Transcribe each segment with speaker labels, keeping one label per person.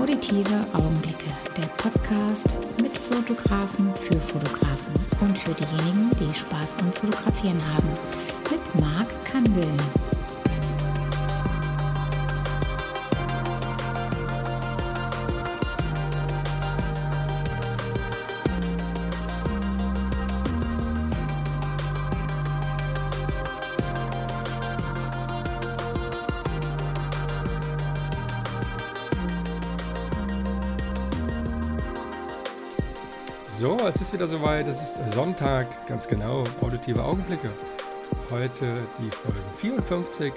Speaker 1: Auditive Augenblicke, der Podcast mit Fotografen für Fotografen und für diejenigen, die Spaß am Fotografieren haben, mit Marc Kandel.
Speaker 2: So, es ist wieder soweit, es ist Sonntag, ganz genau, auditive Augenblicke. Heute die Folge 54.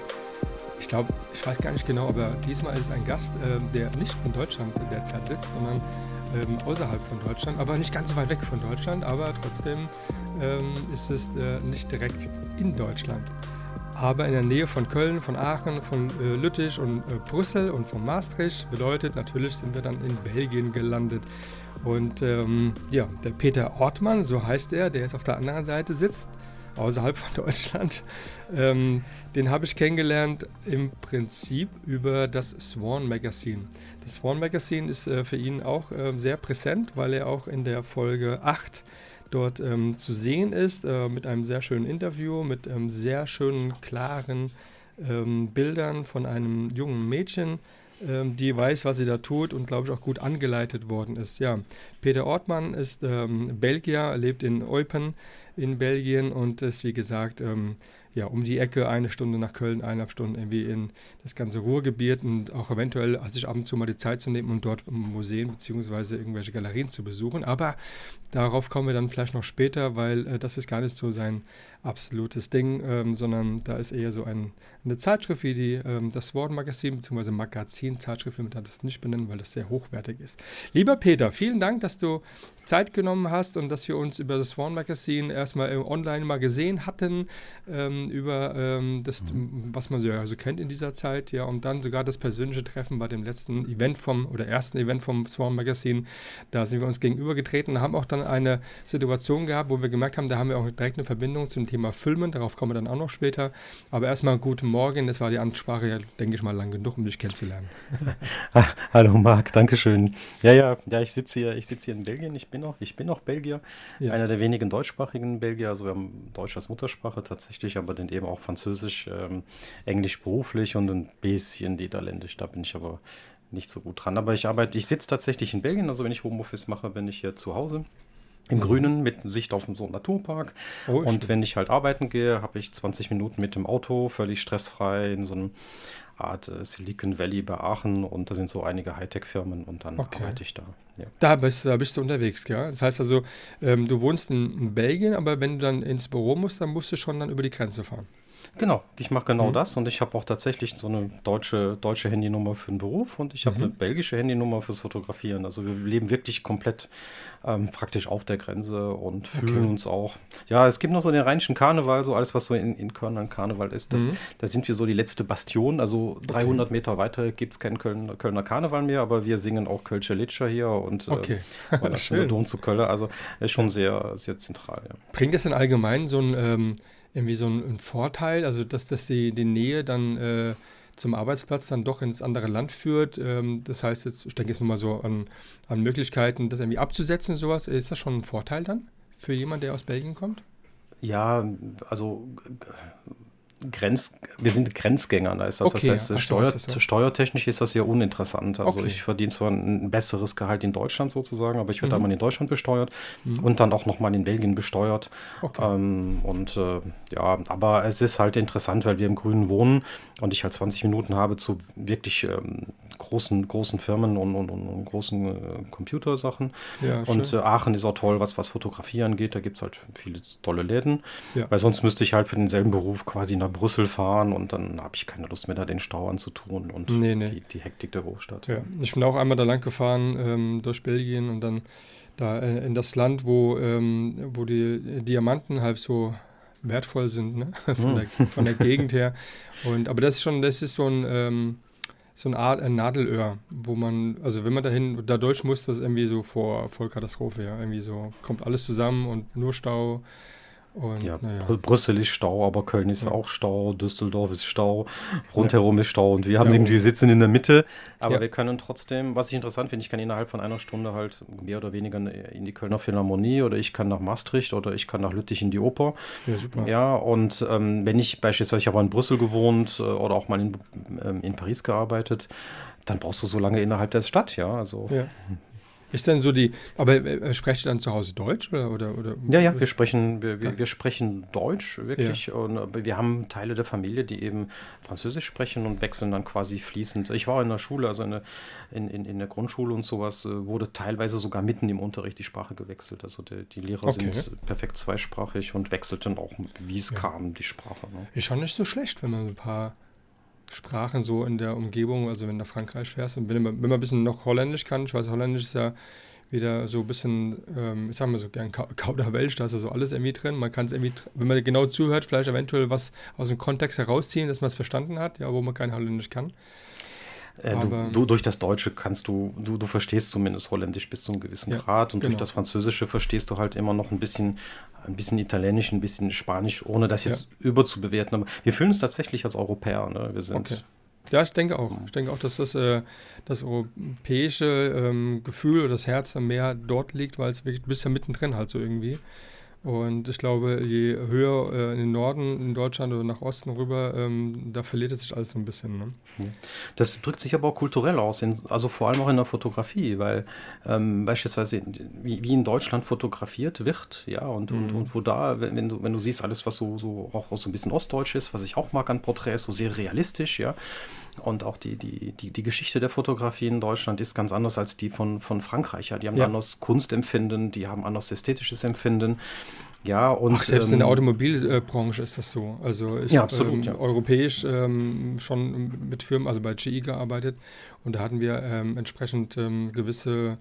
Speaker 2: Ich weiß gar nicht genau, aber diesmal ist es ein Gast, der nicht in Deutschland derzeit sitzt, sondern außerhalb von Deutschland, aber nicht ganz so weit weg von Deutschland, aber trotzdem ist es nicht direkt in Deutschland. Aber in der Nähe von Köln, von Aachen, von Lüttich und Brüssel und von Maastricht. Bedeutet, natürlich sind wir dann in Belgien gelandet. Und der Peter Ortmann, so heißt er, der jetzt auf der anderen Seite sitzt, außerhalb von Deutschland, den habe ich kennengelernt im Prinzip über das Swan Magazine. Das Swan Magazine ist für ihn auch sehr präsent, weil er auch in der Folge 8 dort zu sehen ist, mit einem sehr schönen Interview, mit sehr schönen, klaren Bildern von einem jungen Mädchen, die weiß, was sie da tut und, glaube ich, auch gut angeleitet worden ist. Ja, Peter Ortmann ist Belgier, lebt in Eupen in Belgien und ist, wie gesagt, um die Ecke, 1 Stunde nach Köln, 1,5 Stunden irgendwie in das ganze Ruhrgebiet und auch eventuell sich ab und zu mal die Zeit zu nehmen und dort Museen bzw. irgendwelche Galerien zu besuchen. Aber darauf kommen wir dann vielleicht noch später, weil das ist gar nicht so sein absolutes Ding, sondern da ist eher so eine Zeitschrift wie das Swan Magazine bzw. Magazin-Zeitschrift, wie man das nicht benennen, weil das sehr hochwertig ist. Lieber Peter, vielen Dank, dass du Zeit genommen hast und dass wir uns über das Swan Magazine erstmal online mal gesehen hatten, über das, was man so kennt in dieser Zeit, ja, und dann sogar das persönliche Treffen bei dem ersten Event vom Swan Magazine. Da sind wir uns gegenübergetreten und haben auch dann eine Situation gehabt, wo wir gemerkt haben, da haben wir auch direkt eine Verbindung zum Thema Filmen, darauf kommen wir dann auch noch später. Aber erstmal guten Morgen, das war die Ansprache ja, denke ich mal, lang genug, um dich kennenzulernen.
Speaker 3: Hallo Marc, Dankeschön. Ja, ich sitze hier in Belgien, ich bin auch Belgier, ja. Einer der wenigen deutschsprachigen Belgier, also wir haben Deutsch als Muttersprache tatsächlich, aber dann eben auch Französisch, Englisch beruflich und ein bisschen Niederländisch, da bin ich aber nicht so gut dran. Aber ich sitze tatsächlich in Belgien, also wenn ich Homeoffice mache, bin ich hier zu Hause. Im Grünen mit Sicht auf so einen Naturpark. Und wenn ich halt arbeiten gehe, habe ich 20 Minuten mit dem Auto, völlig stressfrei in so einer Art Silicon Valley bei Aachen und da sind so einige Hightech-Firmen und dann arbeite ich da. Ja.
Speaker 2: Da bist du unterwegs, ja? Das heißt also, du wohnst in Belgien, aber wenn du dann ins Büro musst, dann musst du schon dann über die Grenze fahren.
Speaker 3: Genau, ich mache genau das und ich habe auch tatsächlich so eine deutsche Handynummer für den Beruf und ich habe eine belgische Handynummer fürs Fotografieren. Also wir leben wirklich komplett praktisch auf der Grenze und fühlen uns auch. Ja, es gibt noch so den rheinischen Karneval, so alles, was so in Köln ein Karneval ist. Da sind wir so die letzte Bastion. Also 300 Meter weiter gibt es keinen Kölner Karneval mehr, aber wir singen auch Kölsche Litscher hier und der Dom zu Köln. Also ist schon sehr, sehr zentral. Ja.
Speaker 2: Bringt das denn allgemein so irgendwie so ein Vorteil, also dass die Nähe dann zum Arbeitsplatz dann doch ins andere Land führt? Das heißt jetzt, ich denke jetzt nur mal so an Möglichkeiten, das irgendwie abzusetzen und sowas. Ist das schon ein Vorteil dann für jemanden, der aus Belgien kommt?
Speaker 3: Ja, also wir sind Grenzgänger, da ist das. Okay. Das heißt, steuertechnisch ist das ja uninteressant. Also ich verdiene zwar ein besseres Gehalt in Deutschland sozusagen, aber ich werde einmal in Deutschland besteuert und dann auch nochmal in Belgien besteuert. Okay. Aber es ist halt interessant, weil wir im Grünen wohnen und ich halt 20 Minuten habe zu wirklich großen Firmen und großen Computersachen. Ja, und Aachen ist auch toll, was Fotografieren geht. Da gibt es halt viele tolle Läden. Ja. Weil sonst müsste ich halt für denselben Beruf quasi nach Brüssel fahren und dann habe ich keine Lust mehr, da den Stau anzutun und die Hektik der Großstadt. Ja.
Speaker 2: Ich bin auch einmal da lang gefahren durch Belgien und dann da in das Land, wo die Diamanten halt so wertvoll sind, ne? von der Gegend her. Aber das ist so ein Nadelöhr, wo man, also wenn man da durch muss, das ist irgendwie so vor Vollkatastrophe, ja, irgendwie so kommt alles zusammen und nur Stau Und,
Speaker 3: ja, Brüssel ist Stau, aber Köln ist auch Stau, Düsseldorf ist Stau, rundherum ist Stau und wir sitzen in der Mitte, aber wir können trotzdem, was ich interessant finde, ich kann innerhalb von einer Stunde halt mehr oder weniger in die Kölner Philharmonie oder ich kann nach Maastricht oder ich kann nach Lüttich in die Oper.
Speaker 2: Ja, super.
Speaker 3: Ja, und wenn ich beispielsweise, ich habe in Brüssel gewohnt oder auch mal in Paris gearbeitet, dann brauchst du so lange innerhalb der Stadt, ja, also...
Speaker 2: Ja. Ist denn so aber sprecht ihr dann zu Hause Deutsch oder?
Speaker 3: Ja, wir sprechen Deutsch wirklich und wir haben Teile der Familie, die eben Französisch sprechen und wechseln dann quasi fließend. Ich war in der Schule, also in der Grundschule und sowas, wurde teilweise sogar mitten im Unterricht die Sprache gewechselt. Also die Lehrer sind perfekt zweisprachig und wechselten auch, wie es kam, die Sprache. Ne?
Speaker 2: Ist schon nicht so schlecht, wenn man ein paar Sprachen so in der Umgebung, also wenn du nach Frankreich fährst und wenn man ein bisschen noch Holländisch kann, ich weiß, Holländisch ist ja wieder so ein bisschen, ich sag mal so gern Kauderwelsch, da ist ja so alles irgendwie drin. Man kann es irgendwie, wenn man genau zuhört, vielleicht eventuell was aus dem Kontext herausziehen, dass man es verstanden hat, ja, wo man kein Holländisch kann.
Speaker 3: Du durch das Deutsche kannst du verstehst zumindest Holländisch bis zu einem gewissen Grad und durch das Französische verstehst du halt immer noch ein bisschen Italienisch, ein bisschen Spanisch, ohne das jetzt überzubewerten. Aber wir fühlen uns tatsächlich als Europäer. Ne? Wir sind
Speaker 2: Ja, ich denke auch. Ich denke auch, dass das europäische Gefühl oder das Herz mehr dort liegt, weil es wirklich, du bist ja mittendrin halt so irgendwie. Und ich glaube, je höher in den Norden in Deutschland oder nach Osten rüber, da verliert es sich alles so ein bisschen. Ne?
Speaker 3: Das drückt sich aber auch kulturell aus, also vor allem auch in der Fotografie, weil beispielsweise wie in Deutschland fotografiert wird, ja, und wo da, wenn du siehst, alles, was so auch so ein bisschen ostdeutsch ist, was ich auch mag an Porträts, so sehr realistisch, ja. Und auch die Geschichte der Fotografie in Deutschland ist ganz anders als die von Frankreich. Ja. Die haben anders Kunstempfinden, die haben anders ästhetisches Empfinden. Ja, und
Speaker 2: selbst in der Automobilbranche ist das so. Also ich habe europäisch schon mit Firmen, also bei GE gearbeitet und da hatten wir entsprechend gewisse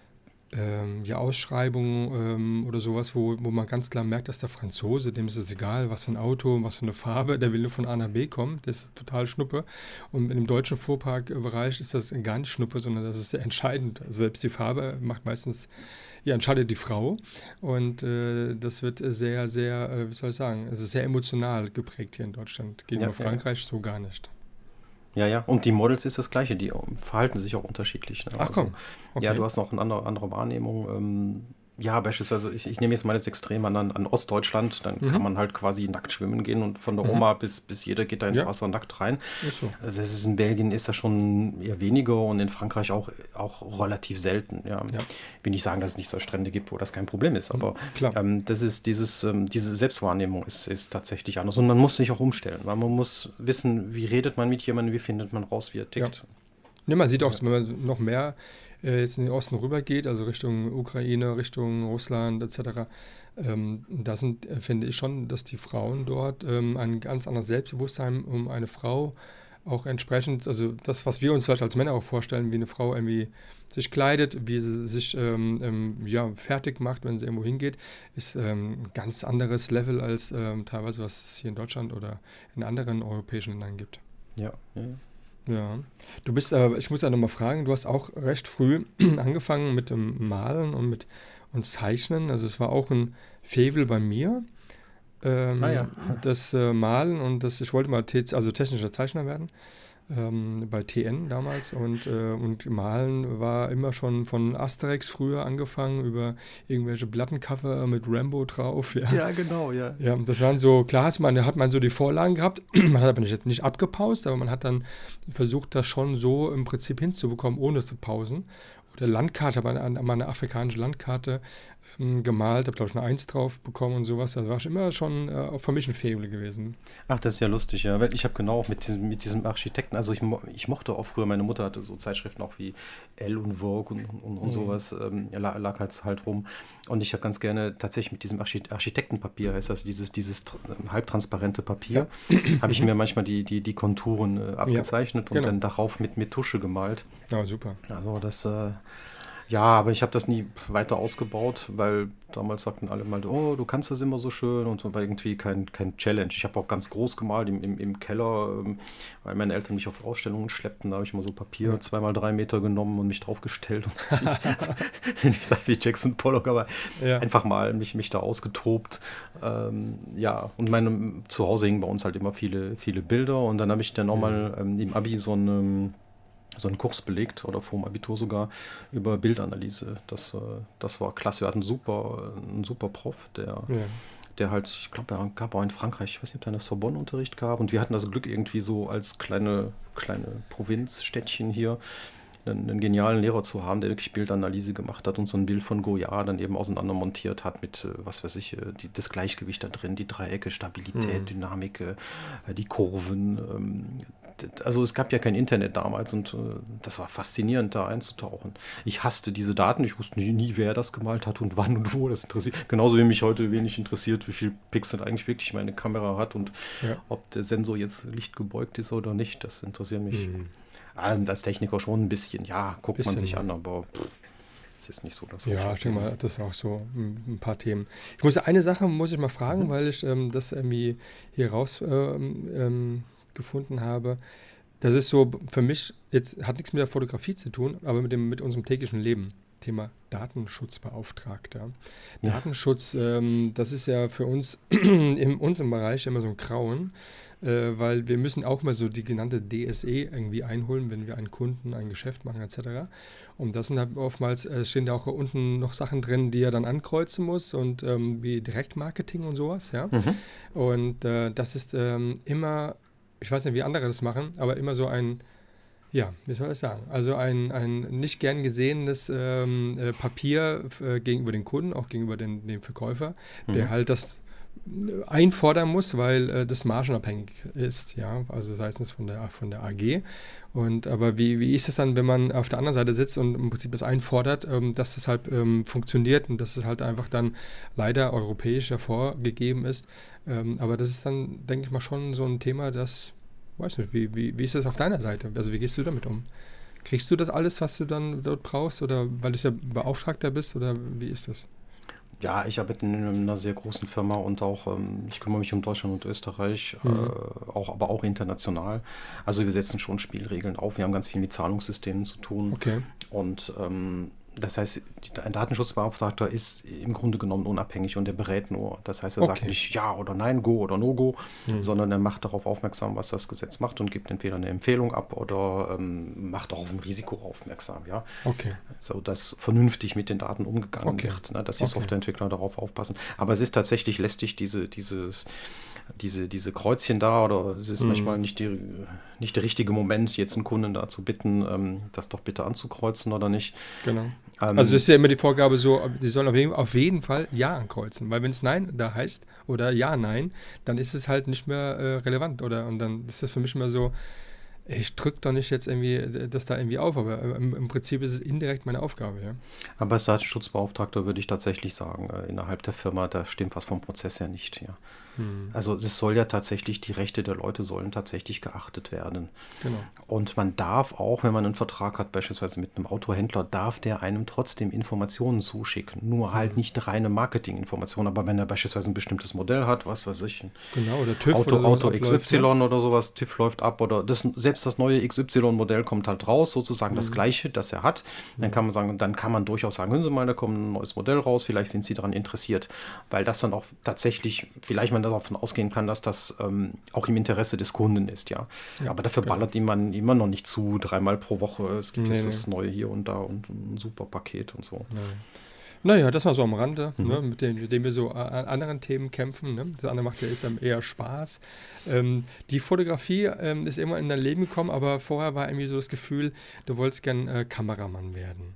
Speaker 2: Ausschreibungen oder sowas, wo man ganz klar merkt, dass der Franzose, dem ist es egal, was für ein Auto, was für eine Farbe, der will nur von A nach B kommen, das ist total Schnuppe. Und in dem deutschen Fuhrparkbereich ist das gar nicht Schnuppe, sondern das ist sehr entscheidend. Also selbst die Farbe macht meistens, entscheidet die Frau und das wird sehr, sehr, wie soll ich sagen, es ist sehr emotional geprägt hier in Deutschland, gegenüber Frankreich so gar nicht.
Speaker 3: Ja, und die Models ist das Gleiche, die verhalten sich auch unterschiedlich. Ne?
Speaker 2: Ach komm. Okay.
Speaker 3: Ja, du hast noch eine andere Wahrnehmung. Ja, beispielsweise, ich nehme jetzt mal das Extrem an Ostdeutschland, dann kann man halt quasi nackt schwimmen gehen und von der Oma bis jeder geht da ins Wasser nackt rein.
Speaker 2: Ist so.
Speaker 3: Also das ist in Belgien ist das schon eher weniger und in Frankreich auch relativ selten. Ja. Will nicht sagen, dass es nicht so Strände gibt, wo das kein Problem ist, aber das ist diese Selbstwahrnehmung ist tatsächlich anders und man muss sich auch umstellen, weil man muss wissen, wie redet man mit jemandem, wie findet man raus, wie er tickt.
Speaker 2: Ja, man sieht auch, wenn man noch mehr jetzt in den Osten rüber geht, also Richtung Ukraine, Richtung Russland etc., da finde ich schon, dass die Frauen dort ein ganz anderes Selbstbewusstsein um eine Frau auch entsprechend, also das, was wir uns vielleicht als Männer auch vorstellen, wie eine Frau irgendwie sich kleidet, wie sie sich fertig macht, wenn sie irgendwo hingeht, ist ein ganz anderes Level als teilweise, was es hier in Deutschland oder in anderen europäischen Ländern gibt.
Speaker 3: Ja.
Speaker 2: Ja, du bist, ich muss ja nochmal fragen, du hast auch recht früh angefangen mit dem Malen und Zeichnen, also es war auch ein Faible bei mir, das Malen und ich wollte mal technischer Zeichner werden, bei TN damals und Malen war immer schon von Asterix früher angefangen, über irgendwelche Plattencover mit Rambo drauf.
Speaker 3: Ja, genau, ja.
Speaker 2: Ja, das waren so, klar hat man so die Vorlagen gehabt, man hat aber nicht abgepaust, aber man hat dann versucht, das schon so im Prinzip hinzubekommen, ohne zu pausen. Oder Landkarte, aber eine afrikanische Landkarte gemalt, habe glaube ich eine 1 drauf bekommen und sowas. Das war immer schon auch für mich ein Faible gewesen.
Speaker 3: Ach, das ist ja lustig, ja. Weil ich habe genau auch mit diesem Architekten, also ich mochte auch früher, meine Mutter hatte so Zeitschriften auch wie Elle und Vogue und sowas, lag halt rum. Und ich habe ganz gerne tatsächlich mit diesem Architektenpapier, heißt das, dieses halbtransparente Papier, habe ich mir manchmal die Konturen abgezeichnet und dann darauf mit Tusche gemalt.
Speaker 2: Ja, super.
Speaker 3: Also das Ja, aber ich habe das nie weiter ausgebaut, weil damals sagten alle mal, oh, du kannst das immer so schön und so war irgendwie kein Challenge. Ich habe auch ganz groß gemalt im Keller, weil meine Eltern mich auf Ausstellungen schleppten. Da habe ich immer so Papier 2x3 Meter genommen und mich draufgestellt. Und ich sage wie Jackson Pollock, aber einfach mal mich da ausgetobt. Und zu Hause hingen bei uns halt immer viele Bilder. Und dann habe ich dann auch mal im Abi so einen Kurs belegt oder vor dem Abitur sogar über Bildanalyse. Das war klasse. Wir hatten einen super Prof, der halt, ich glaube, er gab auch in Frankreich, ich weiß nicht, ob er in der Sorbonne Unterricht gab. Und wir hatten das Glück irgendwie so als kleine Provinzstädtchen hier einen genialen Lehrer zu haben, der wirklich Bildanalyse gemacht hat und so ein Bild von Goya dann eben auseinander montiert hat mit, was weiß ich, das Gleichgewicht da drin, die Dreiecke, Stabilität, Dynamik, die Kurven. Also es gab ja kein Internet damals und das war faszinierend, da einzutauchen. Ich hasste diese Daten, ich wusste nie, wer das gemalt hat und wann und wo. Das interessiert. Genauso wie mich heute wenig interessiert, wie viel Pixel eigentlich wirklich meine Kamera hat und ob der Sensor jetzt lichtgebeugt ist oder nicht. Das interessiert mich. Als Techniker schon ein bisschen. Ja, guckt man sich an, aber ist jetzt nicht so, dass
Speaker 2: ja, ich denke mal, das sind auch so ein paar Themen. Eine Sache muss ich mal fragen, weil ich das irgendwie hier raus gefunden habe. Das ist so für mich, jetzt hat nichts mit der Fotografie zu tun, aber mit unserem täglichen Leben. Thema Datenschutzbeauftragter. Ja. Datenschutz, das ist ja für uns in unserem Bereich immer so ein Grauen, weil wir müssen auch mal so die genannte DSE irgendwie einholen, wenn wir einen Kunden, ein Geschäft machen etc. Und das sind halt oftmals, stehen da auch unten noch Sachen drin, die er dann ankreuzen muss und wie Direktmarketing und sowas. Ja? Und das ist immer, ich weiß nicht, wie andere das machen, aber immer so wie soll ich sagen, also ein nicht gern gesehenes Papier gegenüber den Kunden, auch gegenüber dem Verkäufer, der halt das einfordern muss, weil das margenabhängig ist, ja, also seitens von der AG. Aber wie ist es dann, wenn man auf der anderen Seite sitzt und im Prinzip das einfordert, dass das halt funktioniert und dass es halt einfach dann leider europäisch hervorgegeben ist. Aber das ist dann, denke ich mal, schon so ein Thema, das, weiß nicht, wie ist das auf deiner Seite? Also wie gehst du damit um? Kriegst du das alles, was du dann dort brauchst, oder weil du ja Beauftragter bist, oder wie ist das?
Speaker 3: Ja, ich arbeite in einer sehr großen Firma und auch, ich kümmere mich um Deutschland und Österreich, aber auch international. Also wir setzen schon Spielregeln auf. Wir haben ganz viel mit Zahlungssystemen zu tun.
Speaker 2: Okay.
Speaker 3: Und das heißt, ein Datenschutzbeauftragter ist im Grunde genommen unabhängig und der berät nur. Das heißt, er sagt nicht ja oder nein, go oder no go, sondern er macht darauf aufmerksam, was das Gesetz macht und gibt entweder eine Empfehlung ab oder macht auch auf ein Risiko aufmerksam. Ja?
Speaker 2: Okay.
Speaker 3: So, dass vernünftig mit den Daten umgegangen wird, ne? Dass die Softwareentwickler darauf aufpassen. Aber es ist tatsächlich lästig, diese Kreuzchen da, oder es ist manchmal nicht der richtige Moment, jetzt einen Kunden da zu bitten, das doch bitte anzukreuzen oder nicht.
Speaker 2: Genau. Also das ist ja immer die Vorgabe so, die sollen auf jeden Fall Ja ankreuzen, weil wenn es Nein da heißt oder Ja, Nein, dann ist es halt nicht mehr relevant, oder? Und dann ist das für mich immer so, ich drücke doch nicht jetzt irgendwie das da irgendwie auf, aber im Prinzip ist es indirekt meine Aufgabe, ja.
Speaker 3: Aber als Datenschutzbeauftragter würde ich tatsächlich sagen, innerhalb der Firma, da stimmt was vom Prozess her nicht, ja. Also es soll ja tatsächlich, die Rechte der Leute sollen tatsächlich geachtet werden.
Speaker 2: Genau.
Speaker 3: Und man darf auch, wenn man einen Vertrag hat, beispielsweise mit einem Autohändler, darf der einem trotzdem Informationen zuschicken. Nur halt nicht reine Marketinginformationen, aber wenn er beispielsweise ein bestimmtes Modell hat, was weiß ich,
Speaker 2: oder TÜV
Speaker 3: Auto XY oder sowas, TÜV läuft ab oder selbst das neue XY-Modell kommt halt raus, sozusagen das gleiche, das er hat. Dann kann man durchaus sagen, hören Sie mal, da kommt ein neues Modell raus, vielleicht sind Sie daran interessiert, weil das dann auch tatsächlich, vielleicht man davon ausgehen kann, dass das auch im Interesse des Kunden ist, ja. Aber dafür ballert man immer noch nicht zu, 3-mal pro Woche, es gibt das Neue hier und da und ein super Paket und so.
Speaker 2: Naja, das war so am Rande, ne, mit dem wir so an anderen Themen kämpfen. Ne? Das andere macht ja eher Spaß. Die Fotografie ist immer in dein Leben gekommen, aber vorher war irgendwie so das Gefühl, du wolltest gern Kameramann werden.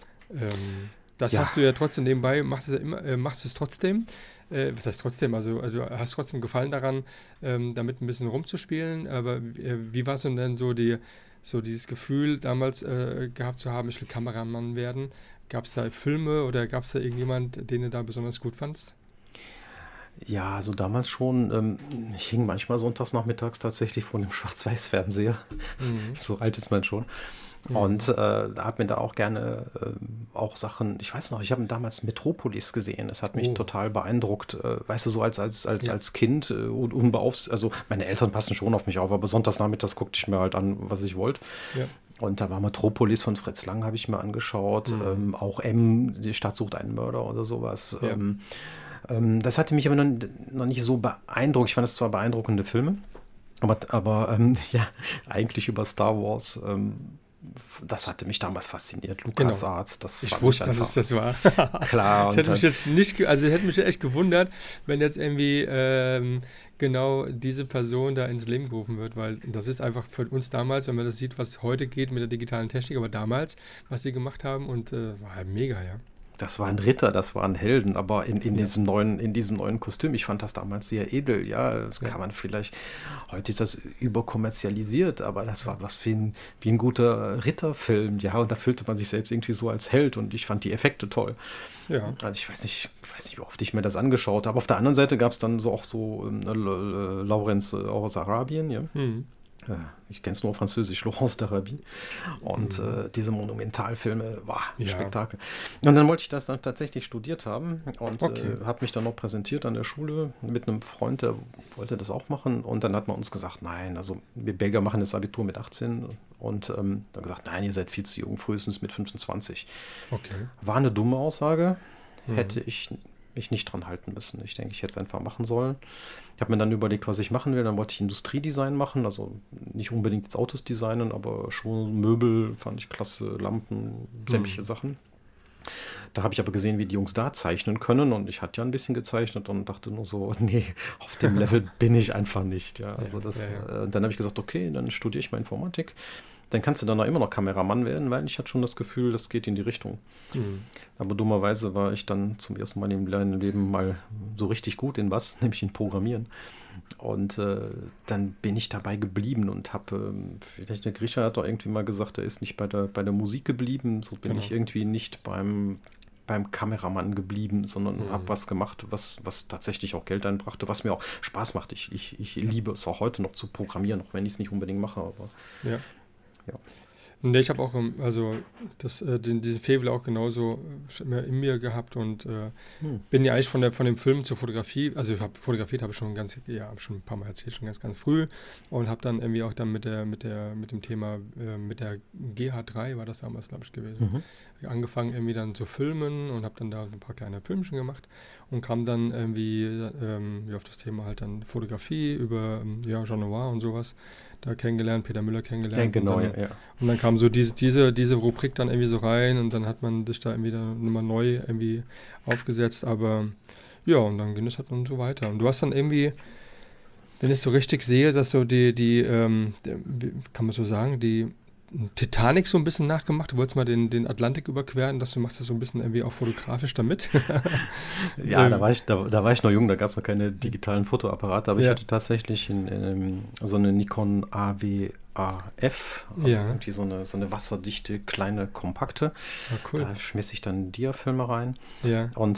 Speaker 2: Das hast du ja trotzdem nebenbei, machst du es trotzdem. Was heißt trotzdem? Also hast trotzdem Gefallen daran, damit ein bisschen rumzuspielen. Aber wie war es denn so dieses Gefühl damals gehabt zu haben, ich will Kameramann werden? Gab es da Filme oder gab es da irgendjemand, den du da besonders gut fandst?
Speaker 3: Ja, also damals schon. Ich hing manchmal sonntags nachmittags tatsächlich vor dem Schwarz-Weiß-Fernseher. So alt ist man schon. Und habe mir da auch gerne auch Sachen, ich weiß noch, ich habe damals Metropolis gesehen. Das hat mich total beeindruckt. Weißt du, so als Kind also meine Eltern passen schon auf mich auf, aber sonntagsnachmittags guckte ich mir halt an, was ich wollte. Ja. Und da war Metropolis von Fritz Lang, habe ich mir angeschaut. Auch die Stadt sucht einen Mörder oder sowas. Ja. Das hatte mich aber noch nicht so beeindruckt. Ich fand es zwar beeindruckende Filme, aber eigentlich über Star Wars, das hatte mich damals fasziniert. LucasArts,
Speaker 2: ich wusste, dass es das war.
Speaker 3: Klar.
Speaker 2: Das hätte mich jetzt nicht, also hätte mich echt gewundert, wenn jetzt irgendwie genau diese Person da ins Leben gerufen wird, weil das ist einfach für uns damals, wenn man das sieht, was heute geht mit der digitalen Technik, aber damals, was sie gemacht haben, und war halt mega, ja.
Speaker 3: Das waren Ritter, das waren Helden, aber in diesem neuen Kostüm, ich fand das damals sehr edel, ja, das kann man vielleicht, heute ist das überkommerzialisiert, aber das war was wie ein guter Ritterfilm, ja, und da fühlte man sich selbst irgendwie so als Held und ich fand die Effekte toll. Ja. Also ich weiß nicht, wie oft ich mir das angeschaut habe. Auf der anderen Seite gab es dann Lawrence aus Arabien, ja. Ich kenne es nur auf Französisch, Laurence d'Arabie. Und diese Monumentalfilme, Spektakel. Und dann wollte ich das dann tatsächlich studiert haben und habe mich dann noch präsentiert an der Schule mit einem Freund, der wollte das auch machen. Und dann hat man uns gesagt, nein, also wir Belgier machen das Abitur mit 18. Und dann gesagt, nein, ihr seid viel zu jung, frühestens mit 25.
Speaker 2: Okay.
Speaker 3: War eine dumme Aussage, hätte ich mich nicht dran halten müssen. Ich denke, ich hätte es einfach machen sollen. Ich habe mir dann überlegt, was ich machen will. Dann wollte ich Industriedesign machen, also nicht unbedingt jetzt Autos designen, aber schon Möbel fand ich klasse, Lampen, sämtliche Sachen. Da habe ich aber gesehen, wie die Jungs da zeichnen können und ich hatte ja ein bisschen gezeichnet und dachte nur so, nee, auf dem Level bin ich einfach nicht. Ja, also dann habe ich gesagt, okay, dann studiere ich mal Informatik. Dann kannst du dann auch immer noch Kameramann werden, weil ich hatte schon das Gefühl, das geht in die Richtung. Aber dummerweise war ich dann zum ersten Mal im kleinen Leben mal so richtig gut in was, nämlich in Programmieren. Und dann bin ich dabei geblieben und habe, vielleicht der Grisha hat doch irgendwie mal gesagt, er ist nicht bei der Musik geblieben, so bin ich irgendwie nicht beim Kameramann geblieben, sondern habe was gemacht, was tatsächlich auch Geld einbrachte, was mir auch Spaß macht. Ich liebe es auch heute noch zu programmieren, auch wenn ich es nicht unbedingt mache, aber
Speaker 2: ja. Nee, ich habe auch diesen Faible auch genauso in mir gehabt und bin ja eigentlich von dem Film zur Fotografie, also fotografiert habe ich schon schon ein paar Mal erzählt, schon ganz, ganz früh und habe dann irgendwie auch dann mit dem Thema, mit der GH3 war das damals, glaube ich, gewesen, angefangen irgendwie dann zu filmen und habe dann da ein paar kleine Filmchen gemacht und kam dann irgendwie auf das Thema halt dann Fotografie über Jean Noir und sowas da kennengelernt, Peter Müller kennengelernt.
Speaker 3: Ja, genau,
Speaker 2: und dann kam so diese Rubrik dann irgendwie so rein und dann hat man sich da irgendwie dann nochmal neu irgendwie aufgesetzt, aber ja, und dann ging es halt dann so weiter. Und du hast dann irgendwie, wenn ich so richtig sehe, dass so kann man so sagen, die Titanic so ein bisschen nachgemacht. Du wolltest mal den Atlantik überqueren, du machst das so ein bisschen irgendwie auch fotografisch damit.
Speaker 3: Ja, da war ich noch jung, da gab es noch keine digitalen Fotoapparate, aber ich hatte tatsächlich so eine Nikon AWAF, also irgendwie so eine wasserdichte, kleine, kompakte. Cool. Da schmiss ich dann Diafilme rein und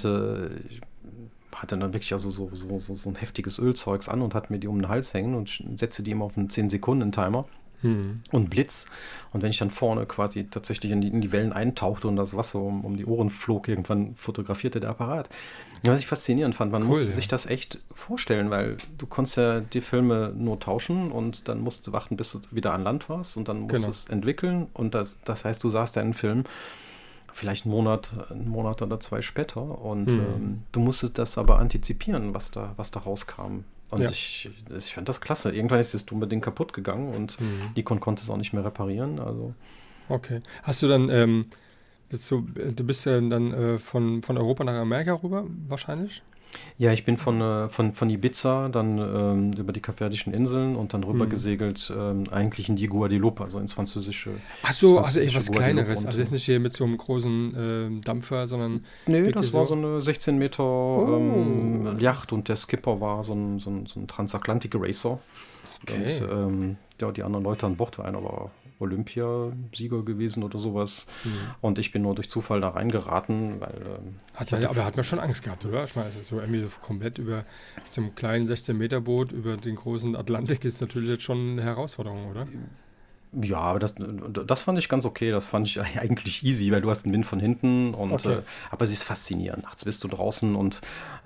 Speaker 3: hatte dann wirklich also so ein heftiges Ölzeugs an und hatte mir die um den Hals hängen und setzte die immer auf einen 10-Sekunden-Timer. Und Blitz. Und wenn ich dann vorne quasi tatsächlich in die Wellen eintauchte und das Wasser um die Ohren flog, irgendwann fotografierte der Apparat. Was ich faszinierend fand, man musste sich das echt vorstellen, weil du konntest ja die Filme nur tauschen und dann musst du warten, bis du wieder an Land warst und dann musst du es entwickeln und das heißt, du sahst deinen Film vielleicht einen Monat oder 2 später und du musstest das aber antizipieren, was da rauskam. Und ich fand das klasse. Irgendwann ist es unbedingt kaputt gegangen und Nikon konnte es auch nicht mehr reparieren. Also.
Speaker 2: Okay. Hast du dann, du bist ja dann von Europa nach Amerika rüber wahrscheinlich?
Speaker 3: Ja, ich bin von Ibiza dann über die Kapverdischen Inseln und dann rüber gesegelt, eigentlich in die Guadeloupe, also ins französische.
Speaker 2: Ach so, also etwas Kleineres, also jetzt nicht hier mit so einem großen Dampfer, sondern...
Speaker 3: Nee, das war so eine 16 Meter Yacht und der Skipper war so ein Transatlantic Racer. Okay. Und die anderen Leute an Bord, einer war Olympiasieger gewesen oder sowas. Und ich bin nur durch Zufall da reingeraten, weil...
Speaker 2: aber hat man schon Angst gehabt, oder? Ich meine, so irgendwie so komplett über so einem kleinen 16-Meter-Boot über den großen Atlantik ist natürlich jetzt schon eine Herausforderung, oder?
Speaker 3: Ja, aber das fand ich ganz okay. Das fand ich eigentlich easy, weil du hast einen Wind von hinten und aber sie ist faszinierend. Nachts bist du draußen und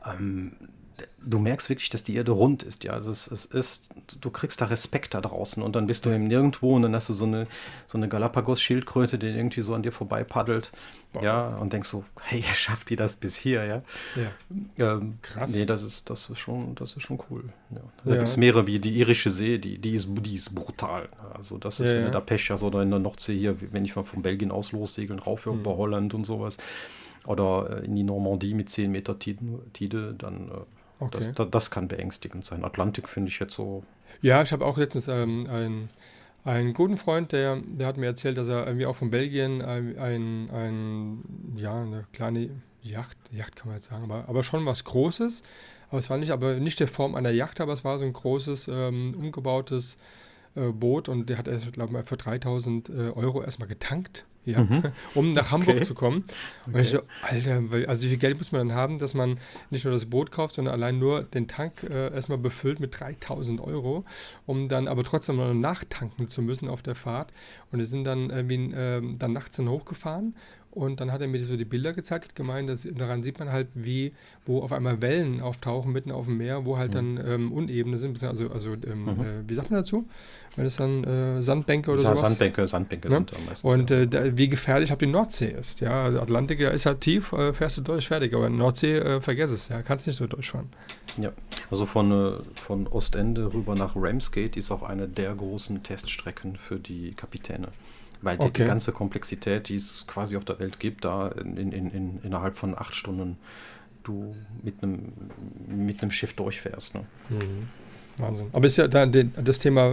Speaker 3: du merkst wirklich, dass die Erde rund ist. Ja, also du kriegst da Respekt da draußen und dann bist du eben nirgendwo und dann hast du so eine Galapagos-Schildkröte, die irgendwie so an dir vorbei paddelt. Boah. Ja, und denkst so, hey, schafft die das bis hier, ja? Krass. Nee, das ist schon cool. Ja. Da gibt es Meere wie die Irische See, die ist brutal. Also das ist, wenn du da Pech hast oder in der Nordsee hier, wenn ich mal von Belgien aus lossegeln, rauf über Holland und sowas. Oder in die Normandie mit 10 Meter Tide, dann das kann beängstigend sein. Atlantik finde ich jetzt so.
Speaker 2: Ja, ich habe auch letztens einen guten Freund, der hat mir erzählt, dass er irgendwie auch von Belgien eine kleine Yacht kann man jetzt sagen, aber schon was Großes. Aber es war nicht der Form einer Yacht, aber es war so ein großes, umgebautes Boot und der hat erst, glaube ich, für 3.000 Euro erstmal getankt. Ja, um nach Hamburg zu kommen. Und ich so, Alter, also wie viel Geld muss man dann haben, dass man nicht nur das Boot kauft, sondern allein nur den Tank erstmal befüllt mit 3.000 Euro, um dann aber trotzdem noch nachtanken zu müssen auf der Fahrt. Und wir sind dann irgendwie dann nachts dann hochgefahren und dann hat er mir so die Bilder gezeigt, gemeint, daran sieht man halt, wo auf einmal Wellen auftauchen mitten auf dem Meer, wo halt dann Unebene sind, also wie sagt man dazu? Wenn es dann Sandbänke oder sowas?
Speaker 3: Sandbänke sind da meistens.
Speaker 2: Und wie gefährlich die Nordsee ist. Ja, also Atlantik ist halt tief, fährst du durch, fertig. Aber Nordsee, vergiss es, ja, kannst nicht so durchfahren.
Speaker 3: Ja, also von Ostende rüber nach Ramsgate ist auch eine der großen Teststrecken für die Kapitäne. Weil die ganze Komplexität, die es quasi auf der Welt gibt, da innerhalb von 8 Stunden du mit einem Schiff durchfährst. Ne?
Speaker 2: Wahnsinn. Aber ist ja dann das Thema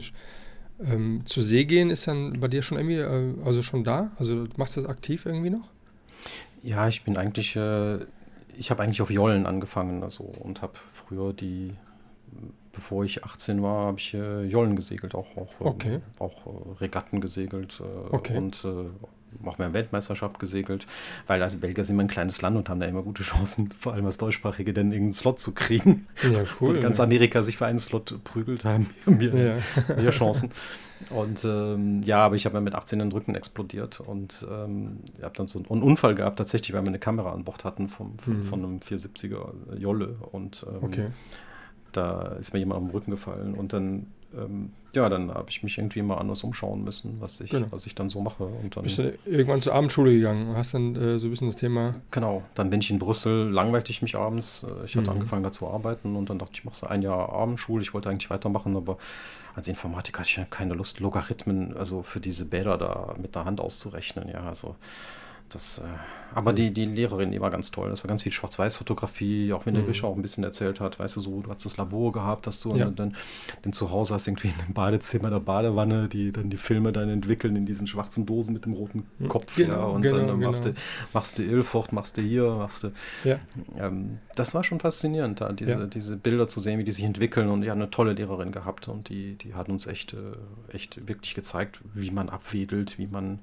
Speaker 2: zu See gehen, ist dann bei dir schon irgendwie, also schon da? Also machst du das aktiv irgendwie noch?
Speaker 3: Ja, ich habe eigentlich auf Jollen angefangen, also und habe früher bevor ich 18 war, habe ich Jollen gesegelt, auch Regatten gesegelt und auch mehr Weltmeisterschaft gesegelt, weil als Belgier sind wir ein kleines Land und haben da immer gute Chancen, vor allem als Deutschsprachige, dann irgendeinen Slot zu kriegen. Ja, cool. Und ganz Amerika sich für einen Slot prügelt, haben wir Chancen. Und aber ich habe mit 18 den Rücken explodiert und habe dann so einen Unfall gehabt, tatsächlich, weil wir eine Kamera an Bord hatten von einem 470er Jolle und da ist mir jemand auf den Rücken gefallen und dann dann habe ich mich irgendwie mal anders umschauen müssen, was ich dann so mache. Und dann
Speaker 2: bist du irgendwann zur Abendschule gegangen und hast dann so ein bisschen das Thema...
Speaker 3: Genau, dann bin ich in Brüssel, langweilte ich mich abends. Ich hatte angefangen da zu arbeiten und dann dachte ich, mache so ein Jahr Abendschule. Ich wollte eigentlich weitermachen, aber als Informatiker hatte ich keine Lust, Logarithmen, also für diese Bäder da mit der Hand auszurechnen. Ja, also aber die Lehrerin, die war ganz toll. Das war ganz viel Schwarz-Weiß-Fotografie, auch wenn der Wischer auch ein bisschen erzählt hat. Weißt du, so, du hast das Labor gehabt, dass du dann zu Hause hast irgendwie in einem Badezimmer der Badewanne, die dann die Filme dann entwickeln in diesen schwarzen Dosen mit dem roten Kopf. Dann machst du Ilford, machst du hier, machst du... Ja. Das war schon faszinierend, da diese Bilder zu sehen, wie die sich entwickeln. Und ich habe eine tolle Lehrerin gehabt und die hat uns echt wirklich gezeigt, wie man abwedelt, wie man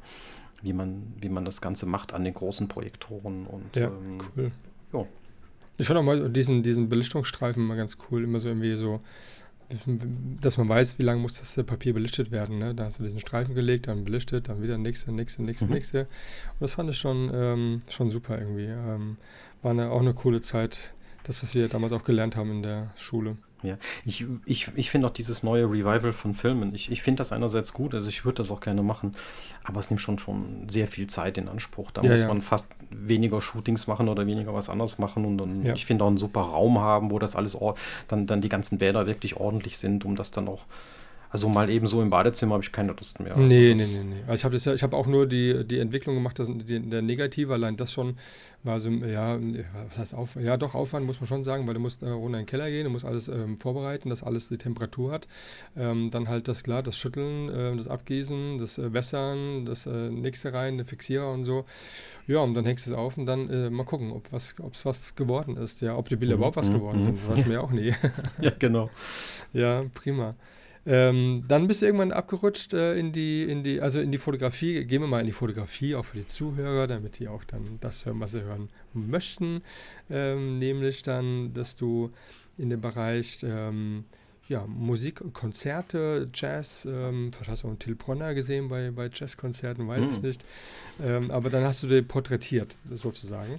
Speaker 3: das Ganze macht an den großen Projektoren. Und,
Speaker 2: cool. Ja. Ich fand auch mal diesen Belichtungsstreifen mal ganz cool, immer so irgendwie so, dass man weiß, wie lange muss das Papier belichtet werden. Ne? Da hast du diesen Streifen gelegt, dann belichtet, dann wieder nächste. Und das fand ich schon super irgendwie. War auch eine coole Zeit, das, was wir damals auch gelernt haben in der Schule.
Speaker 3: Ja, ich finde auch dieses neue Revival von Filmen, ich finde das einerseits gut, also ich würde das auch gerne machen, aber es nimmt schon sehr viel Zeit in Anspruch. Da muss man fast weniger Shootings machen oder weniger was anderes machen und dann, ich finde auch einen super Raum haben, wo das alles dann die ganzen Bäder wirklich ordentlich sind, um das dann auch... Also mal eben so im Badezimmer habe ich keine Lust mehr.
Speaker 2: Nee. Also ich habe auch nur die Entwicklung gemacht, der Negative, allein das schon war so, was heißt Aufwand? Ja, doch, Aufwand muss man schon sagen, weil du musst runter in den Keller gehen, du musst alles vorbereiten, dass alles die Temperatur hat. Dann halt das Schütteln, das Abgießen, das Wässern, das nächste rein, der Fixierer und so. Ja, und dann hängst du es auf und dann mal gucken, ob es was geworden ist. Ja, ob die Bilder überhaupt was geworden sind, das weiß man ja auch nie.
Speaker 3: Ja, genau.
Speaker 2: Ja, prima. Dann bist du irgendwann abgerutscht in die Fotografie. Gehen wir mal in die Fotografie, auch für die Zuhörer, damit die auch dann das hören, was sie hören möchten. Nämlich dann, dass du in dem Bereich Musik, Konzerte, Jazz, vielleicht hast du auch einen Till Bronner gesehen bei Jazzkonzerten, weiß ich nicht. Aber dann hast du den porträtiert, sozusagen.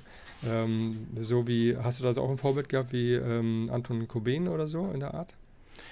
Speaker 2: So wie, hast du da auch ein Vorbild gehabt wie Anton Cobain oder so in der Art?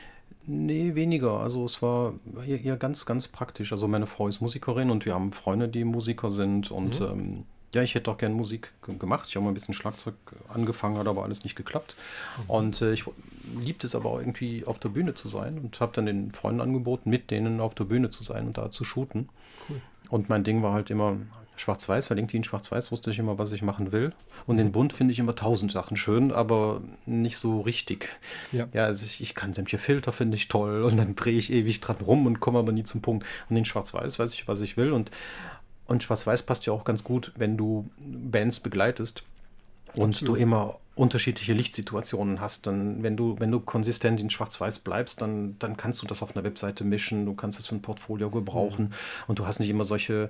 Speaker 3: Nee, weniger. Also es war eher ganz, ganz praktisch. Also meine Frau ist Musikerin und wir haben Freunde, die Musiker sind. Und ich hätte auch gerne Musik gemacht. Ich habe mal ein bisschen Schlagzeug angefangen, hat aber alles nicht geklappt. Und ich liebte es aber auch irgendwie auf der Bühne zu sein und habe dann den Freunden angeboten, mit denen auf der Bühne zu sein und da zu shooten. Cool. Und mein Ding war halt immer Schwarz-Weiß, weil irgendwie in Schwarz-Weiß wusste ich immer, was ich machen will. Und in Bunt finde ich immer 1000 Sachen schön, aber nicht so richtig. Ja, also ich kann sämtliche Filter, finde ich toll und dann drehe ich ewig dran rum und komme aber nie zum Punkt. Und in Schwarz-Weiß weiß ich, was ich will und Schwarz-Weiß passt ja auch ganz gut, wenn du Bands begleitest und Absolut. Du immer unterschiedliche Lichtsituationen hast. Dann, wenn du konsistent in Schwarz-Weiß bleibst, dann kannst du das auf einer Webseite mischen, du kannst das für ein Portfolio gebrauchen und du hast nicht immer solchen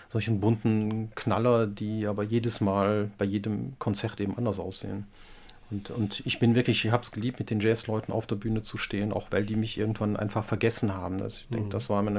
Speaker 3: bunten Knaller, die aber jedes Mal bei jedem Konzert eben anders aussehen. Und ich habe es geliebt, mit den Jazzleuten auf der Bühne zu stehen, auch weil die mich irgendwann einfach vergessen haben. Also ich denke, das war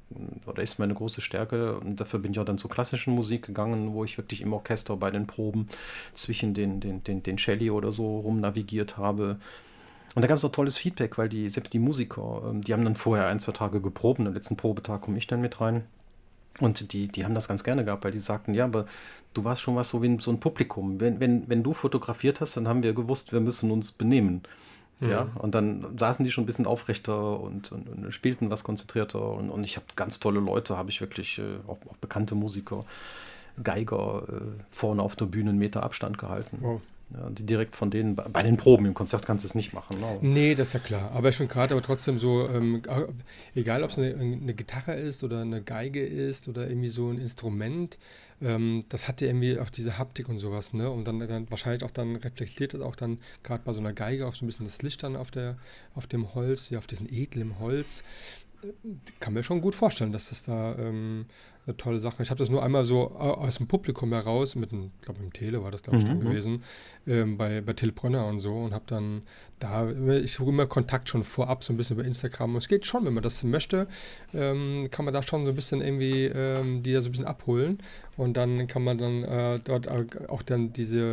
Speaker 3: ist meine große Stärke und dafür bin ich auch dann zur klassischen Musik gegangen, wo ich wirklich im Orchester bei den Proben zwischen den Celli oder so rumnavigiert habe. Und da gab es auch tolles Feedback, weil selbst die Musiker, die haben dann vorher 1-2 Tage geprobt und am letzten Probetag komme ich dann mit rein. Und die haben das ganz gerne gehabt, weil die sagten, ja, aber du warst schon so wie so ein Publikum. Wenn du fotografiert hast, dann haben wir gewusst, wir müssen uns benehmen. Ja, und dann saßen die schon ein bisschen aufrechter und spielten was konzentrierter und ich habe ganz tolle Leute, habe ich wirklich auch bekannte Musiker, Geiger vorne auf der Bühne 1 Meter Abstand gehalten. Wow. Ja, die direkt von denen, bei den Proben, im Konzert kannst du es nicht machen. No.
Speaker 2: Nee, das ist ja klar. Aber ich finde gerade aber trotzdem so, egal ob es eine Gitarre ist oder eine Geige ist oder irgendwie so ein Instrument, das hat ja irgendwie auch diese Haptik und sowas, ne? Und dann wahrscheinlich auch dann reflektiert das auch dann gerade bei so einer Geige auf so ein bisschen das Licht dann auf dem Holz, ja, auf diesem edlen Holz. Kann mir schon gut vorstellen, dass das da eine tolle Sache ist. Ich habe das nur einmal so aus dem Publikum heraus, ich glaube im Tele war das glaube ich dann gewesen, bei Till Bronner und so und habe dann ich suche immer Kontakt schon vorab, so ein bisschen über Instagram und es geht schon, wenn man das möchte, kann man da schon so ein bisschen irgendwie die da so ein bisschen abholen und dann kann man dann dort auch dann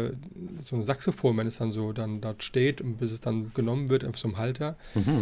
Speaker 2: so ein Saxophon, wenn es dann so dann dort steht und bis es dann genommen wird auf so einem Halter,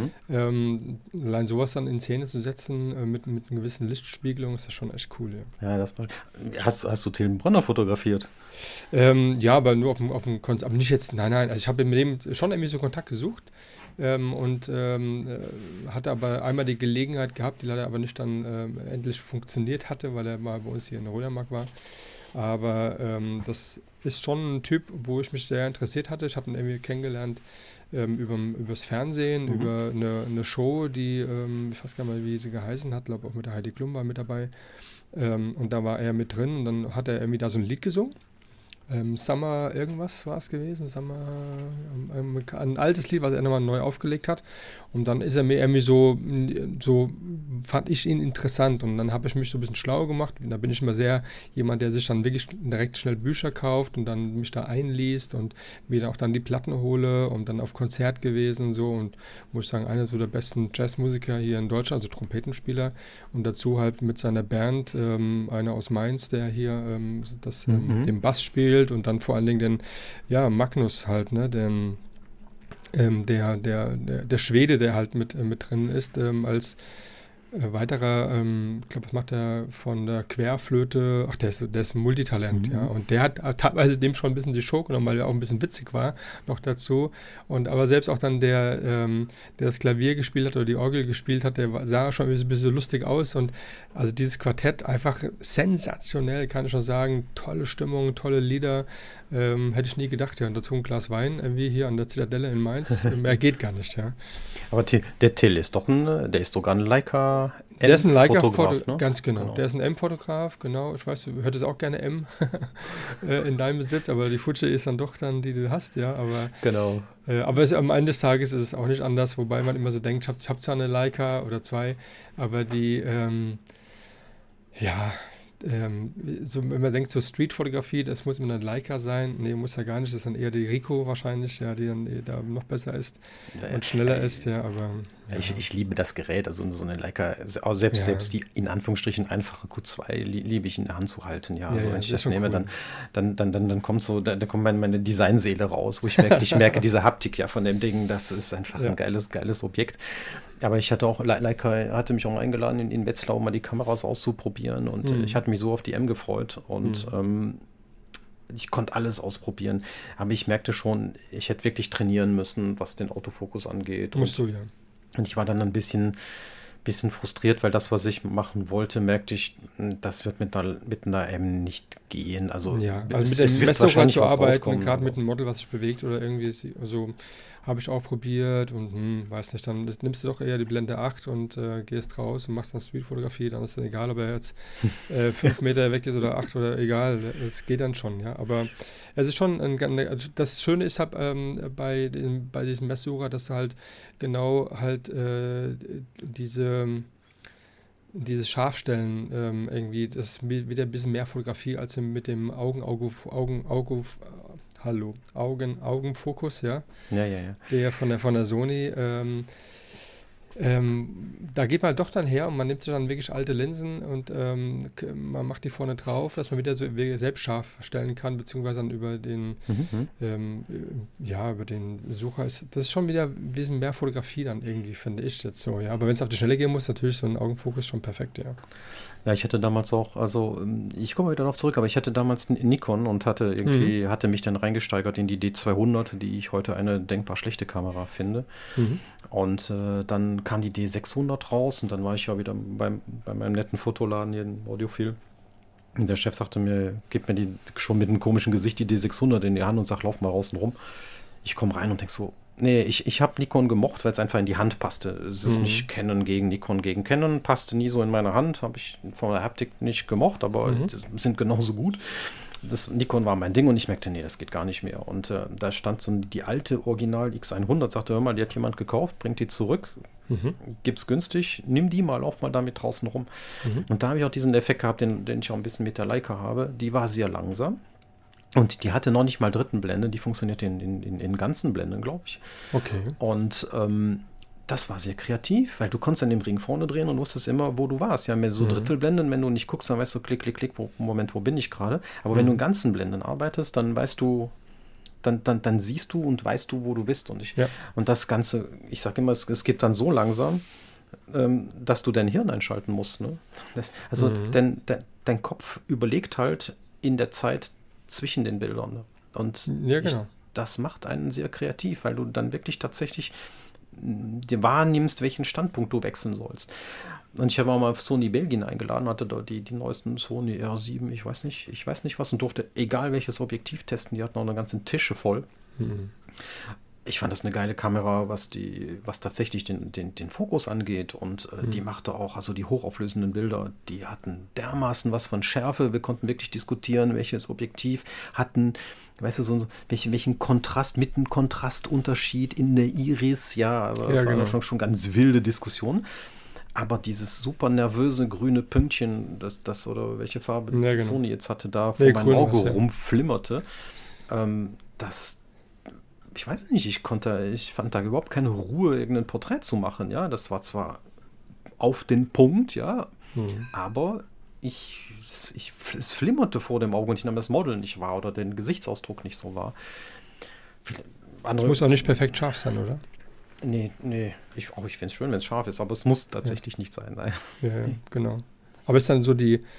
Speaker 2: allein sowas dann in Szene zu setzen mit einer gewissen Lichtspiegelung ist das schon echt cool.
Speaker 3: Ja, das war. Hast du Till Bronner fotografiert?
Speaker 2: Ja, aber nur auf dem Konzert, aber nicht jetzt, nein, also ich habe mit dem schon irgendwie so Kontakt gesucht und hatte aber einmal die Gelegenheit gehabt, die leider aber nicht dann endlich funktioniert hatte, weil er mal bei uns hier in der Rödermark war. Aber das ist schon ein Typ, wo ich mich sehr interessiert hatte. Ich habe ihn irgendwie kennengelernt übers Fernsehen, über eine Show, die, ich weiß gar nicht mehr, wie sie geheißen hat, glaube auch mit der Heidi Klum war mit dabei. Und da war er mit drin und dann hat er irgendwie da so ein Lied gesungen. Summer irgendwas war es gewesen, ein altes Lied, was er nochmal neu aufgelegt hat und dann ist er mir irgendwie so fand ich ihn interessant und dann habe ich mich so ein bisschen schlau gemacht, da bin ich immer sehr jemand, der sich dann wirklich direkt schnell Bücher kauft und dann mich da einliest und mir dann auch dann die Platten hole und dann auf Konzert gewesen und so und muss ich sagen, einer so der besten Jazzmusiker hier in Deutschland, also Trompetenspieler und dazu halt mit seiner Band, einer aus Mainz, der hier den Bass spielt und dann vor allen Dingen den Magnus halt, ne, der Schwede, der halt mit drin ist, als weiterer, ich glaube, was macht er von der Querflöte, der ist ein Multitalent, ja, und der hat teilweise dem schon ein bisschen die Show genommen, weil er auch ein bisschen witzig war, noch dazu, und aber selbst auch dann der das Klavier gespielt hat oder die Orgel gespielt hat, der sah schon ein bisschen lustig aus und also dieses Quartett einfach sensationell, kann ich schon sagen, tolle Stimmung, tolle Lieder, hätte ich nie gedacht, ja, und dazu ein Glas Wein, wie hier an der Zitadelle in Mainz, mehr geht gar nicht, ja.
Speaker 3: Aber der Till ist doch der ist sogar ein Leica
Speaker 2: Der ist ein Leica-Fotograf, ne? Ganz genau. Der ist ein M-Fotograf, genau. Ich weiß, du hättest auch gerne M in deinem Besitz, aber die Fuji ist dann doch dann, die du hast, ja. Aber,
Speaker 3: genau.
Speaker 2: Aber am Ende des Tages ist es auch nicht anders, wobei man immer so denkt, ich hab zwar eine Leica oder 2, aber die, so, wenn man denkt, so Streetfotografie, das muss immer eine Leica sein. Nee, muss ja gar nicht. Das ist dann eher die Ricoh wahrscheinlich, ja, die dann da noch besser ist und schneller ist, ja, aber... Ja.
Speaker 3: Ich liebe das Gerät, also so eine Leica, selbst die in Anführungsstrichen einfache Q2 liebe ich in der Hand zu halten, ja. Also wenn ich das nehme, cool. dann kommt so, da kommt meine Designseele raus, wo ich wirklich merke, diese Haptik ja von dem Ding, das ist einfach ein geiles Objekt. Aber ich hatte auch, Leica hatte mich auch eingeladen, in Wetzlar, um mal die Kameras auszuprobieren und ich hatte mich so auf die M gefreut und ich konnte alles ausprobieren, aber ich merkte schon, ich hätte wirklich trainieren müssen, was den Autofokus angeht.
Speaker 2: Musst du, ja.
Speaker 3: Und ich war dann ein bisschen frustriert, weil das, was ich machen wollte, merkte ich, das wird mit einer M nicht gehen. Also,
Speaker 2: mit dem Messsucher zu arbeiten, gerade mit einem Model, was sich bewegt oder irgendwie so, habe ich auch probiert und weiß nicht, dann nimmst du doch eher die Blende 8 und gehst raus und machst dann Streetfotografie, dann ist dann egal, ob er jetzt 5 Meter weg ist oder 8 oder egal, das geht dann schon, ja, aber es ist schon, das Schöne ist halt bei diesem Messsucher, dass du halt genau halt dieses Scharfstellen irgendwie, das ist wieder ein bisschen mehr Fotografie als mit dem Augenfokus, ja.
Speaker 3: Ja.
Speaker 2: Der von der Sony. Da geht man doch dann her und man nimmt sich dann wirklich alte Linsen und man macht die vorne drauf, dass man wieder so selbst scharf stellen kann, beziehungsweise dann über den über den Sucher ist. Das ist schon wieder ein bisschen mehr Fotografie dann irgendwie, finde ich jetzt so, ja. Aber wenn es auf die Schnelle gehen muss, natürlich so ein Augenfokus schon perfekt, ja.
Speaker 3: Ja, ich hatte damals auch, also ich komme wieder darauf zurück, aber ich hatte damals einen Nikon und hatte mich dann reingesteigert in die D200, die ich heute eine denkbar schlechte Kamera finde. Und dann kam die D600 raus und dann war ich ja wieder bei meinem netten Fotoladen hier in Audiophil. Und der Chef sagte mir, gib mir die schon mit einem komischen Gesicht die D600 in die Hand und sagt, lauf mal außen rum. Ich komme rein und denke so, nee, ich habe Nikon gemocht, weil es einfach in die Hand passte. Es ist nicht Canon gegen Nikon gegen Canon, passte nie so in meine Hand, habe ich von der Haptik nicht gemocht, aber die sind genauso gut. Das Nikon war mein Ding und ich merkte, nee, das geht gar nicht mehr. Und da stand so die alte Original X100, sagte, hör mal, die hat jemand gekauft, bringt die zurück, gibt's günstig, nimm die mal, lauf mal damit draußen rum. Und da habe ich auch diesen Effekt gehabt, den ich auch ein bisschen mit der Leica habe. Die war sehr langsam. Und die hatte noch nicht mal dritten Blende, die funktionierte in ganzen Blenden, glaube ich.
Speaker 2: Okay.
Speaker 3: Und das war sehr kreativ, weil du konntest an dem Ring vorne drehen und wusstest immer, wo du warst. Ja, mit so Drittelblenden, wenn du nicht guckst, dann weißt du, klick, klick, klick, wo bin ich gerade. Aber wenn du in ganzen Blenden arbeitest, dann weißt du, dann siehst du und weißt du, wo du bist. Und das Ganze, ich sage immer, es geht dann so langsam, dass du dein Hirn einschalten musst. Ne? Dein Kopf überlegt halt in der Zeit zwischen den Bildern. Ne? Und das macht einen sehr kreativ, weil du dann wirklich tatsächlich dir wahrnimmst, welchen Standpunkt du wechseln sollst. Und ich habe auch mal Sony Belgien eingeladen, hatte dort die neuesten Sony R7, ich weiß nicht was, und durfte egal welches Objektiv testen, die hatten auch eine ganze Tische voll. Ich fand das eine geile Kamera, was tatsächlich den Fokus angeht, und die machte auch, also die hochauflösenden Bilder, die hatten dermaßen was von Schärfe, wir konnten wirklich diskutieren, welches Objektiv hatten, weißt du, welchen Kontrast, Kontrastunterschied in der Iris, das war schon ganz wilde Diskussion. Aber dieses super nervöse grüne Pünktchen, das oder welche Farbe Sony jetzt hatte, da vor meinem Auge rumflimmerte, ich weiß nicht, ich fand da überhaupt keine Ruhe, irgendein Porträt zu machen, ja, das war zwar auf den Punkt, ja, aber es flimmerte vor dem Auge und ich nahm das Model nicht wahr oder den Gesichtsausdruck nicht so wahr.
Speaker 2: Es muss auch nicht perfekt scharf sein, oder?
Speaker 3: Nee, ich finde es schön, wenn es scharf ist, aber es muss tatsächlich nicht sein, nein.
Speaker 2: Ja, genau. Aber ist dann so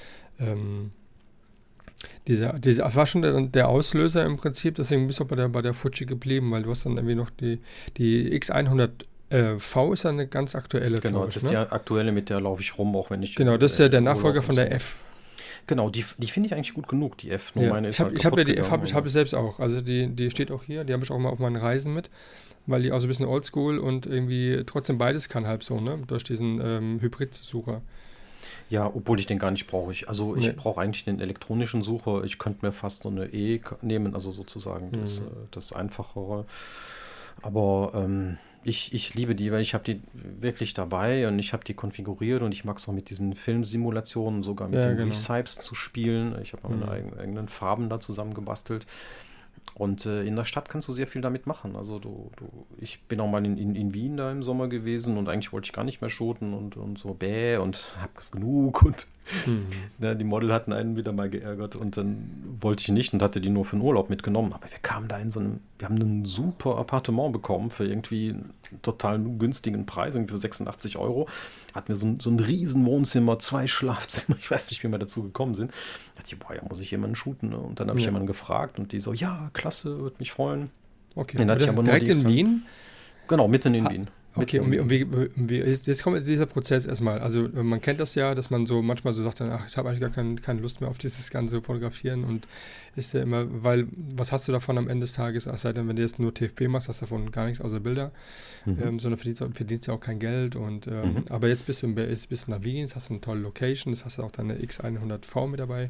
Speaker 2: das war schon der Auslöser im Prinzip, deswegen bist du auch bei der Fuji geblieben, weil du hast dann irgendwie noch die X100 V ist ja eine ganz aktuelle.
Speaker 3: Genau, das ist die aktuelle, mit der laufe ich rum, auch wenn ich...
Speaker 2: Genau, das ist ja der Nachfolger von der F.
Speaker 3: Genau, die finde ich eigentlich gut genug, die F. Nur meine ist
Speaker 2: ich habe ja die F, habe ich selbst auch. Also die steht auch hier, die habe ich auch mal auf meinen Reisen mit, weil die auch so ein bisschen oldschool und irgendwie trotzdem beides kann, halb so, ne? Durch diesen Hybrid-Sucher.
Speaker 3: Ja, obwohl ich den gar nicht brauche. Ich brauche eigentlich den elektronischen Sucher. Ich könnte mir fast so eine E nehmen, also sozusagen das Einfachere. Aber ich liebe die, weil ich habe die wirklich dabei und ich habe die konfiguriert und ich mag es auch mit diesen Filmsimulationen, sogar mit den Recipes zu spielen. Ich habe meine eigenen Farben da zusammengebastelt. Und in der Stadt kannst du sehr viel damit machen. Also ich bin auch mal in Wien da im Sommer gewesen und eigentlich wollte ich gar nicht mehr shooten und so und hab es genug und die Model hatten einen wieder mal geärgert und dann wollte ich nicht und hatte die nur für den Urlaub mitgenommen. Aber wir kamen da wir haben ein super Appartement bekommen für irgendwie einen total günstigen Preis, irgendwie für 86 €. Hatten wir so ein riesen Wohnzimmer, 2 Schlafzimmer, ich weiß nicht, wie wir dazu gekommen sind. Da dachte ich, boah, ja, muss ich jemanden shooten. Ne? Und dann habe ich jemanden gefragt und die so, ja, klasse, würde mich freuen.
Speaker 2: Okay, den hatte ich aber direkt in Wien?
Speaker 3: Genau, mitten in Wien.
Speaker 2: Okay, und wie jetzt kommt dieser Prozess erstmal. Also man kennt das ja, dass man so manchmal so sagt, ach, ich habe eigentlich gar keine Lust mehr auf dieses ganze Fotografieren und ist ja immer, weil was hast du davon am Ende des Tages, sei denn, wenn du jetzt nur TFP machst, hast du davon gar nichts außer Bilder, sondern verdienst ja auch kein Geld und aber jetzt bist du nach Wien, hast eine tolle Location, jetzt hast du auch deine X100V mit dabei.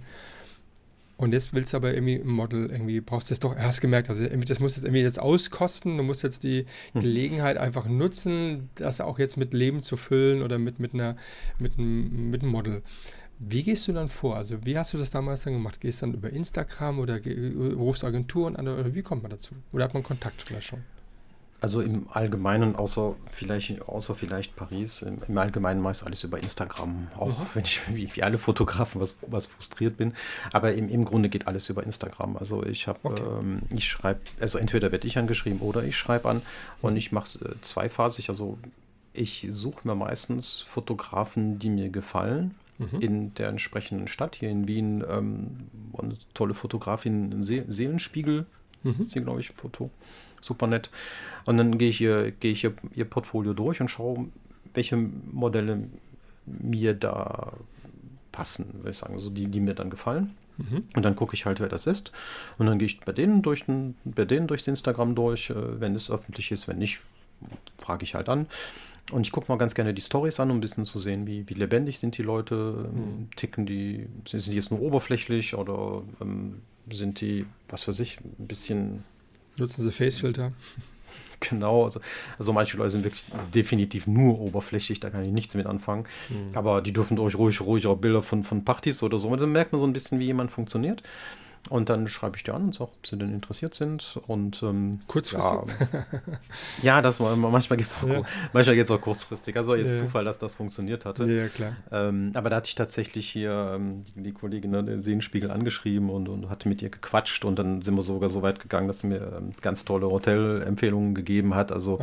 Speaker 2: Und jetzt willst du aber irgendwie im Model brauchst du das doch erst gemerkt, also das musst du jetzt auskosten, du musst jetzt die Gelegenheit einfach nutzen, das auch jetzt mit Leben zu füllen oder mit einem Model. Wie gehst du dann vor? Also wie hast du das damals dann gemacht? Gehst du dann über Instagram oder rufst Agenturen an oder wie kommt man dazu? Oder hat man Kontakt vielleicht schon?
Speaker 3: Also im Allgemeinen, außer vielleicht Paris, im Allgemeinen meist alles über Instagram, auch wenn ich wie alle Fotografen was frustriert bin. Aber im Grunde geht alles über Instagram. Also ich schreibe, also entweder werde ich angeschrieben oder ich schreibe an und ich mache es zweiphasig. Also ich suche mir meistens Fotografen, die mir gefallen. In der entsprechenden Stadt, hier in Wien, eine tolle Fotografin, Seelenspiegel, ist sie, glaube ich, Foto. Super nett. Und dann gehe ich ihr Portfolio durch und schaue, welche Modelle mir da passen, würde ich sagen, also die mir dann gefallen. Und dann gucke ich halt, wer das ist. Und dann gehe ich bei denen durchs Instagram durch, wenn es öffentlich ist. Wenn nicht, frage ich halt an. Und ich gucke mal ganz gerne die Storys an, um ein bisschen zu sehen, wie lebendig sind die Leute, sind die jetzt nur oberflächlich oder sind die, was weiß ich, ein bisschen...
Speaker 2: Nutzen sie Facefilter?
Speaker 3: Genau, also manche Leute sind wirklich definitiv nur oberflächlich, da kann ich nichts mit anfangen. Aber die dürfen euch ruhig auch Bilder von Partys oder so. Und dann merkt man so ein bisschen, wie jemand funktioniert. Und dann schreibe ich dir an und sage, ob sie denn interessiert sind. Und
Speaker 2: kurzfristig?
Speaker 3: Ja, das manchmal geht es auch kurzfristig. Also ist Zufall, dass das funktioniert hatte.
Speaker 2: Ja, klar.
Speaker 3: Aber da hatte ich tatsächlich hier die Kollegin den Seelenspiegel angeschrieben und hatte mit ihr gequatscht. Und dann sind wir sogar so weit gegangen, dass sie mir ganz tolle Hotelempfehlungen gegeben hat. Also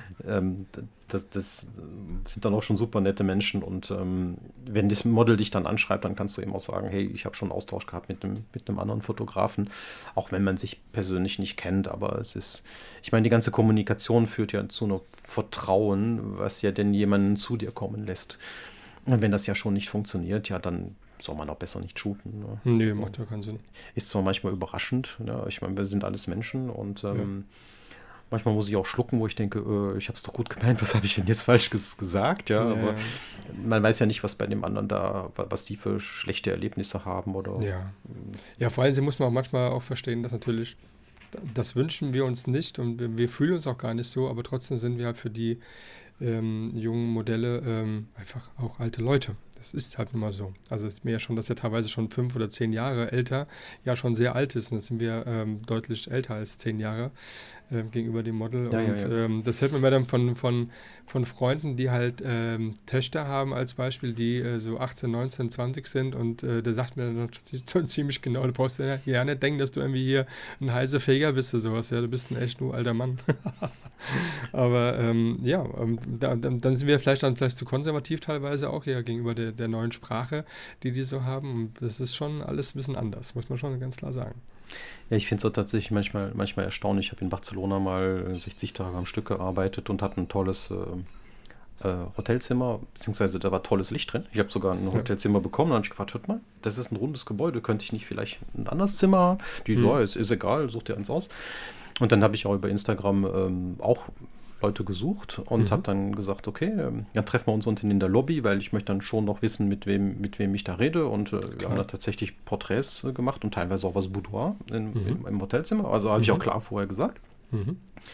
Speaker 3: das sind dann auch schon super nette Menschen. Und wenn das Model dich dann anschreibt, dann kannst du eben auch sagen, hey, ich habe schon einen Austausch gehabt mit einem anderen Fotografen, auch wenn man sich persönlich nicht kennt, aber ich meine, die ganze Kommunikation führt ja zu einem Vertrauen, was ja denn jemanden zu dir kommen lässt. Und wenn das ja schon nicht funktioniert, ja, dann soll man auch besser nicht shooten. Ne?
Speaker 2: Nee, macht ja keinen Sinn.
Speaker 3: Ist zwar manchmal überraschend, ne? Ich meine, wir sind alles Menschen und manchmal muss ich auch schlucken, wo ich denke, ich habe es doch gut gemeint, was habe ich denn jetzt falsch gesagt? Ja, aber man weiß ja nicht, was bei dem anderen was die für schlechte Erlebnisse haben. Oder.
Speaker 2: Ja, vor allem muss man auch manchmal auch verstehen, dass natürlich, das wünschen wir uns nicht und wir fühlen uns auch gar nicht so, aber trotzdem sind wir halt für die jungen Modelle einfach auch alte Leute. Das ist halt nun mal so. Also es ist mir ja schon, dass er teilweise schon 5 oder 10 Jahre älter, ja schon sehr alt ist. Und das sind wir deutlich älter als 10 Jahre gegenüber dem Model. Das hört man mir dann von Freunden, die halt Töchter haben als Beispiel, die so 18, 19, 20 sind und der sagt mir dann schon ziemlich genau, du brauchst ja nicht denken, dass du irgendwie hier ein heißer Feger bist oder sowas. Ja, du bist ein echt nur alter Mann. Aber dann sind wir vielleicht zu konservativ teilweise auch ja gegenüber der neuen Sprache, die so haben. Und das ist schon alles ein bisschen anders, muss man schon ganz klar sagen.
Speaker 3: Ja, ich finde es auch tatsächlich manchmal erstaunlich. Ich habe in Barcelona mal 60 Tage am Stück gearbeitet und hatte ein tolles Hotelzimmer, beziehungsweise da war tolles Licht drin. Ich habe sogar ein Hotelzimmer bekommen, dann habe ich gefragt, hört mal, das ist ein rundes Gebäude, könnte ich nicht vielleicht ein anderes Zimmer haben? Die so, ist egal, such dir eins aus. Und dann habe ich auch über Instagram auch Leute gesucht und habe dann gesagt, okay, dann treffen wir uns unten in der Lobby, weil ich möchte dann schon noch wissen, mit wem ich da rede und wir haben da tatsächlich Porträts gemacht und teilweise auch was Boudoir im Hotelzimmer, also habe ich auch klar vorher gesagt.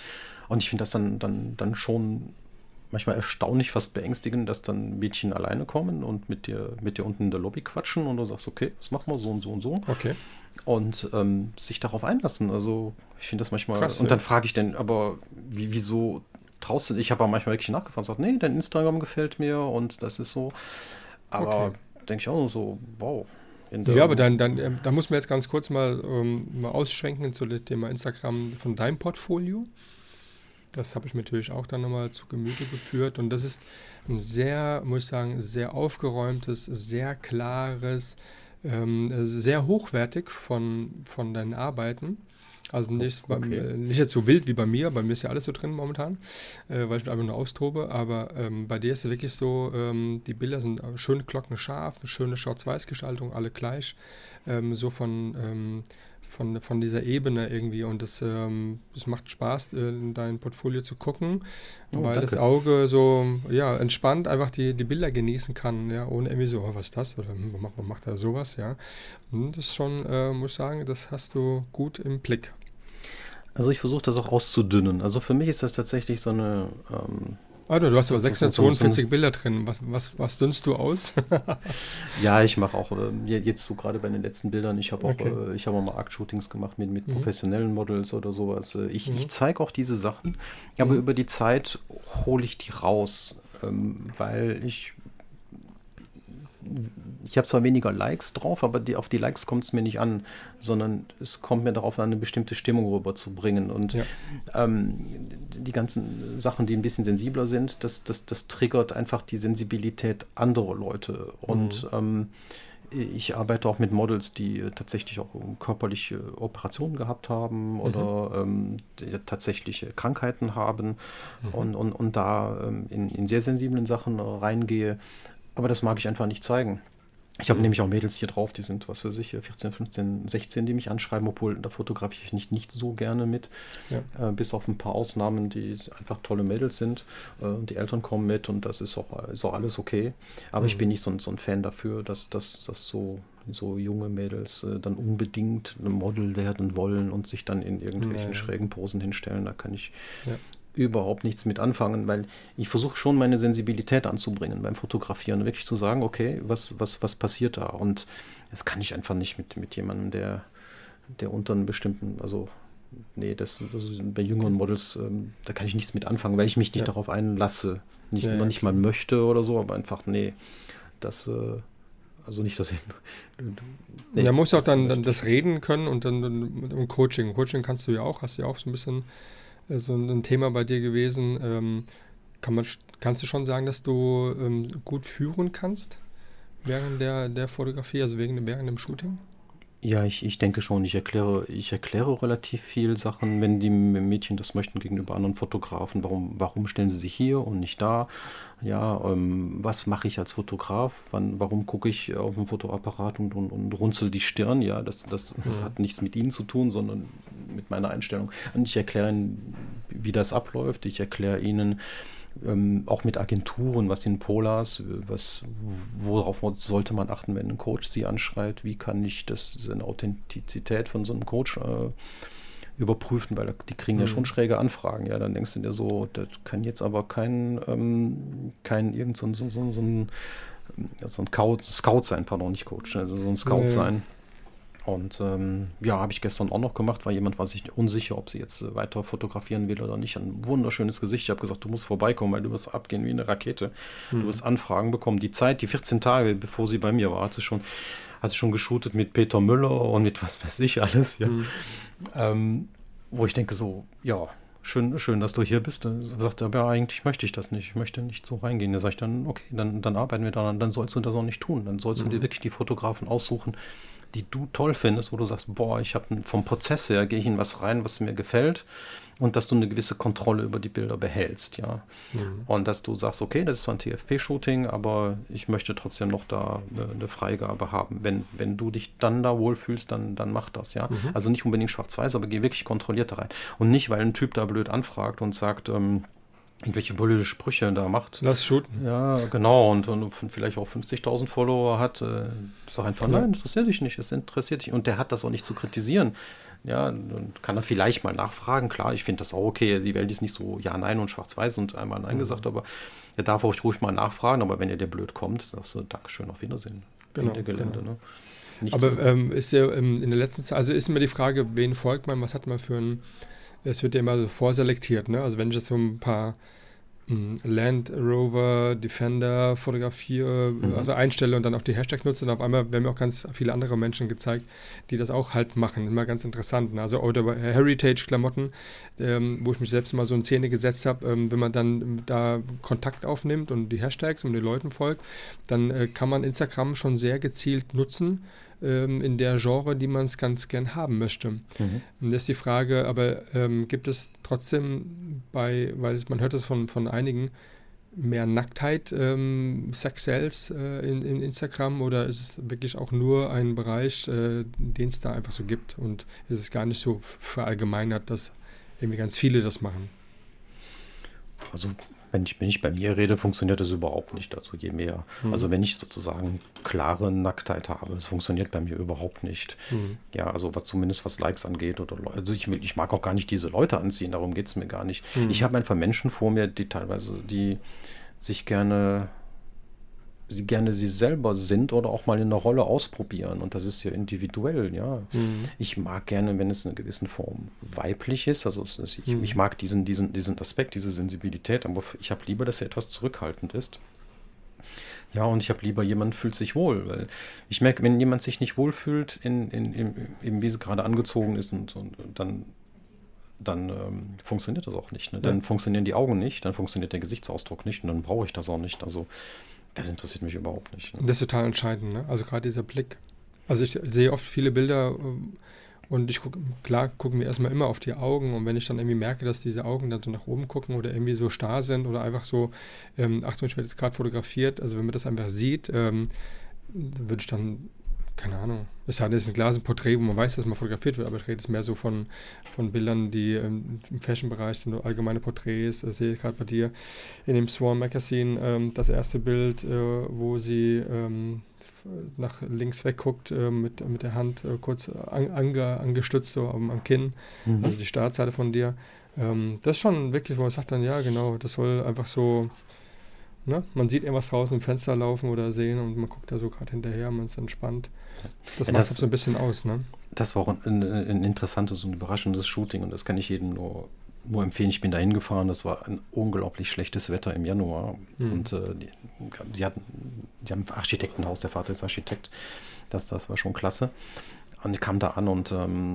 Speaker 3: Und ich finde das dann schon manchmal erstaunlich, fast beängstigend, dass dann Mädchen alleine kommen und mit dir unten in der Lobby quatschen und du sagst, okay, das machen wir so und so und so.
Speaker 2: Okay.
Speaker 3: Und sich darauf einlassen. Also ich finde das manchmal.
Speaker 2: Krass,
Speaker 3: und dann frage ich dann, aber wieso traust du dich? Ich habe auch manchmal wirklich nachgefragt und gesagt, nee, dein Instagram gefällt mir und das ist so. Aber denke ich auch so, wow.
Speaker 2: Ja, aber da muss man jetzt ganz kurz mal ausschwenken zu dem Thema Instagram von deinem Portfolio. Das habe ich mir natürlich auch dann nochmal zu Gemüte geführt. Und das ist ein sehr, muss ich sagen, sehr aufgeräumtes, sehr klares, sehr hochwertig von deinen Arbeiten. Also nicht jetzt so wild wie bei mir ist ja alles so drin momentan, weil ich mich einfach nur austobe, aber bei dir ist es wirklich so, die Bilder sind schön glockenscharf, schöne Schwarz-Weiß-Gestaltung, alle gleich, so von dieser Ebene irgendwie und es macht Spaß, in dein Portfolio zu gucken, weil
Speaker 3: danke.
Speaker 2: das Auge so entspannt einfach die Bilder genießen kann, ja, ohne irgendwie so, was ist das oder warum macht er sowas, ja. Und das ist schon, muss ich sagen, das hast du gut im Blick.
Speaker 3: Also ich versuche das auch auszudünnen. Also für mich ist das tatsächlich so eine...
Speaker 2: du hast aber 642 Bilder drin. Was dünnst du aus?
Speaker 3: Ja, ich mache auch jetzt so gerade bei den letzten Bildern, ich habe auch mal Akt-Shootings gemacht mit professionellen Models oder sowas. Ich zeige auch diese Sachen, aber über die Zeit hole ich die raus, weil ich habe zwar weniger Likes drauf, aber auf die Likes kommt es mir nicht an, sondern es kommt mir darauf an, eine bestimmte Stimmung rüberzubringen. Und die ganzen Sachen, die ein bisschen sensibler sind, das triggert einfach die Sensibilität anderer Leute. Und ich arbeite auch mit Models, die tatsächlich auch körperliche Operationen gehabt haben oder die tatsächliche Krankheiten haben und da in sehr sensiblen Sachen reingehe. Aber das mag ich einfach nicht zeigen. Ich habe nämlich auch Mädels hier drauf, die sind, 14, 15, 16, die mich anschreiben, obwohl da fotografiere ich nicht so gerne mit. Ja. Bis auf ein paar Ausnahmen, die einfach tolle Mädels sind. Die Eltern kommen mit und das ist auch alles okay. Aber ich bin nicht so ein Fan dafür, dass so junge Mädels dann unbedingt ein Model werden wollen und sich dann in irgendwelchen schrägen Posen hinstellen. Da kann ich überhaupt nichts mit anfangen, weil ich versuche schon meine Sensibilität anzubringen beim Fotografieren, wirklich zu sagen, okay, was passiert da? Und das kann ich einfach nicht mit jemandem, der unter einem bestimmten, das bei jüngeren Models, da kann ich nichts mit anfangen, weil ich mich nicht darauf einlasse. Nicht mal möchte oder so, aber einfach, das nicht, dass ich...
Speaker 2: Da musst du auch dann das Reden können und dann Coaching. Coaching kannst du ja auch, hast du ja auch so ein bisschen so ein Thema bei dir gewesen. Kannst du schon sagen, dass du gut führen kannst während der Fotografie, also während dem Shooting?
Speaker 3: Ja, ich denke schon. Ich erkläre relativ viel Sachen, wenn die Mädchen das möchten, gegenüber anderen Fotografen. Warum stellen sie sich hier und nicht da? Ja, was mache ich als Fotograf? Warum gucke ich auf den Fotoapparat und runzel die Stirn? Ja, das hat nichts mit ihnen zu tun, sondern mit meiner Einstellung. Und ich erkläre ihnen, wie das abläuft. Ich erkläre ihnen auch mit Agenturen, was in Polars, worauf sollte man achten, wenn ein Coach sie anschreit, wie kann ich seine Authentizität von so einem Coach überprüfen, weil die kriegen ja schon schräge Anfragen, ja, dann denkst du dir so, das kann jetzt aber kein irgend so ein Scout sein, pardon, nicht Coach, also so ein Scout sein. Und habe ich gestern auch noch gemacht, weil jemand war sich unsicher, ob sie jetzt weiter fotografieren will oder nicht. Ein wunderschönes Gesicht. Ich habe gesagt, du musst vorbeikommen, weil du wirst abgehen wie eine Rakete. Du wirst Anfragen bekommen. Die 14 Tage, bevor sie bei mir war, hat sie schon geshootet mit Peter Müller und mit was weiß ich alles. Ja. Wo ich denke so, ja, schön, dass du hier bist. Dann sagt er, ja, eigentlich möchte ich das nicht. Ich möchte nicht so reingehen. Da sage ich dann, okay, dann arbeiten wir daran. Dann sollst du das auch nicht tun. Dann sollst du dir wirklich die Fotografen aussuchen, die du toll findest, wo du sagst, ich habe vom Prozess her, gehe ich in was rein, was mir gefällt und dass du eine gewisse Kontrolle über die Bilder behältst, ja. Und dass du sagst, okay, das ist zwar ein TFP-Shooting, aber ich möchte trotzdem noch da eine Freigabe haben. Wenn du dich dann da wohlfühlst, dann mach das, ja. Also nicht unbedingt schwarz-weiß, aber geh wirklich kontrolliert da rein. Und nicht, weil ein Typ da blöd anfragt und sagt, irgendwelche politische Sprüche da macht.
Speaker 2: Lass shooten.
Speaker 3: Ja, genau. Und vielleicht auch 50.000 Follower hat. Sag einfach, nein, interessiert dich nicht. Es interessiert dich. Und der hat das auch nicht zu kritisieren. Ja, dann kann er vielleicht mal nachfragen. Klar, ich finde das auch okay. Die Welt ist nicht so ja, nein und schwarz-weiß und einmal nein gesagt, aber er darf auch ruhig mal nachfragen. Aber wenn er dir blöd kommt, sagst du Dankeschön, auf Wiedersehen.
Speaker 2: Genau.
Speaker 3: Gelände,
Speaker 2: genau.
Speaker 3: Ne?
Speaker 2: Aber ist ja in der letzten Zeit, also ist immer die Frage, wen folgt man, was hat man für ein, es wird ja immer so vorselektiert, ne? Also wenn ich jetzt so ein paar Land Rover, Defender fotografiere, also einstelle und dann auch die Hashtags nutze, dann auf einmal werden mir auch ganz viele andere Menschen gezeigt, die das auch halt machen. Immer ganz interessant. Ne? Also oder Heritage-Klamotten, wo ich mich selbst mal so in Szene gesetzt habe, wenn man dann da Kontakt aufnimmt und die Hashtags und den Leuten folgt, dann kann man Instagram schon sehr gezielt nutzen, in der Genre, die man es ganz gern haben möchte. Und das ist die Frage, aber gibt es trotzdem weil man hört das von einigen, mehr Nacktheit, Sex-Sales in Instagram, oder ist es wirklich auch nur ein Bereich, den es da einfach so gibt und ist es gar nicht so verallgemeinert, dass irgendwie ganz viele das machen?
Speaker 3: Also wenn ich bei mir rede, funktioniert das überhaupt nicht. Also je mehr. Also wenn ich sozusagen klare Nacktheit habe, das funktioniert bei mir überhaupt nicht. Ja, also zumindest was Likes angeht oder also ich mag auch gar nicht diese Leute anziehen, darum geht es mir gar nicht. Ich habe einfach Menschen vor mir, die teilweise, die sich gerne sie selber sind oder auch mal in einer Rolle ausprobieren. Und das ist ja individuell, ja. Ich mag gerne, wenn es in einer gewissen Form weiblich ist. Also ich mag diesen Aspekt, diese Sensibilität, aber ich habe lieber, dass er etwas zurückhaltend ist. Ja, und ich habe lieber, jemand fühlt sich wohl, weil ich merke, wenn jemand sich nicht wohlfühlt, eben wie sie gerade angezogen ist und dann funktioniert das auch nicht. Ne? Dann funktionieren die Augen nicht, dann funktioniert der Gesichtsausdruck nicht und dann brauche ich das auch nicht. Also das interessiert mich überhaupt nicht. Ne?
Speaker 2: Das ist total entscheidend, ne? Also gerade dieser Blick. Also ich sehe oft viele Bilder und gucken wir erstmal immer auf die Augen, und wenn ich dann irgendwie merke, dass diese Augen dann so nach oben gucken oder irgendwie so starr sind oder einfach so, Achtung, ich werde jetzt gerade fotografiert, also wenn man das einfach sieht, würde ich dann, keine Ahnung, es ist ein klares Porträt, wo man weiß, dass man fotografiert wird, aber ich rede jetzt mehr so von Bildern, die im Fashion-Bereich sind, allgemeine Porträts. Sehe ich gerade bei dir in dem Swarm Magazine das erste Bild, wo sie nach links wegguckt, mit der Hand kurz angestützt so am Kinn, also die Startseite von dir. Das ist schon wirklich, wo man sagt dann, ja genau, das soll einfach so, ne? Man sieht irgendwas draußen im Fenster laufen oder sehen und man guckt da so gerade hinterher, man ist entspannt. Das macht so ein bisschen aus, ne? Das
Speaker 3: war auch ein interessantes und überraschendes Shooting, und das kann ich jedem nur empfehlen. Ich bin da hingefahren, das war ein unglaublich schlechtes Wetter im Januar. Und die haben ein Architektenhaus, der Vater ist Architekt. Das war schon klasse. Und ich kam da an und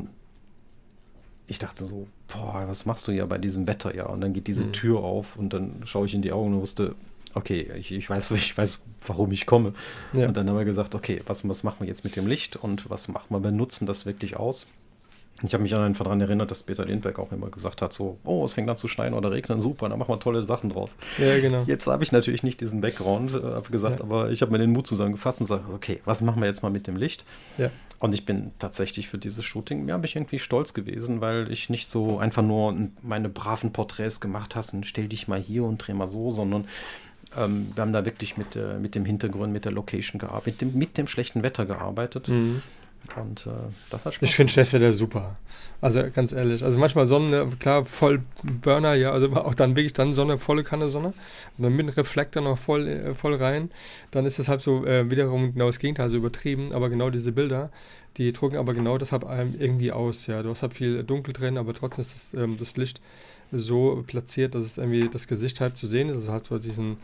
Speaker 3: ich dachte so, boah, was machst du ja bei diesem Wetter? Ja, und dann geht diese Tür auf und dann schaue ich in die Augen und wusste, okay, ich weiß, warum ich komme. Ja. Und dann haben wir gesagt, okay, was machen wir jetzt mit dem Licht und was machen wir? Wir nutzen das wirklich aus. Ich habe mich einfach daran erinnert, dass Peter Lindbergh auch immer gesagt hat, so, es fängt an zu schneien oder regnen, super, dann machen wir tolle Sachen draus.
Speaker 2: Ja, genau.
Speaker 3: Jetzt habe ich natürlich nicht diesen Background, habe gesagt, aber ich habe mir den Mut zusammengefasst und sage, okay, was machen wir jetzt mal mit dem Licht? Ja. Und ich bin tatsächlich für dieses Shooting, bin ich irgendwie stolz gewesen, weil ich nicht so einfach nur meine braven Porträts gemacht habe und stell dich mal hier und dreh mal so, sondern wir haben da wirklich mit dem Hintergrund, mit der Location gearbeitet, mit dem schlechten Wetter gearbeitet. Und das hat Spaß.
Speaker 2: Ich finde Schlechtwetter super. Also ganz ehrlich. Also manchmal Sonne, klar, voll Burner, ja, also auch dann wirklich dann Sonne, volle Kanne Sonne. Und dann mit dem Reflektor noch voll rein. Dann ist das halt so wiederum genau das Gegenteil, so übertrieben. Aber genau diese Bilder, die drucken aber genau deshalb irgendwie aus. Ja, du hast halt viel dunkel drin, aber trotzdem ist das Licht so platziert, dass es irgendwie das Gesicht halt zu sehen ist. Also halt so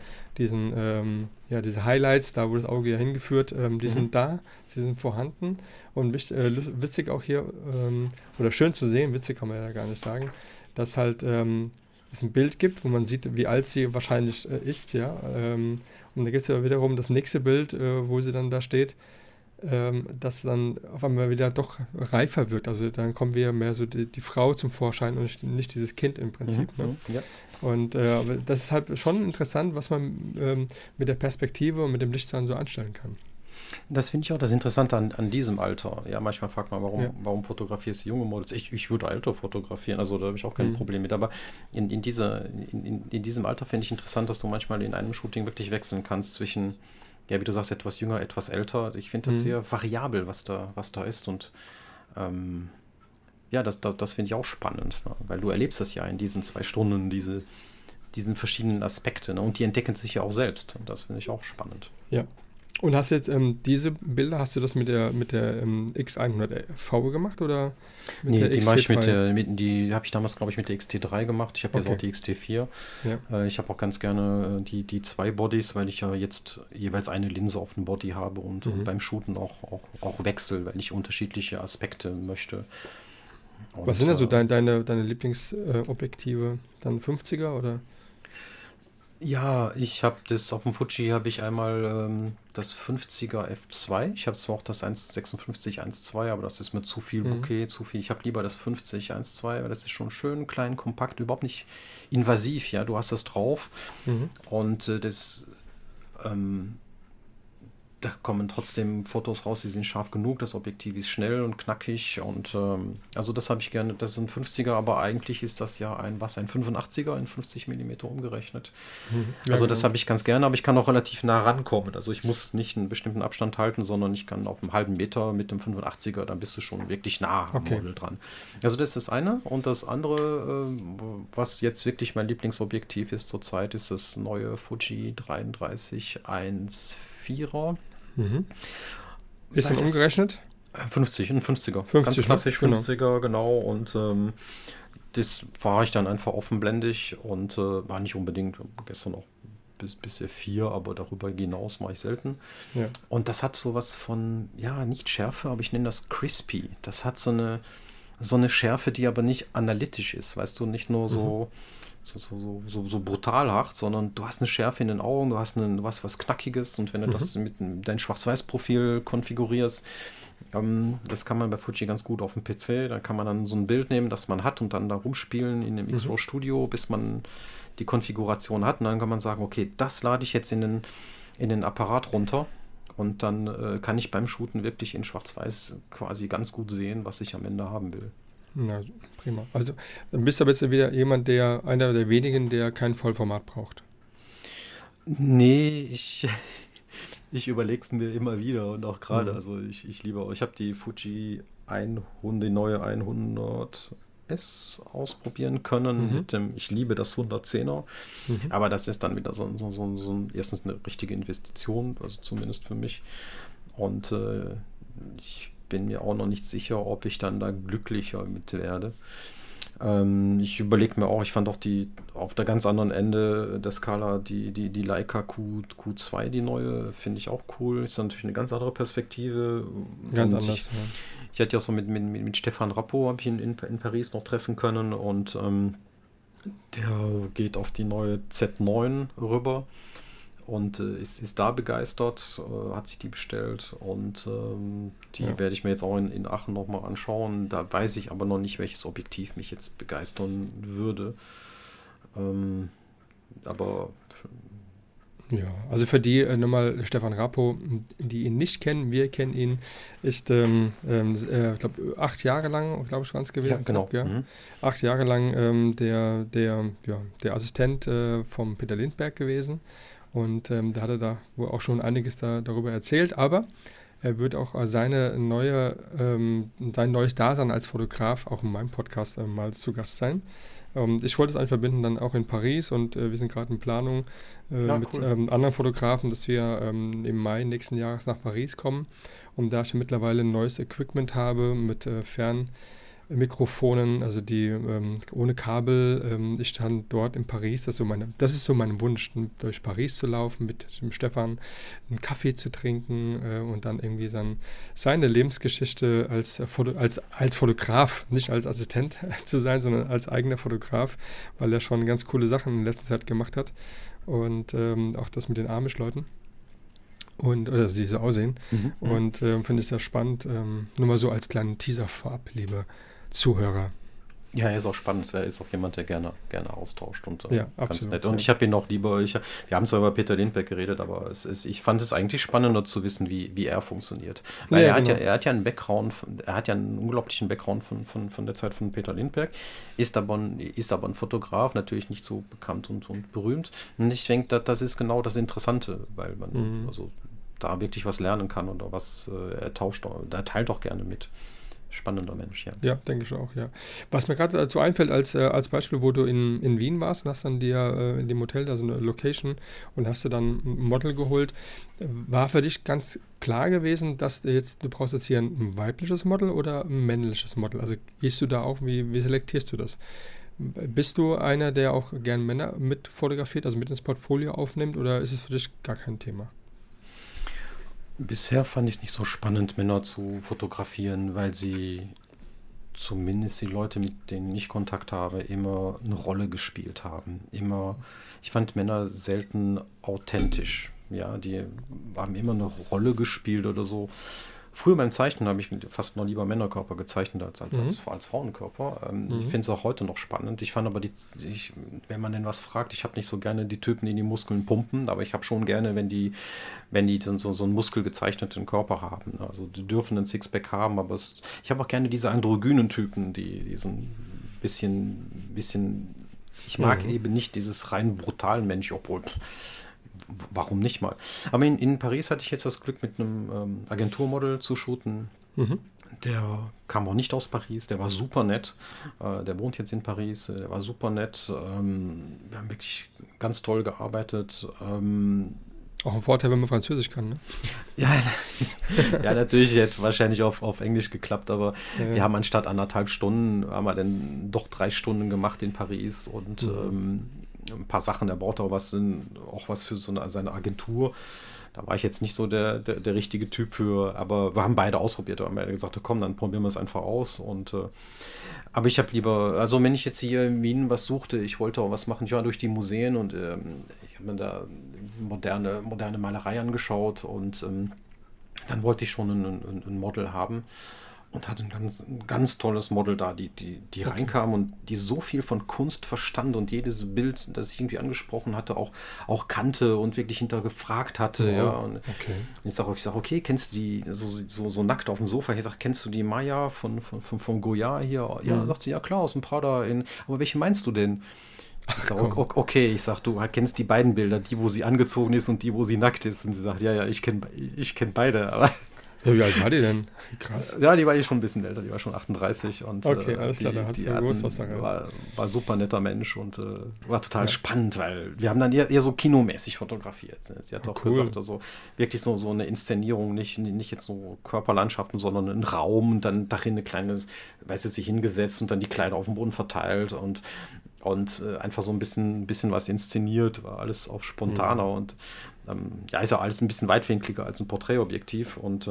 Speaker 2: diese Highlights, da wo das Auge ja hingeführt, die sind da, sie sind vorhanden. Und witzig auch hier, oder schön zu sehen, witzig kann man ja gar nicht sagen, dass halt es ein Bild gibt, wo man sieht, wie alt sie wahrscheinlich ist, ja. Und da gibt es ja wiederum das nächste Bild, wo sie dann da steht, dass dann auf einmal wieder doch reifer wird. Also dann kommen wir mehr so die Frau zum Vorschein und nicht dieses Kind im Prinzip. Ne? Ja. Und aber das ist halt schon interessant, was man mit der Perspektive und mit dem Licht dann so anstellen kann.
Speaker 3: Das finde ich auch das Interessante an diesem Alter. Ja, manchmal fragt man, warum fotografierst du junge Models? Ich würde älter fotografieren, also da habe ich auch kein Problem mit. Aber in diesem Alter finde ich interessant, dass du manchmal in einem Shooting wirklich wechseln kannst zwischen, ja, wie du sagst, etwas jünger, etwas älter. Ich finde das sehr variabel, was da ist. Und ja, das finde ich auch spannend, ne? Weil du erlebst das ja in diesen 2 Stunden, diesen verschiedenen Aspekte, ne? Und die entdecken sich ja auch selbst. Und das finde ich auch spannend.
Speaker 2: Ja. Und hast du jetzt diese Bilder, hast du das mit der X100V gemacht oder mit der
Speaker 3: die
Speaker 2: XT3?
Speaker 3: mache ich die habe ich damals, glaube ich, mit der XT3 gemacht. Ich habe jetzt auch die XT4. Ja. Ich habe auch ganz gerne die 2 Bodies, weil ich ja jetzt jeweils eine Linse auf dem Body habe und beim Shooten auch wechsle, weil ich unterschiedliche Aspekte möchte. Und
Speaker 2: was sind also deine Lieblingsobjektive? Dann 50er oder?
Speaker 3: Ja, ich habe das auf dem Fuji habe ich einmal das 50er F2. Ich habe zwar auch das 156 1.2, aber das ist mir zu viel Bokeh, zu viel. Ich habe lieber das 50 1.2, weil das ist schon schön, klein, kompakt, überhaupt nicht invasiv. Ja, du hast das drauf und da kommen trotzdem Fotos raus, die sind scharf genug, das Objektiv ist schnell und knackig und also das habe ich gerne, das ist ein 50er, aber eigentlich ist das ja ein 85er in 50 mm umgerechnet. Ja, also das habe ich ganz gerne, aber ich kann auch relativ nah rankommen, also ich muss nicht einen bestimmten Abstand halten, sondern ich kann auf einem halben Meter mit dem 85er, dann bist du schon wirklich nah am Model dran. Also das ist das eine und das andere, was jetzt wirklich mein Lieblingsobjektiv ist zurzeit, ist das neue Fuji 33-1.4er.
Speaker 2: Ist dann umgerechnet?
Speaker 3: 50, ein 50er.
Speaker 2: 50,
Speaker 3: ganz klassisch,
Speaker 2: ne?
Speaker 3: 50er, genau. Und das war ich dann einfach offenblendig und war nicht unbedingt gestern auch bisher 4, aber darüber hinaus mache ich selten. Ja. Und das hat sowas von, ja, nicht Schärfe, aber ich nenne das crispy. Das hat so eine Schärfe, die aber nicht analytisch ist, weißt du, nicht nur so brutal hart, sondern du hast eine Schärfe in den Augen, du hast was Knackiges und wenn du das mit deinem Schwarz-Weiß-Profil konfigurierst, das kann man bei Fuji ganz gut auf dem PC, da kann man dann so ein Bild nehmen, das man hat und dann da rumspielen in dem X-Raw Studio, bis man die Konfiguration hat und dann kann man sagen, okay, das lade ich jetzt in den Apparat runter und dann kann ich beim Shooten wirklich in Schwarz-Weiß quasi ganz gut sehen, was ich am Ende haben will.
Speaker 2: Na, prima. Also dann bist du aber jetzt wieder einer der wenigen, der kein Vollformat braucht.
Speaker 3: Nee, ich überlege es mir immer wieder und auch gerade, also ich habe die Fuji die neue 100S ausprobieren können. Ich liebe das 110er, aber das ist dann wieder so erstens eine richtige Investition, also zumindest für mich. Und ich bin mir auch noch nicht sicher, ob ich dann da glücklicher mit werde. Ich überlege mir auch, ich fand auch die auf der ganz anderen Ende der Skala die Leica Q2, die neue, finde ich auch cool. Ist natürlich eine ganz andere Perspektive.
Speaker 2: Ganz anders, ja.
Speaker 3: Ich hatte ja so mit Stefan Rappo, habe ich in Paris noch treffen können und der geht auf die neue Z9 rüber. Und ist da begeistert, hat sich die bestellt und die werde ich mir jetzt auch in Aachen nochmal anschauen. Da weiß ich aber noch nicht, welches Objektiv mich jetzt begeistern würde. Aber
Speaker 2: ja, also für die nochmal Stefan Rappo, die ihn nicht kennen, wir kennen ihn, ist, ich glaube, 8 Jahre lang, glaube ich, waren es gewesen.
Speaker 3: Ja, genau.
Speaker 2: Knapp, ja? 8 Jahre lang der Assistent vom Peter Lindbergh gewesen. Und da hat er da wohl auch schon einiges darüber erzählt, aber er wird auch sein neues Dasein als Fotograf auch in meinem Podcast mal zu Gast sein. Ich wollte es eigentlich verbinden dann auch in Paris und wir sind gerade in Planung mit anderen Fotografen, dass wir im Mai nächsten Jahres nach Paris kommen. Und da ich mittlerweile ein neues Equipment habe mit Fernmikrofonen, also die ohne Kabel, ich stand dort in Paris, das ist so mein Wunsch, durch Paris zu laufen, mit dem Stefan einen Kaffee zu trinken und dann irgendwie seine Lebensgeschichte als Fotograf, nicht als Assistent zu sein, sondern als eigener Fotograf, weil er schon ganz coole Sachen in letzter Zeit gemacht hat und auch das mit den Amish-Leuten. Oder sie so aussehen. Und finde ich sehr spannend. Nur mal so als kleinen Teaser vorab, liebe Zuhörer.
Speaker 3: Ja, er ist auch spannend. Er ist auch jemand, der gerne austauscht und
Speaker 2: ja,
Speaker 3: ganz
Speaker 2: absolut,
Speaker 3: nett. Und ich habe ihn auch lieber, wir haben zwar über Peter Lindbergh geredet, aber ich fand es eigentlich spannender zu wissen, wie er funktioniert. Weil er hat ja einen Background, er hat ja einen unglaublichen Background von der Zeit von Peter Lindbergh, ist aber ein Fotograf, natürlich nicht so bekannt und berühmt. Und ich denke, das ist genau das Interessante, weil man also da wirklich was lernen kann oder was er teilt auch gerne mit. Spannender Mensch, ja.
Speaker 2: Ja, denke ich auch, ja. Was mir gerade dazu einfällt, als Beispiel, wo du in Wien warst und hast dann dir in dem Hotel da so eine Location und hast du dann ein Model geholt, war für dich ganz klar gewesen, dass du brauchst jetzt hier ein weibliches Model oder ein männliches Model? Also gehst du da auch, wie selektierst du das? Bist du einer, der auch gern Männer mit fotografiert, also mit ins Portfolio aufnimmt, oder ist es für dich gar kein Thema?
Speaker 3: Bisher fand ich es nicht so spannend, Männer zu fotografieren, weil sie zumindest die Leute, mit denen ich Kontakt habe, immer eine Rolle gespielt haben. Ich fand Männer selten authentisch. Ja, die haben immer eine Rolle gespielt oder so. Früher beim Zeichnen habe ich fast noch lieber Männerkörper gezeichnet als Frauenkörper. Ich finde es auch heute noch spannend. Ich fand aber, wenn man denn was fragt, ich habe nicht so gerne die Typen, die Muskeln pumpen, aber ich habe schon gerne, wenn die so einen muskelgezeichneten Körper haben. Also die dürfen einen Sixpack haben, aber ich habe auch gerne diese androgynen Typen, die so ein bisschen ich mag eben nicht dieses rein brutalen Mensch, obwohl warum nicht mal? Aber in Paris hatte ich jetzt das Glück, mit einem Agenturmodel zu shooten. Der kam auch nicht aus Paris, der war super nett. Der wohnt jetzt in Paris, der war super nett. Wir haben wirklich ganz toll gearbeitet.
Speaker 2: Auch ein Vorteil, wenn man Französisch kann, ne?
Speaker 3: Ja, natürlich hätte wahrscheinlich auf Englisch geklappt, aber wir haben anstatt 1,5 Stunden, haben wir dann doch 3 Stunden gemacht in Paris und ein paar Sachen, er braucht auch was für seine Agentur. Da war ich jetzt nicht so der richtige Typ für, aber wir haben beide ausprobiert. Wir haben beide gesagt, komm, dann probieren wir es einfach aus. Aber ich habe lieber, also wenn ich jetzt hier in Wien was suchte, ich wollte auch was machen, ich war durch die Museen und ich habe mir da moderne Malerei angeschaut und dann wollte ich schon ein Model haben. Und hatte ein ganz tolles Model da, die reinkam und die so viel von Kunst verstand und jedes Bild, das ich irgendwie angesprochen hatte, auch kannte und wirklich hintergefragt hatte. Ja. Und ich sage, okay, kennst du die, so nackt auf dem Sofa, ich sage, kennst du die Maya von Goya hier? Ja, sagt sie, ja klar, aus dem Prada. Aber welche meinst du denn? Ich sage, okay, du kennst die beiden Bilder, die, wo sie angezogen ist und die, wo sie nackt ist. Und sie sagt, ja, ich kenn beide, aber...
Speaker 2: Ja, wie alt war die denn? Krass.
Speaker 3: Ja, die war schon ein bisschen älter, die war schon 38 und
Speaker 2: okay, alles klar, da hat sie gewusst, was da
Speaker 3: war super netter Mensch und war total spannend, weil wir haben dann eher so kinomäßig fotografiert. Sie hat auch gesagt, also wirklich so eine Inszenierung, nicht jetzt so Körperlandschaften, sondern ein Raum und dann darin eine kleine, sich hingesetzt und dann die Kleider auf dem Boden verteilt und einfach so ein bisschen was inszeniert, war alles auch spontaner und ist ja alles ein bisschen weitwinkliger als ein Porträtobjektiv und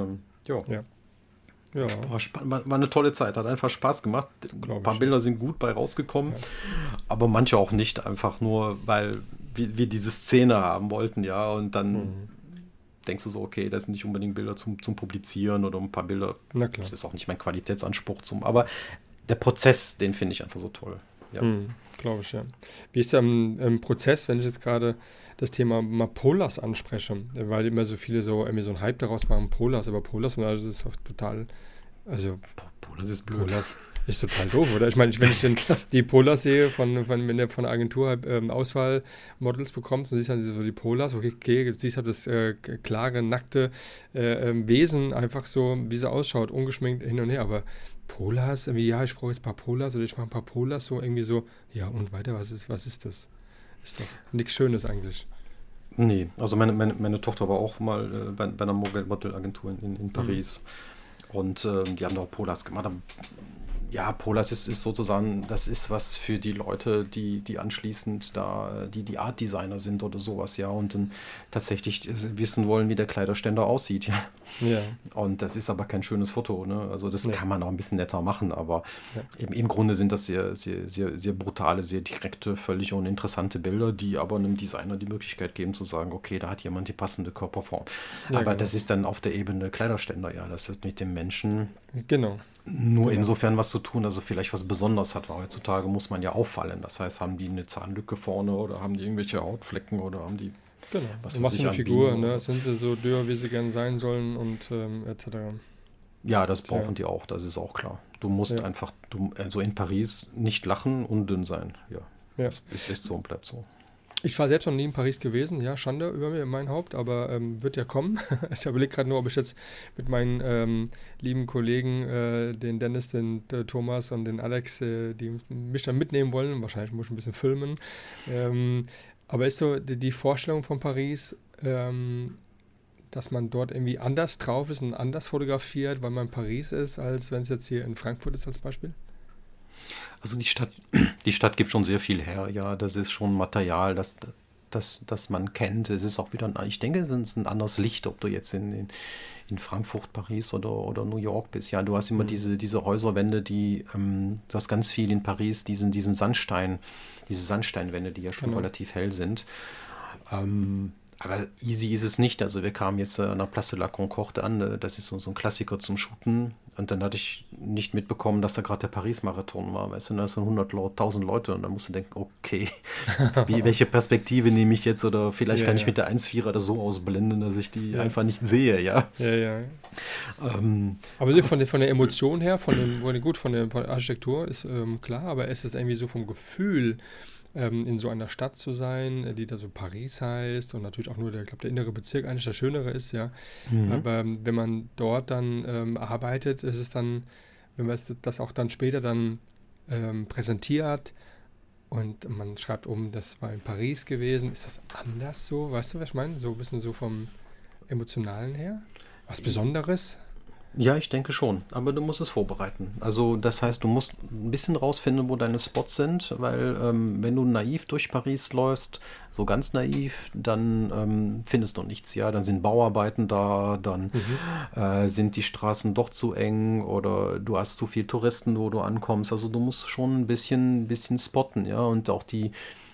Speaker 3: war eine tolle Zeit, hat einfach Spaß gemacht. Ein paar Bilder sind gut bei rausgekommen, aber manche auch nicht, einfach nur, weil wir diese Szene haben wollten, ja, und dann denkst du so, okay, das sind nicht unbedingt Bilder zum Publizieren oder ein paar Bilder, das ist auch nicht mein Qualitätsanspruch aber der Prozess, den finde ich einfach so toll. Ja.
Speaker 2: Glaube ich, ja. Wie ist der im Prozess, wenn ich jetzt gerade das Thema mal Polars anspreche, weil immer so viele so ein Hype daraus machen, Polars, aber Polars sind also das ist auch total, also
Speaker 3: Polars ist blöd. Polars
Speaker 2: ist total doof, oder? Ich meine, wenn ich die Polars sehe, wenn du von der Agentur Auswahlmodels bekommst und siehst dann so die Polars, okay, siehst halt das klare, nackte Wesen einfach so, wie sie ausschaut, ungeschminkt hin und her, aber Polars, irgendwie, ja, ich brauche jetzt ein paar Polars oder ich mache ein paar Polars, so irgendwie so, ja, und weiter, was ist das? Ist doch nichts Schönes eigentlich.
Speaker 3: Nee, also meine Tochter war auch mal bei einer Modelagentur in Paris und die haben da auch Polars gemacht. Ja, Polars ist sozusagen, das ist was für die Leute, die anschließend da, die Art Designer sind oder sowas, ja, und dann tatsächlich wissen wollen, wie der Kleiderständer aussieht, ja. Und das ist aber kein schönes Foto, ne? Also das kann man auch ein bisschen netter machen, aber im Grunde sind das sehr, sehr, sehr, sehr brutale, sehr direkte, völlig uninteressante Bilder, die aber einem Designer die Möglichkeit geben zu sagen, okay, da hat jemand die passende Körperform. Ja, aber das ist dann auf der Ebene Kleiderständer, ja, das ist mit dem Menschen.
Speaker 2: Genau.
Speaker 3: Nur insofern was zu tun, dass es vielleicht was Besonderes hat, weil heutzutage muss man ja auffallen. Das heißt, haben die eine Zahnlücke vorne oder haben die irgendwelche Hautflecken oder haben die
Speaker 2: was machst du eine Figur, ne? Sind sie so dürr, wie sie gerne sein sollen und etc.
Speaker 3: Ja, das brauchen die auch, das ist auch klar. Du musst einfach, also in Paris nicht lachen und dünn sein. Ja. Das ist so und bleibt so.
Speaker 2: Ich war selbst noch nie in Paris gewesen, ja, Schande über mir, mein Haupt, aber wird ja kommen. Ich überlege gerade nur, ob ich jetzt mit meinen lieben Kollegen, den Dennis, den Thomas und den Alex, die mich dann mitnehmen wollen. Wahrscheinlich muss ich ein bisschen filmen. Aber ist so die Vorstellung von Paris, dass man dort irgendwie anders drauf ist und anders fotografiert, weil man in Paris ist, als wenn es jetzt hier in Frankfurt ist als Beispiel?
Speaker 3: Also die Stadt gibt schon sehr viel her, ja, das ist schon Material, das man kennt. Es ist auch wieder, ich denke, es ist ein anderes Licht, ob du jetzt in Frankfurt, Paris oder New York bist. Ja, du hast immer diese Häuserwände, du hast ganz viel in Paris, diese Sandsteinwände, die ja schon relativ hell sind. Aber easy ist es nicht. Also wir kamen jetzt an der Place de la Concorde an. Das ist so ein Klassiker zum Shooten. Und dann hatte ich nicht mitbekommen, dass da gerade der Paris-Marathon war. Weißt du, da sind 100.000 Leute. Und dann musst du denken, okay, welche Perspektive nehme ich jetzt? Oder vielleicht kann ich mit der 1.4er das so ausblenden, dass ich die einfach nicht sehe, ja.
Speaker 2: Aber von der Emotion her, von der Architektur ist klar. Aber es ist irgendwie so vom Gefühl, in so einer Stadt zu sein, die da so Paris heißt und natürlich auch nur der innere Bezirk eigentlich der schönere ist, ja. Aber wenn man dort dann arbeitet, ist es dann, wenn man das auch dann später dann präsentiert und man schreibt das war in Paris gewesen, ist das anders so? Weißt du, was ich meine? So ein bisschen so vom Emotionalen her? Was Besonderes?
Speaker 3: Ja, ich denke schon, aber du musst es vorbereiten. Also das heißt, du musst ein bisschen rausfinden, wo deine Spots sind, weil wenn du naiv durch Paris läufst, so ganz naiv, dann findest du nichts. Ja, dann sind Bauarbeiten da, dann sind die Straßen doch zu eng oder du hast zu viele Touristen, wo du ankommst. Also du musst schon ein bisschen spotten, ja, und auch die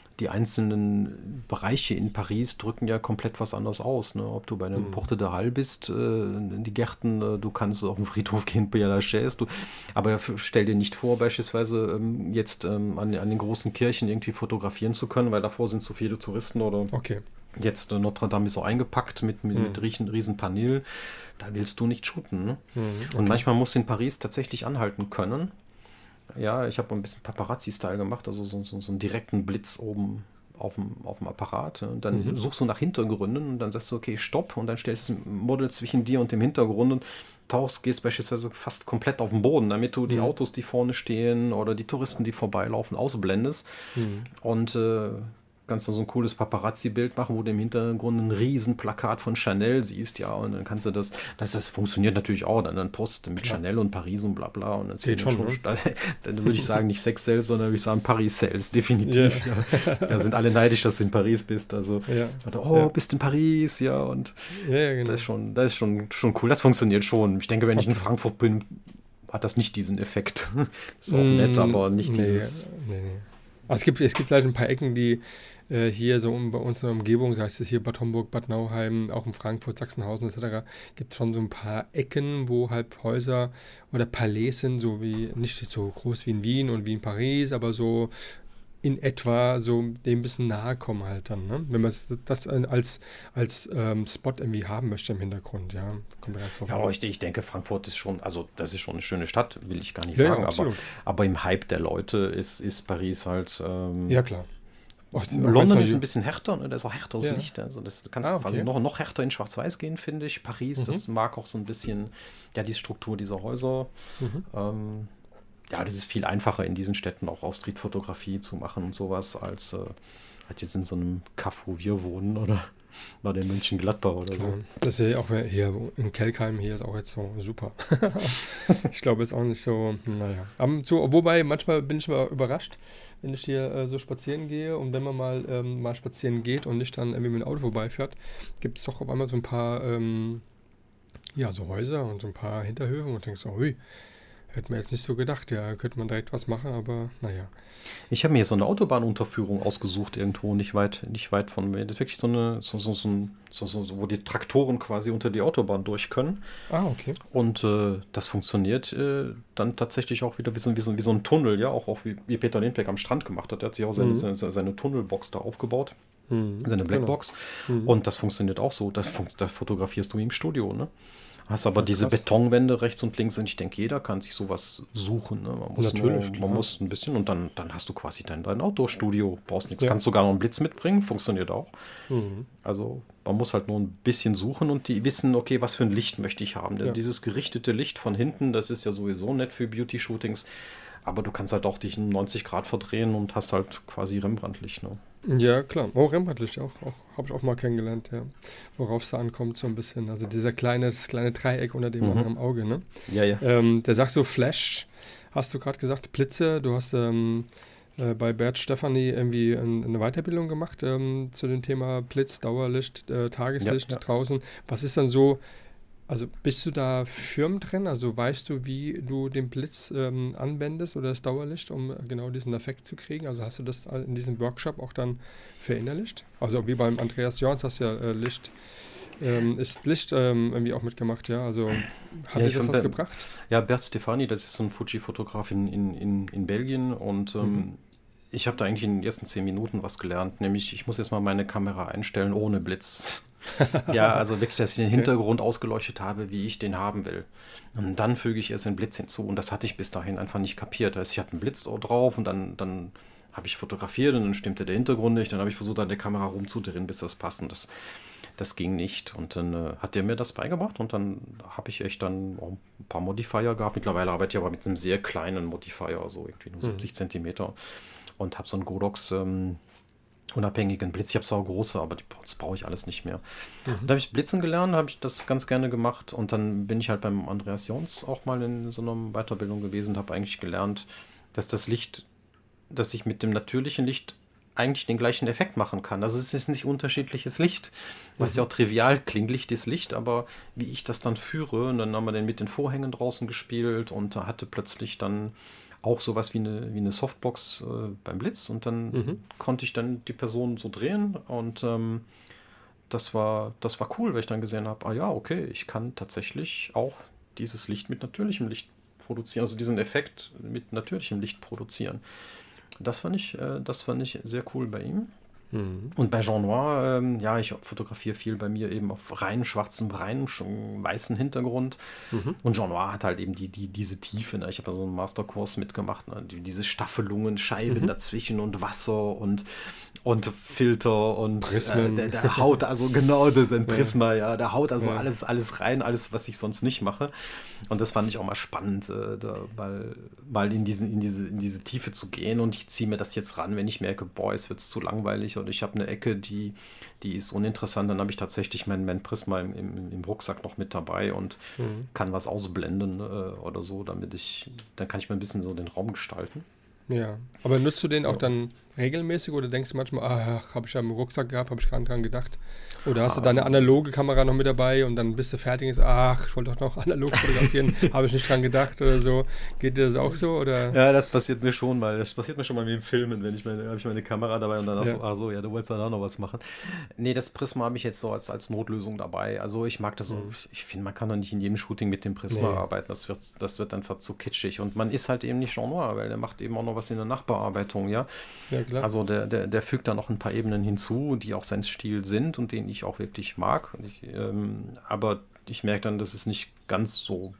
Speaker 3: einzelnen Bereiche in Paris drücken ja komplett was anderes aus. Ne? Ob du bei einem Porte de Halle bist, die Gärten, du kannst auf den Friedhof gehen, Père Lachaise, aber stell dir nicht vor, beispielsweise jetzt an den großen Kirchen irgendwie fotografieren zu können, weil davor sind zu viele Touristen oder jetzt Notre Dame ist so eingepackt mit riesen Panel. Da willst du nicht shooten. Ne? Und manchmal musst du in Paris tatsächlich anhalten können. Ja, ich habe ein bisschen Paparazzi-Style gemacht, also so einen direkten Blitz oben auf dem Apparat. Und dann suchst du nach Hintergründen und dann sagst du, okay, stopp. Und dann stellst du das Model zwischen dir und dem Hintergrund und gehst beispielsweise fast komplett auf den Boden, damit du die Autos, die vorne stehen oder die Touristen, die vorbeilaufen, ausblendest. Und kannst du so ein cooles Paparazzi-Bild machen, wo du im Hintergrund ein riesen Plakat von Chanel siehst, ja, und dann kannst du das funktioniert natürlich auch, dann postet du mit Chanel und Paris und bla bla und dann würde ich sagen, nicht Sex Sales, sondern würde ich sagen Paris Sales, definitiv. Ja. Da sind alle neidisch, dass du in Paris bist, also bist in Paris, ja, und genau. Das ist schon cool, das funktioniert schon. Ich denke, wenn ich in Frankfurt bin, hat das nicht diesen Effekt. Ist auch nett, aber nicht dieses...
Speaker 2: Nee. Also es gibt vielleicht ein paar Ecken, die hier so bei uns in der Umgebung, sei es hier Bad Homburg, Bad Nauheim, auch in Frankfurt, Sachsenhausen etc., gibt es schon so ein paar Ecken, wo halt Häuser oder Palais sind, so wie, nicht so groß wie in Wien und wie in Paris, aber so in etwa so dem ein bisschen nahe kommen halt dann, ne? Wenn man das als Spot irgendwie haben möchte im Hintergrund, ja. Kommt ganz drauf
Speaker 3: an. Ich denke, Frankfurt ist schon, also das ist schon eine schöne Stadt, will ich gar nicht sagen, aber im Hype der Leute ist Paris halt...
Speaker 2: ja, klar.
Speaker 3: London ist ein bisschen härter, ne? Da ist auch härteres Licht. Also das kannst du quasi noch härter in Schwarz-Weiß gehen, finde ich. Paris, das mag auch so ein bisschen, die Struktur dieser Häuser. Das ist viel einfacher in diesen Städten auch auch Streetfotografie zu machen und sowas, als jetzt in so einem Kaff, wo wir wohnen oder bei den Mönchengladbach oder so.
Speaker 2: Das ist ja auch hier in Kelkheim, hier ist auch jetzt so super. Ich glaube, ist auch nicht so, naja. Wobei, manchmal bin ich mal überrascht, wenn ich hier so spazieren gehe und wenn man mal spazieren geht und nicht dann irgendwie mit dem Auto vorbeifährt, gibt es doch auf einmal so ein paar so Häuser und so ein paar Hinterhöfe und denkst so, hui, Hätte man jetzt nicht so gedacht, ja, könnte man direkt was machen, aber naja.
Speaker 3: Ich habe mir so eine Autobahnunterführung ausgesucht irgendwo, nicht weit von mir. Das ist wirklich so eine, wo die Traktoren quasi unter die Autobahn durch können.
Speaker 2: Ah, okay.
Speaker 3: Und das funktioniert dann tatsächlich auch wieder wie so ein Tunnel, ja, auch wie Peter Lindbergh am Strand gemacht hat. Er hat sich auch seine Tunnelbox da aufgebaut, seine Blackbox. Genau. Und das funktioniert auch so. Da fotografierst du im Studio, ne? Hast aber diese Betonwände rechts und links und ich denke, jeder kann sich sowas suchen. Ne? Man muss ein bisschen und dann hast du quasi dein Outdoor-Studio. Brauchst nichts, kannst sogar noch einen Blitz mitbringen, funktioniert auch. Also man muss halt nur ein bisschen suchen und die wissen, okay, was für ein Licht möchte ich haben. Denn dieses gerichtete Licht von hinten, das ist ja sowieso nett für Beauty-Shootings, aber du kannst halt auch dich in 90 Grad verdrehen und hast halt quasi Rembrandt-Licht. Ne?
Speaker 2: Ja, klar. Oh, Rembrandt-Licht auch habe ich auch mal kennengelernt, ja. Worauf es da ankommt, so ein bisschen. Also das kleine Dreieck unter dem anderen Auge, ne?
Speaker 3: Ja.
Speaker 2: Der sagt so Flash, hast du gerade gesagt, Blitze. Du hast bei Bert Stefanie irgendwie eine Weiterbildung gemacht zu dem Thema Blitz, Dauerlicht, Tageslicht draußen. Was ist dann so, also bist du da firm drin? Also weißt du, wie du den Blitz anwendest oder das Dauerlicht, um genau diesen Effekt zu kriegen? Also hast du das in diesem Workshop auch dann verinnerlicht? Also wie beim Andreas Jorns hast du ja Licht irgendwie auch mitgemacht, ja? Also hat dir das was gebracht?
Speaker 3: Ja, Bert Stefani, das ist so ein Fuji-Fotograf in Belgien und ich habe da eigentlich in den ersten 10 Minuten was gelernt, nämlich ich muss jetzt mal meine Kamera einstellen ohne Blitz. Ja, also wirklich, dass ich den Hintergrund ausgeleuchtet habe, wie ich den haben will. Und dann füge ich erst den Blitz hinzu. Und das hatte ich bis dahin einfach nicht kapiert. Also ich hatte einen Blitz drauf und dann habe ich fotografiert und dann stimmte der Hintergrund nicht. Dann habe ich versucht, an der Kamera rumzudrehen, bis das passt. Und das ging nicht. Und dann hat der mir das beigebracht und dann habe ich echt dann auch ein paar Modifier gehabt. Mittlerweile arbeite ich aber mit einem sehr kleinen Modifier, also irgendwie nur 70 Zentimeter. Und habe so einen Godox unabhängigen Blitz. Ich habe zwar große, aber das brauche ich alles nicht mehr. Da habe ich Blitzen gelernt, habe ich das ganz gerne gemacht und dann bin ich halt beim Andreas Jorns auch mal in so einer Weiterbildung gewesen und habe eigentlich gelernt, dass das Licht, dass ich mit dem natürlichen Licht eigentlich den gleichen Effekt machen kann. Also es ist nicht unterschiedliches Licht, was ja auch trivial klingt. Licht ist Licht, aber wie ich das dann führe, und dann haben wir den mit den Vorhängen draußen gespielt und da hatte plötzlich dann auch sowas wie eine Softbox beim Blitz und dann konnte ich dann die Person so drehen und das war cool, weil ich dann gesehen habe, okay, ich kann tatsächlich auch dieses Licht mit natürlichem Licht produzieren, also diesen Effekt mit natürlichem Licht produzieren. Das fand ich sehr cool bei ihm. Und bei Jean Noir, ich fotografiere viel bei mir eben auf rein schwarzem, weißen Hintergrund. Und Jean Noir hat halt eben diese Tiefe. Ne? Ich habe da so einen Masterkurs mitgemacht. Ne? Diese Staffelungen, Scheiben dazwischen und Wasser und Filter und
Speaker 2: Prismen.
Speaker 3: Der haut also genau das ist ein Prisma, ja. Der haut also alles rein, alles, was ich sonst nicht mache. Und das fand ich auch mal spannend, mal in diese Tiefe zu gehen. Und ich ziehe mir das jetzt ran, wenn ich merke, es wird zu langweilig oder ich habe eine Ecke, die ist uninteressant, dann habe ich tatsächlich mein Prisma im Rucksack noch mit dabei und kann was ausblenden oder so, dann kann ich mir ein bisschen so den Raum gestalten.
Speaker 2: Ja, aber nutzt du den auch dann regelmäßig oder denkst du manchmal, habe ich ja im Rucksack gehabt, habe ich gar nicht dran gedacht? Oder hast du deine analoge Kamera noch mit dabei und dann bist du fertig und sagst, ich wollte doch noch analog fotografieren, habe ich nicht dran gedacht oder so. Geht dir das auch so? Oder?
Speaker 3: Ja, das passiert mir schon mal. Das passiert mir schon mal mit dem Filmen, wenn habe ich meine Kamera dabei und dann du wolltest dann auch noch was machen. Nee, das Prisma habe ich jetzt so als Notlösung dabei. Also ich mag das so, ich finde, man kann doch nicht in jedem Shooting mit dem Prisma arbeiten. Das wird einfach zu kitschig. Und man ist halt eben nicht Jean Noir, weil der macht eben auch noch was in der Nachbearbeitung, ja. Ja, klar. Also der fügt da noch ein paar Ebenen hinzu, die auch sein Stil sind und den ich auch wirklich mag. Aber ich merke dann, das ist nicht ganz so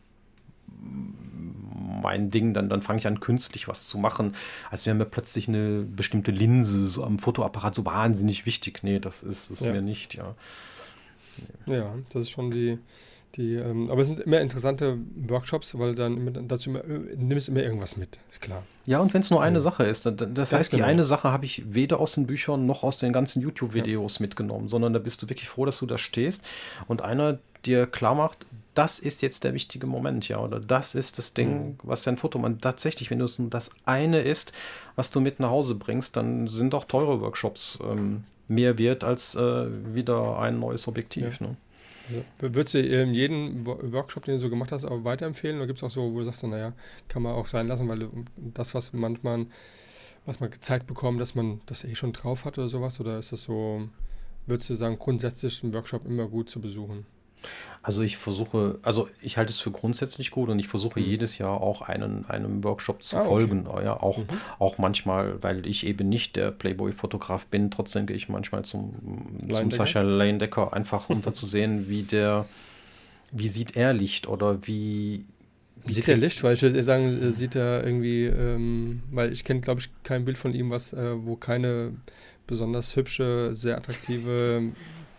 Speaker 3: mein Ding. Dann fange ich an, künstlich was zu machen, als wäre mir plötzlich eine bestimmte Linse so am Fotoapparat so wahnsinnig wichtig. Nee, das ist es mir nicht, ja.
Speaker 2: Ja, das ist schon aber es sind immer interessante Workshops, weil dann nimmst du immer irgendwas mit, ist klar.
Speaker 3: Ja, und wenn es nur eine Sache ist, das heißt, die eine Sache habe ich weder aus den Büchern noch aus den ganzen YouTube-Videos mitgenommen, sondern da bist du wirklich froh, dass du da stehst und einer dir klar macht, das ist jetzt der wichtige Moment, ja, oder das ist das Ding, was dein Fotomann tatsächlich, wenn es nur das eine ist, was du mit nach Hause bringst, dann sind auch teure Workshops mehr wert als wieder ein neues Objektiv, ne?
Speaker 2: Also, würdest du jeden Workshop, den du so gemacht hast, auch weiterempfehlen? Oder gibt es auch so, wo du sagst, naja, kann man auch sein lassen, weil das, was man gezeigt bekommt, dass man das schon drauf hat oder sowas? Oder ist das so, würdest du sagen, grundsätzlich einen Workshop immer gut zu besuchen?
Speaker 3: Also ich halte es für grundsätzlich gut und ich versuche jedes Jahr auch einem Workshop zu folgen. Ja, auch manchmal, weil ich eben nicht der Playboy-Fotograf bin, trotzdem gehe ich manchmal zum Sascha Leyendecker, einfach um da zu sehen, wie sieht er Licht oder wie
Speaker 2: sieht er Licht? Weil ich würde sagen, sieht er irgendwie, weil ich kenne, glaube ich, kein Bild von ihm, wo keine besonders hübsche, sehr attraktive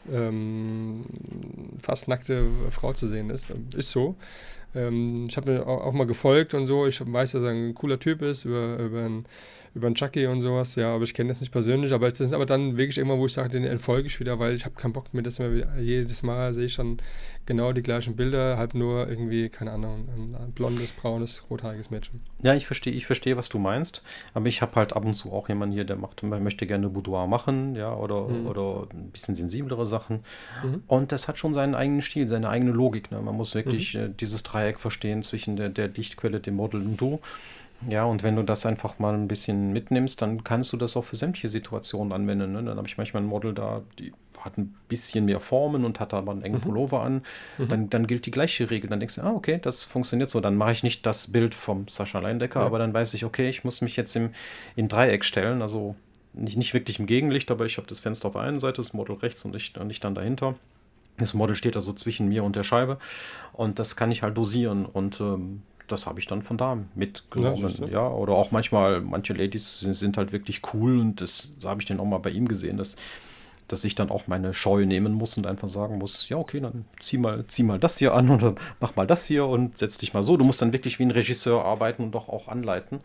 Speaker 2: fast nackte Frau zu sehen ist. Ist so. Ich habe mir auch mal gefolgt und so. Ich weiß, dass er ein cooler Typ ist, über einen Chucky und sowas. Ja, aber ich kenne das nicht persönlich. Aber das sind aber dann wirklich irgendwann, wo ich sage, den entfolge ich wieder, weil ich habe keinen Bock mehr. Jedes Mal sehe ich dann genau die gleichen Bilder, halt nur irgendwie, keine Ahnung, ein blondes, braunes, rothaariges Mädchen.
Speaker 3: Ja, ich verstehe, was du meinst. Aber ich habe halt ab und zu auch jemanden hier, der möchte gerne Boudoir machen, ja, oder ein bisschen sensiblere Sachen. Und das hat schon seinen eigenen Stil, seine eigene Logik. Ne? Man muss wirklich dieses Dreieck verstehen zwischen der Lichtquelle, dem Model und du. Ja, und wenn du das einfach mal ein bisschen mitnimmst, dann kannst du das auch für sämtliche Situationen anwenden. Ne? Dann habe ich manchmal ein Model da, die hat ein bisschen mehr Formen und hat aber einen engen Pullover an. Dann gilt die gleiche Regel. Dann denkst du, okay, das funktioniert so. Dann mache ich nicht das Bild vom Sascha Leyendecker, aber dann weiß ich, okay, ich muss mich jetzt in Dreieck stellen. Also nicht wirklich im Gegenlicht, aber ich habe das Fenster auf der einen Seite, das Model rechts und ich dann dahinter. Das Model steht also zwischen mir und der Scheibe. Und das kann ich halt dosieren und das habe ich dann von da mitgenommen. Ja, oder auch manche Ladies sind halt wirklich cool und das habe ich dann auch mal bei ihm gesehen, dass ich dann auch meine Scheu nehmen muss und einfach sagen muss, ja okay, dann zieh mal das hier an oder mach mal das hier und setz dich mal so. Du musst dann wirklich wie ein Regisseur arbeiten und doch auch anleiten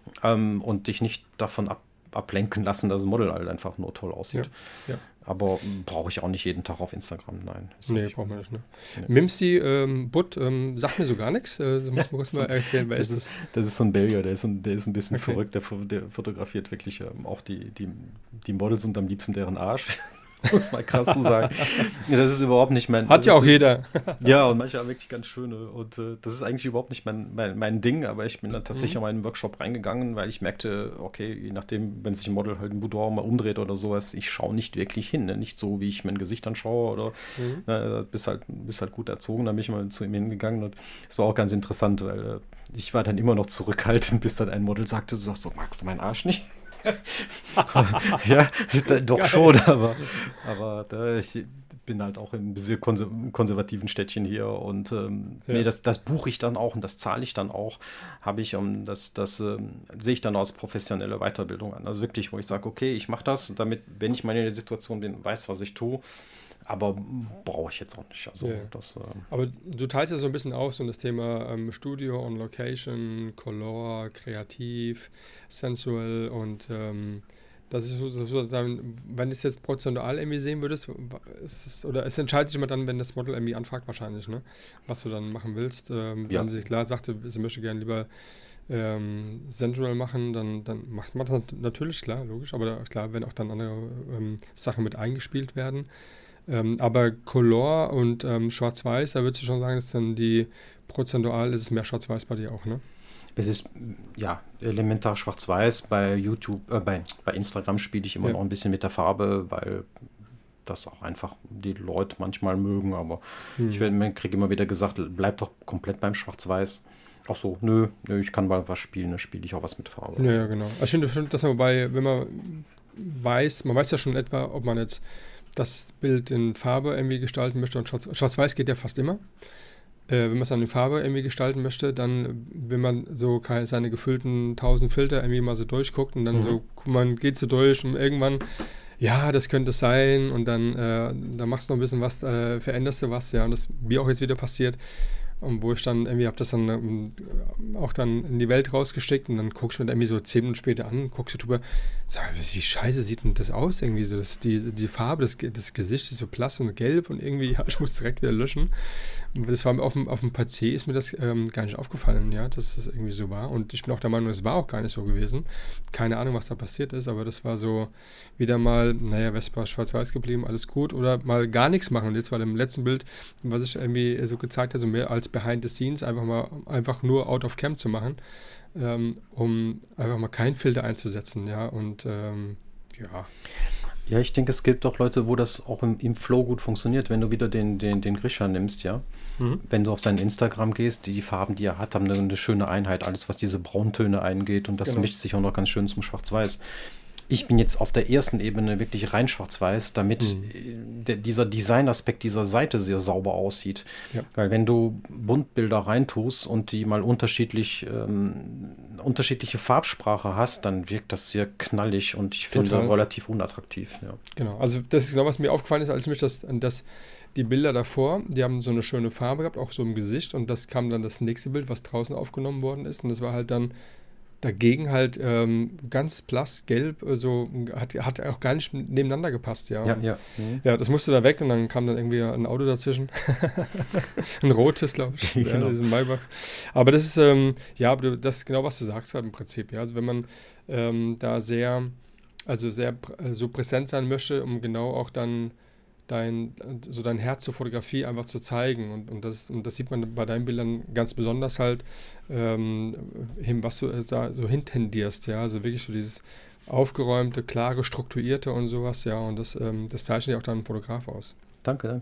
Speaker 3: und dich nicht davon ablenken lassen, dass das Model halt einfach nur toll aussieht. Ja. Aber brauche ich auch nicht jeden Tag auf Instagram, nein.
Speaker 2: Nee, braucht man nicht. Ne? Nee. Mimsi Butt sagt mir so gar nichts. Muss man kurz mal erzählen, wer ist das?
Speaker 3: Das ist so ein Belgier, der ist ein bisschen verrückt. Der fotografiert wirklich auch die Models und am liebsten deren Arsch. Muss mal krass zu sagen. Das ist überhaupt nicht mein...
Speaker 2: Hat ja auch jeder.
Speaker 3: Ja, und manche haben wirklich ganz schöne. Und das ist eigentlich überhaupt nicht mein Ding, aber ich bin dann tatsächlich an meinen Workshop reingegangen, weil ich merkte, okay, je nachdem, wenn sich ein Model halt ein Boudoir mal umdreht oder sowas, ich schaue nicht wirklich hin. Ne? Nicht so, wie ich mein Gesicht anschaue oder bist halt gut erzogen. Dann bin ich mal zu ihm hingegangen und es war auch ganz interessant, weil ich war dann immer noch zurückhaltend, bis dann ein Model sagte, so, magst du meinen Arsch nicht? Ja, doch geil. Schon, aber ich bin halt auch in einem konservativen Städtchen hier und nee, das buche ich dann auch und das zahle ich dann auch, das sehe ich dann als professionelle Weiterbildung an. Also wirklich, wo ich sage, okay, ich mache das, damit, wenn ich mal in der Situation bin, weiß, was ich tue, aber brauche ich jetzt auch nicht. Also
Speaker 2: aber du teilst ja so ein bisschen auf, so das Thema Studio on Location, Color, Kreativ, Sensual und das ist so dann, wenn du es jetzt prozentual irgendwie sehen würdest, es entscheidet sich immer dann, wenn das Model irgendwie anfragt wahrscheinlich, ne? Was du dann machen willst. Wenn sie sich klar sagte, sie möchte gerne lieber Sensual machen, dann macht man das natürlich, klar, logisch, aber klar, wenn auch dann andere Sachen mit eingespielt werden. Aber Color und Schwarz-Weiß, da würdest du schon sagen, dass dann prozentual ist es mehr Schwarz-Weiß bei dir auch, ne?
Speaker 3: Es ist, ja, elementar schwarz-weiß. Bei YouTube, bei Instagram spiele ich immer noch ein bisschen mit der Farbe, weil das auch einfach die Leute manchmal mögen. Aber ich kriege immer wieder gesagt, bleib doch komplett beim Schwarz-Weiß. Ach so, nö, ich kann mal was spielen, dann spiele ich auch was mit Farbe.
Speaker 2: Ja, genau. Ich finde, dass man wenn man weiß ja schon etwa, ob man jetzt das Bild in Farbe irgendwie gestalten möchte. Und Schwarz-Weiß geht ja fast immer. Wenn man es dann in Farbe irgendwie gestalten möchte, dann, wenn man so seine gefüllten 1000 Filter irgendwie mal so durchguckt und dann so, man geht so durch und irgendwann, ja, das könnte es sein und dann machst du noch ein bisschen was, veränderst du was, ja, und das, wie auch jetzt wieder passiert, Und wo ich dann irgendwie habe das dann auch dann in die Welt rausgesteckt und dann guckst du mir dann irgendwie so 10 Minuten später an, guckst du drüber, sag, wie scheiße sieht denn das aus irgendwie so, die Farbe, das Gesicht ist so blass und gelb und irgendwie, ja, ich muss direkt wieder löschen. Und das war auf dem PC ist mir das gar nicht aufgefallen, ja, dass das irgendwie so war und ich bin auch der Meinung, es war auch gar nicht so gewesen. Keine Ahnung, was da passiert ist, aber das war so wieder mal, naja, Vespa schwarz-weiß geblieben, alles gut oder mal gar nichts machen und jetzt war im letzten Bild, was ich irgendwie so gezeigt habe, so mehr als Behind the Scenes, einfach nur out of cam zu machen, um einfach mal keinen Filter einzusetzen, ja, und ja.
Speaker 3: Ja, ich denke, es gibt auch Leute, wo das auch im Flow gut funktioniert, wenn du wieder den Grisha nimmst, ja. Wenn du auf sein Instagram gehst, die Farben, die er hat, haben eine schöne Einheit, alles, was diese Brauntöne eingeht und das mischt sich auch noch ganz schön zum Schwarz-Weiß. Ich bin jetzt auf der ersten Ebene wirklich rein schwarz-weiß, damit dieser Designaspekt dieser Seite sehr sauber aussieht. Ja. Weil wenn du Buntbilder reintust und die mal unterschiedliche Farbsprache hast, dann wirkt das sehr knallig und ich finde relativ unattraktiv. Ja.
Speaker 2: Genau, also das ist genau, was mir aufgefallen ist, als mich die Bilder davor, die haben so eine schöne Farbe gehabt, auch so im Gesicht und das kam dann das nächste Bild, was draußen aufgenommen worden ist und das war halt dann dagegen halt ganz blass, gelb, so hat auch gar nicht nebeneinander gepasst, ja. Ja, das musste da weg und dann kam dann irgendwie ein Auto dazwischen. Ein rotes, glaube ich. Genau. Ja, diesen Maybach. Aber das ist, das ist genau, was du sagst halt im Prinzip, ja. Also wenn man da sehr so präsent sein möchte, um genau auch dann dein Herz zur Fotografie einfach zu zeigen und das sieht man bei deinen Bildern ganz besonders halt, was du da so hintendierst, ja, also wirklich so dieses aufgeräumte, klare, strukturierte und sowas, ja, und das zeichnet ja auch dann ein Fotograf aus.
Speaker 3: Danke.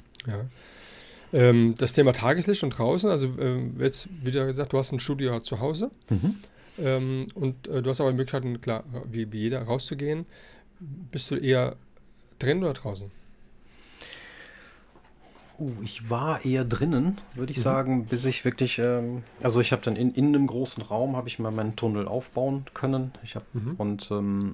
Speaker 2: Ja. Das Thema Tageslicht und draußen, also jetzt wieder gesagt, du hast ein Studio zu Hause und du hast aber die Möglichkeit, klar, wie jeder rauszugehen. Bist du eher drin oder draußen?
Speaker 3: Ich war eher drinnen, würde ich sagen, bis ich wirklich, also ich habe dann in einem großen Raum, habe ich mal meinen Tunnel aufbauen können. Und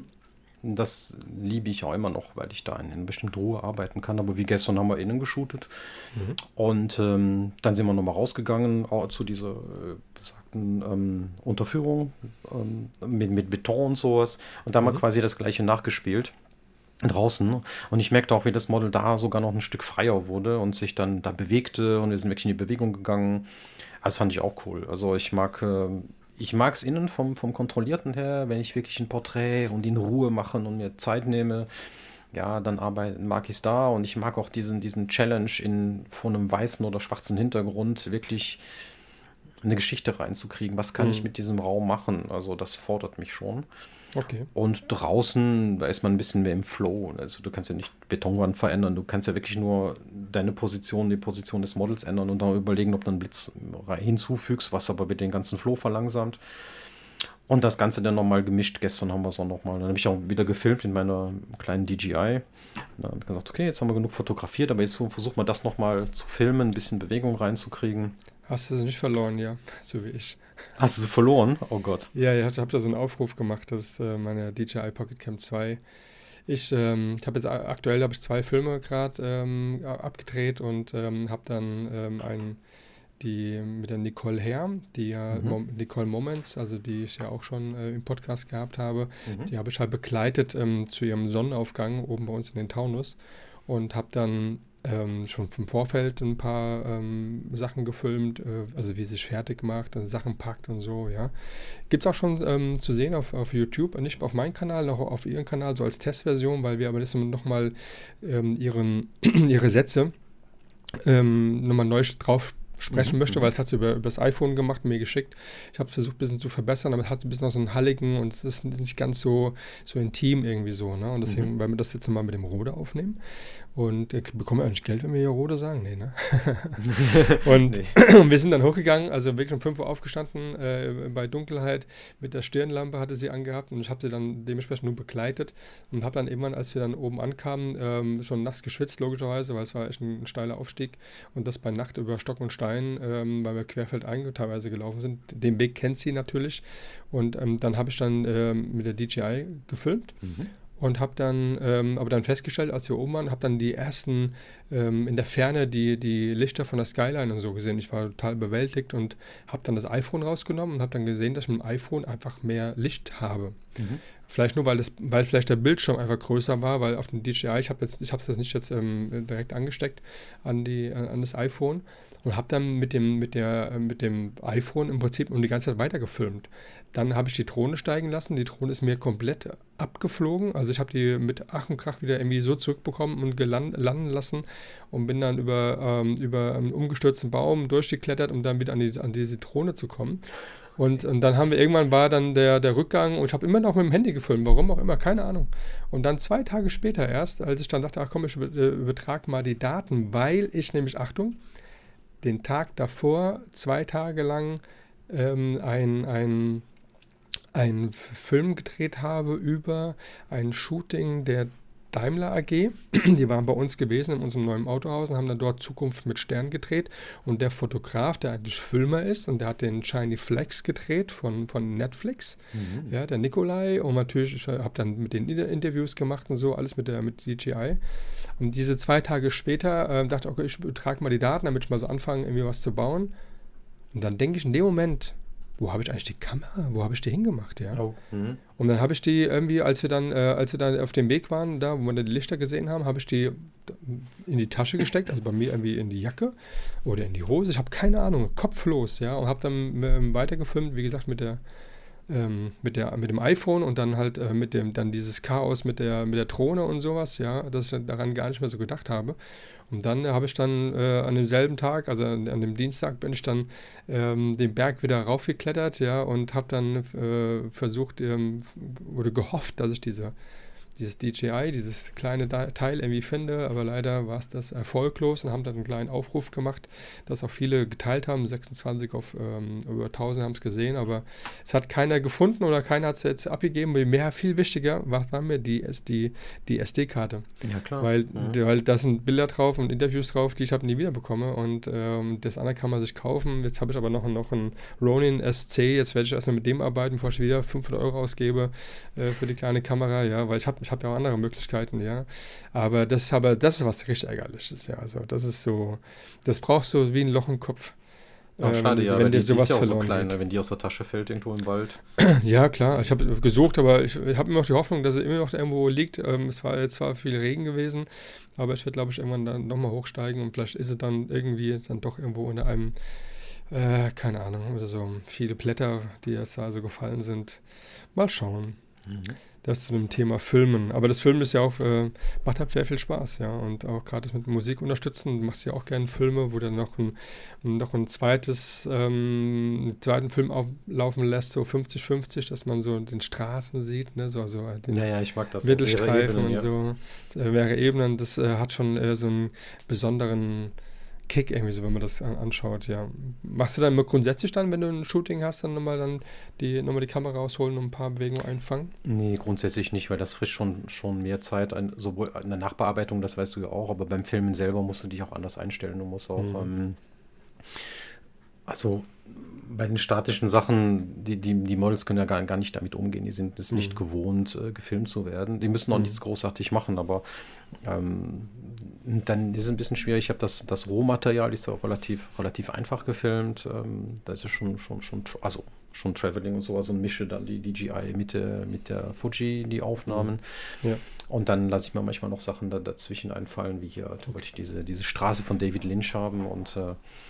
Speaker 3: das liebe ich auch immer noch, weil ich da in bestimmter Ruhe arbeiten kann. Aber wie gestern haben wir innen geshootet. Und dann sind wir nochmal rausgegangen zu dieser besagten Unterführung mit Beton und sowas. Und da haben wir quasi das Gleiche nachgespielt. Draußen und ich merkte auch, wie das Model da sogar noch ein Stück freier wurde und sich dann da bewegte und wir sind wirklich in die Bewegung gegangen. Das fand ich auch cool. Also ich mag es innen vom Kontrollierten her, wenn ich wirklich ein Porträt und in Ruhe machen und mir Zeit nehme, ja, dann mag ich es da und ich mag auch diesen Challenge vor einem weißen oder schwarzen Hintergrund wirklich eine Geschichte reinzukriegen. Was kann ich mit diesem Raum machen? Also das fordert mich schon.
Speaker 2: Okay.
Speaker 3: Und draußen, da ist man ein bisschen mehr im Flow. Also du kannst ja nicht Betonwand verändern, du kannst ja wirklich nur die Position des Models ändern und dann überlegen, ob du einen Blitz hinzufügst, was aber mit den ganzen Flow verlangsamt. Und das Ganze dann nochmal gemischt. Gestern haben wir es auch nochmal. Dann habe ich auch wieder gefilmt in meiner kleinen DJI. Dann habe ich gesagt, okay, jetzt haben wir genug fotografiert, aber jetzt versuchen wir das nochmal zu filmen, ein bisschen Bewegung reinzukriegen.
Speaker 2: Hast du sie nicht verloren, ja, so wie ich.
Speaker 3: Hast du sie verloren? Oh Gott.
Speaker 2: Ja, ich habe da so einen Aufruf gemacht, das ist meine DJI Pocket Cam 2. Ich habe jetzt aktuell 2 Filme gerade abgedreht und habe dann die mit der Nicole Herr, die Nicole Moments, also die ich ja auch schon im Podcast gehabt habe, die habe ich halt begleitet zu ihrem Sonnenaufgang oben bei uns in den Taunus und habe dann schon vom Vorfeld ein paar Sachen gefilmt, also wie sie sich fertig macht, Sachen packt und so, ja. Gibt es auch schon zu sehen auf YouTube, nicht auf meinem Kanal, noch auf ihren Kanal, so als Testversion, weil wir aber das nochmal ihre Sätze nochmal neu drauf sprechen möchte, weil es hat sie über das iPhone gemacht, mir geschickt. Ich habe es versucht, ein bisschen zu verbessern, aber es hat ein bisschen noch so einen halligen und es ist nicht ganz so intim irgendwie so, ne? Und deswegen, weil wir das jetzt mal mit dem Rode aufnehmen. Und bekommen wir eigentlich Geld, wenn wir hier Rode sagen? Nee, ne? Und wir sind dann hochgegangen, also wirklich um 5 Uhr aufgestanden, bei Dunkelheit, mit der Stirnlampe hatte sie angehabt und ich habe sie dann dementsprechend nur begleitet und habe dann irgendwann, als wir dann oben ankamen, schon nass geschwitzt, logischerweise, weil es war echt ein steiler Aufstieg und das bei Nacht über Stock und Stein, weil wir querfeldein teilweise gelaufen sind. Den Weg kennt sie natürlich und dann habe ich dann mit der DJI gefilmt. und habe dann aber dann festgestellt, als wir oben waren, habe dann die ersten in der Ferne die Lichter von der Skyline und so gesehen. Ich war total überwältigt und habe dann das iPhone rausgenommen und habe dann gesehen, dass ich mit dem iPhone einfach mehr Licht habe. Vielleicht nur, weil vielleicht der Bildschirm einfach größer war, weil auf dem DJI, ich habe es nicht jetzt direkt angesteckt an das iPhone und habe dann mit dem iPhone im Prinzip die ganze Zeit weiter gefilmt. Dann habe ich die Drohne steigen lassen. Die Drohne ist mir komplett abgeflogen. Also ich habe die mit Ach und Krach wieder irgendwie so zurückbekommen und landen lassen und bin dann über einen umgestürzten Baum durchgeklettert, um dann wieder an diese Drohne zu kommen. Und dann war dann der Rückgang und ich habe immer noch mit dem Handy gefilmt, warum auch immer, keine Ahnung. Und dann 2 Tage später erst, als ich dann dachte, ach komm, ich übertrage mal die Daten, weil ich nämlich, Achtung, den Tag davor 2 Tage lang einen Film gedreht habe über ein Shooting der Daimler AG. Die waren bei uns gewesen in unserem neuen Autohaus und haben dann dort Zukunft mit Stern gedreht. Und der Fotograf, der eigentlich Filmer ist, und der hat den Shiny Flex gedreht von Netflix, ja, der Nikolai. Und natürlich, ich habe dann mit den Interviews gemacht und so, alles mit DJI. Und diese 2 Tage später dachte ich, okay, ich trage mal die Daten, damit ich mal so anfange, irgendwie was zu bauen. Und dann denke ich in dem Moment, wo habe ich eigentlich die Kamera? Wo habe ich die hingemacht? Ja? Oh. Und dann habe ich die irgendwie, als wir dann auf dem Weg waren, da, wo wir dann die Lichter gesehen haben, habe ich die in die Tasche gesteckt, also bei mir irgendwie in die Jacke oder in die Hose. Ich habe keine Ahnung, kopflos, ja, und habe dann weitergefilmt, wie gesagt, mit dem iPhone und dann halt dann dieses Chaos mit der Drohne und sowas, ja, dass ich daran gar nicht mehr so gedacht habe. Und dann habe ich dann an demselben Tag, also an dem Dienstag, bin ich dann den Berg wieder raufgeklettert, ja, und habe dann versucht oder gehofft, dass ich dieses DJI, dieses kleine Teil irgendwie finde, aber leider war es das erfolglos und haben dann einen kleinen Aufruf gemacht, dass auch viele geteilt haben, 26 auf über 1000 haben es gesehen, aber es hat keiner gefunden oder keiner hat es jetzt abgegeben, weil viel wichtiger war mir die SD-Karte. Ja, klar. Weil da sind Bilder drauf und Interviews drauf, die ich nie wieder bekomme und das andere kann man sich kaufen. Jetzt habe ich aber noch einen Ronin SC, jetzt werde ich erstmal mit dem arbeiten, bevor ich wieder 500 € ausgebe für die kleine Kamera, ja, weil ich habe ja auch andere Möglichkeiten, ja. Aber das ist was richtig Ärgerliches, ja. Also das ist so, das brauchst du wie ein Loch im Kopf.
Speaker 3: Oh, schade, ja, wenn dir sowas ist ja auch so klein, wenn die aus der Tasche fällt irgendwo im Wald.
Speaker 2: Ja, klar. Ich habe gesucht, aber ich habe immer noch die Hoffnung, dass er immer noch irgendwo liegt. Es war jetzt zwar viel Regen gewesen, aber ich werde, glaube ich, irgendwann dann nochmal hochsteigen und vielleicht ist es dann irgendwie dann doch irgendwo in einem, keine Ahnung, oder so viele Blätter, die jetzt da so gefallen sind. Mal schauen. Das zu dem Thema Filmen. Aber das Filmen ist ja auch, macht halt sehr viel Spaß, ja. Und auch gerade das mit Musik unterstützen, du machst ja auch gerne Filme, wo du noch einen zweiten Film laufen lässt, so 50-50, dass man so den Straßen sieht, ne, so den
Speaker 3: ich mag das.
Speaker 2: Mittelstreifen und so. Mehrere Ebenen, das hat schon so einen besonderen Kick irgendwie so, wenn man das anschaut, ja. Machst du dann immer grundsätzlich dann, wenn du ein Shooting hast, dann nochmal die Kamera rausholen und ein paar Bewegungen einfangen?
Speaker 3: Nee, grundsätzlich nicht, weil das frisst schon mehr Zeit, sowohl in der Nachbearbeitung, das weißt du ja auch, aber beim Filmen selber musst du dich auch anders einstellen. Du musst auch, also bei den statischen Sachen, die Models können ja gar nicht damit umgehen, die sind es nicht gewohnt, gefilmt zu werden. Die müssen auch nichts großartig machen, aber dann ist es ein bisschen schwierig. Ich habe das Rohmaterial ist auch relativ einfach gefilmt. Da ist es schon Traveling und sowas und mische dann die DJI mit der Fuji die Aufnahmen. Ja. Und dann lasse ich mir manchmal noch Sachen dazwischen einfallen, wie hier, da wollte ich diese Straße von David Lynch haben und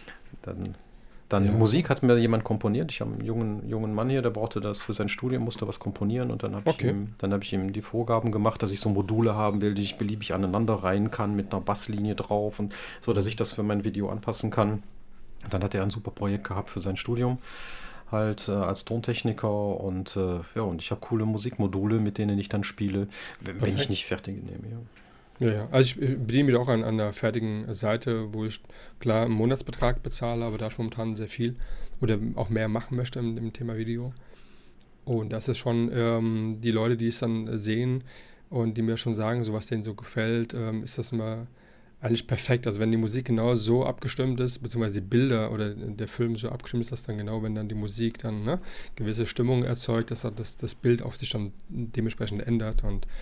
Speaker 3: dann Musik hat mir jemand komponiert. Ich habe einen jungen Mann hier, der brauchte das für sein Studium, musste was komponieren und dann habe ich ihm die Vorgaben gemacht, dass ich so Module haben will, die ich beliebig aneinander reihen kann mit einer Basslinie drauf und so, dass ich das für mein Video anpassen kann. Und dann hat er ein super Projekt gehabt für sein Studium, halt als Tontechniker und und ich habe coole Musikmodule, mit denen ich dann spiele, wenn ich nicht fertig nehme. Ja.
Speaker 2: Ja, also ich bediene mich auch an der fertigen Seite, wo ich klar einen Monatsbetrag bezahle, aber da ich momentan sehr viel oder auch mehr machen möchte im Thema Video. Und das ist schon die Leute, die es dann sehen und die mir schon sagen, so was denen so gefällt, ist das immer eigentlich perfekt. Also wenn die Musik genau so abgestimmt ist, beziehungsweise die Bilder oder der Film so abgestimmt ist, dass dann genau, wenn dann die Musik dann gewisse Stimmung erzeugt, dass das Bild auf sich dann dementsprechend ändert und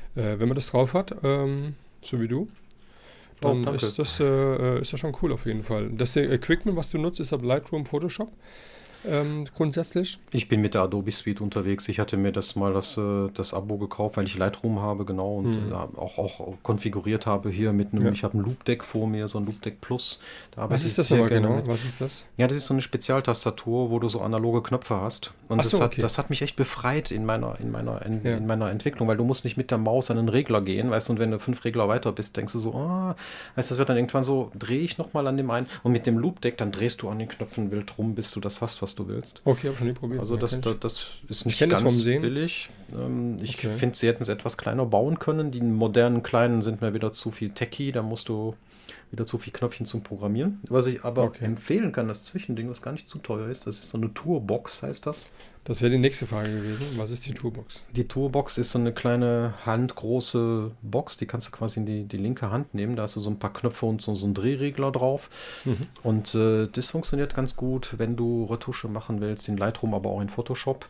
Speaker 2: Wenn man das drauf hat, so wie du, dann ist das schon cool auf jeden Fall. Das Equipment, was du nutzt, ist ab Lightroom, Photoshop. Grundsätzlich?
Speaker 3: Ich bin mit der Adobe Suite unterwegs. Ich hatte mir das Abo gekauft, weil ich Lightroom habe, genau, und auch konfiguriert habe hier mit einem, ich habe ein Loop Deck vor mir, so ein Loop Deck Plus.
Speaker 2: Was ist das nochmal genau? Was ist das?
Speaker 3: Ja, das ist so eine Spezialtastatur, wo du so analoge Knöpfe hast. Und das hat mich echt befreit in meiner Entwicklung, weil du musst nicht mit der Maus an den Regler gehen, weißt du, und wenn du 5 Regler weiter bist, denkst du so, weißt du, das wird dann irgendwann so, drehe ich nochmal an dem einen, und mit dem Loop Deck, dann drehst du an den Knöpfen wild rum, bis du das hast, was du willst.
Speaker 2: Okay, habe schon nie probiert.
Speaker 3: Also das ist nicht ganz billig. Ich finde, sie hätten es etwas kleiner bauen können. Die modernen kleinen sind mir wieder zu viel techy, da musst du wieder zu viel Knöpfchen zum Programmieren. Was ich aber empfehlen kann, das Zwischending, was gar nicht zu teuer ist, das ist so eine Tourbox, heißt das.
Speaker 2: Das wäre die nächste Frage gewesen. Was ist die Tourbox?
Speaker 3: Die Tourbox ist so eine kleine handgroße Box, die kannst du quasi in die linke Hand nehmen. Da hast du so ein paar Knöpfe und so einen Drehregler drauf. Und das funktioniert ganz gut, wenn du Retusche machen willst, in Lightroom, aber auch in Photoshop.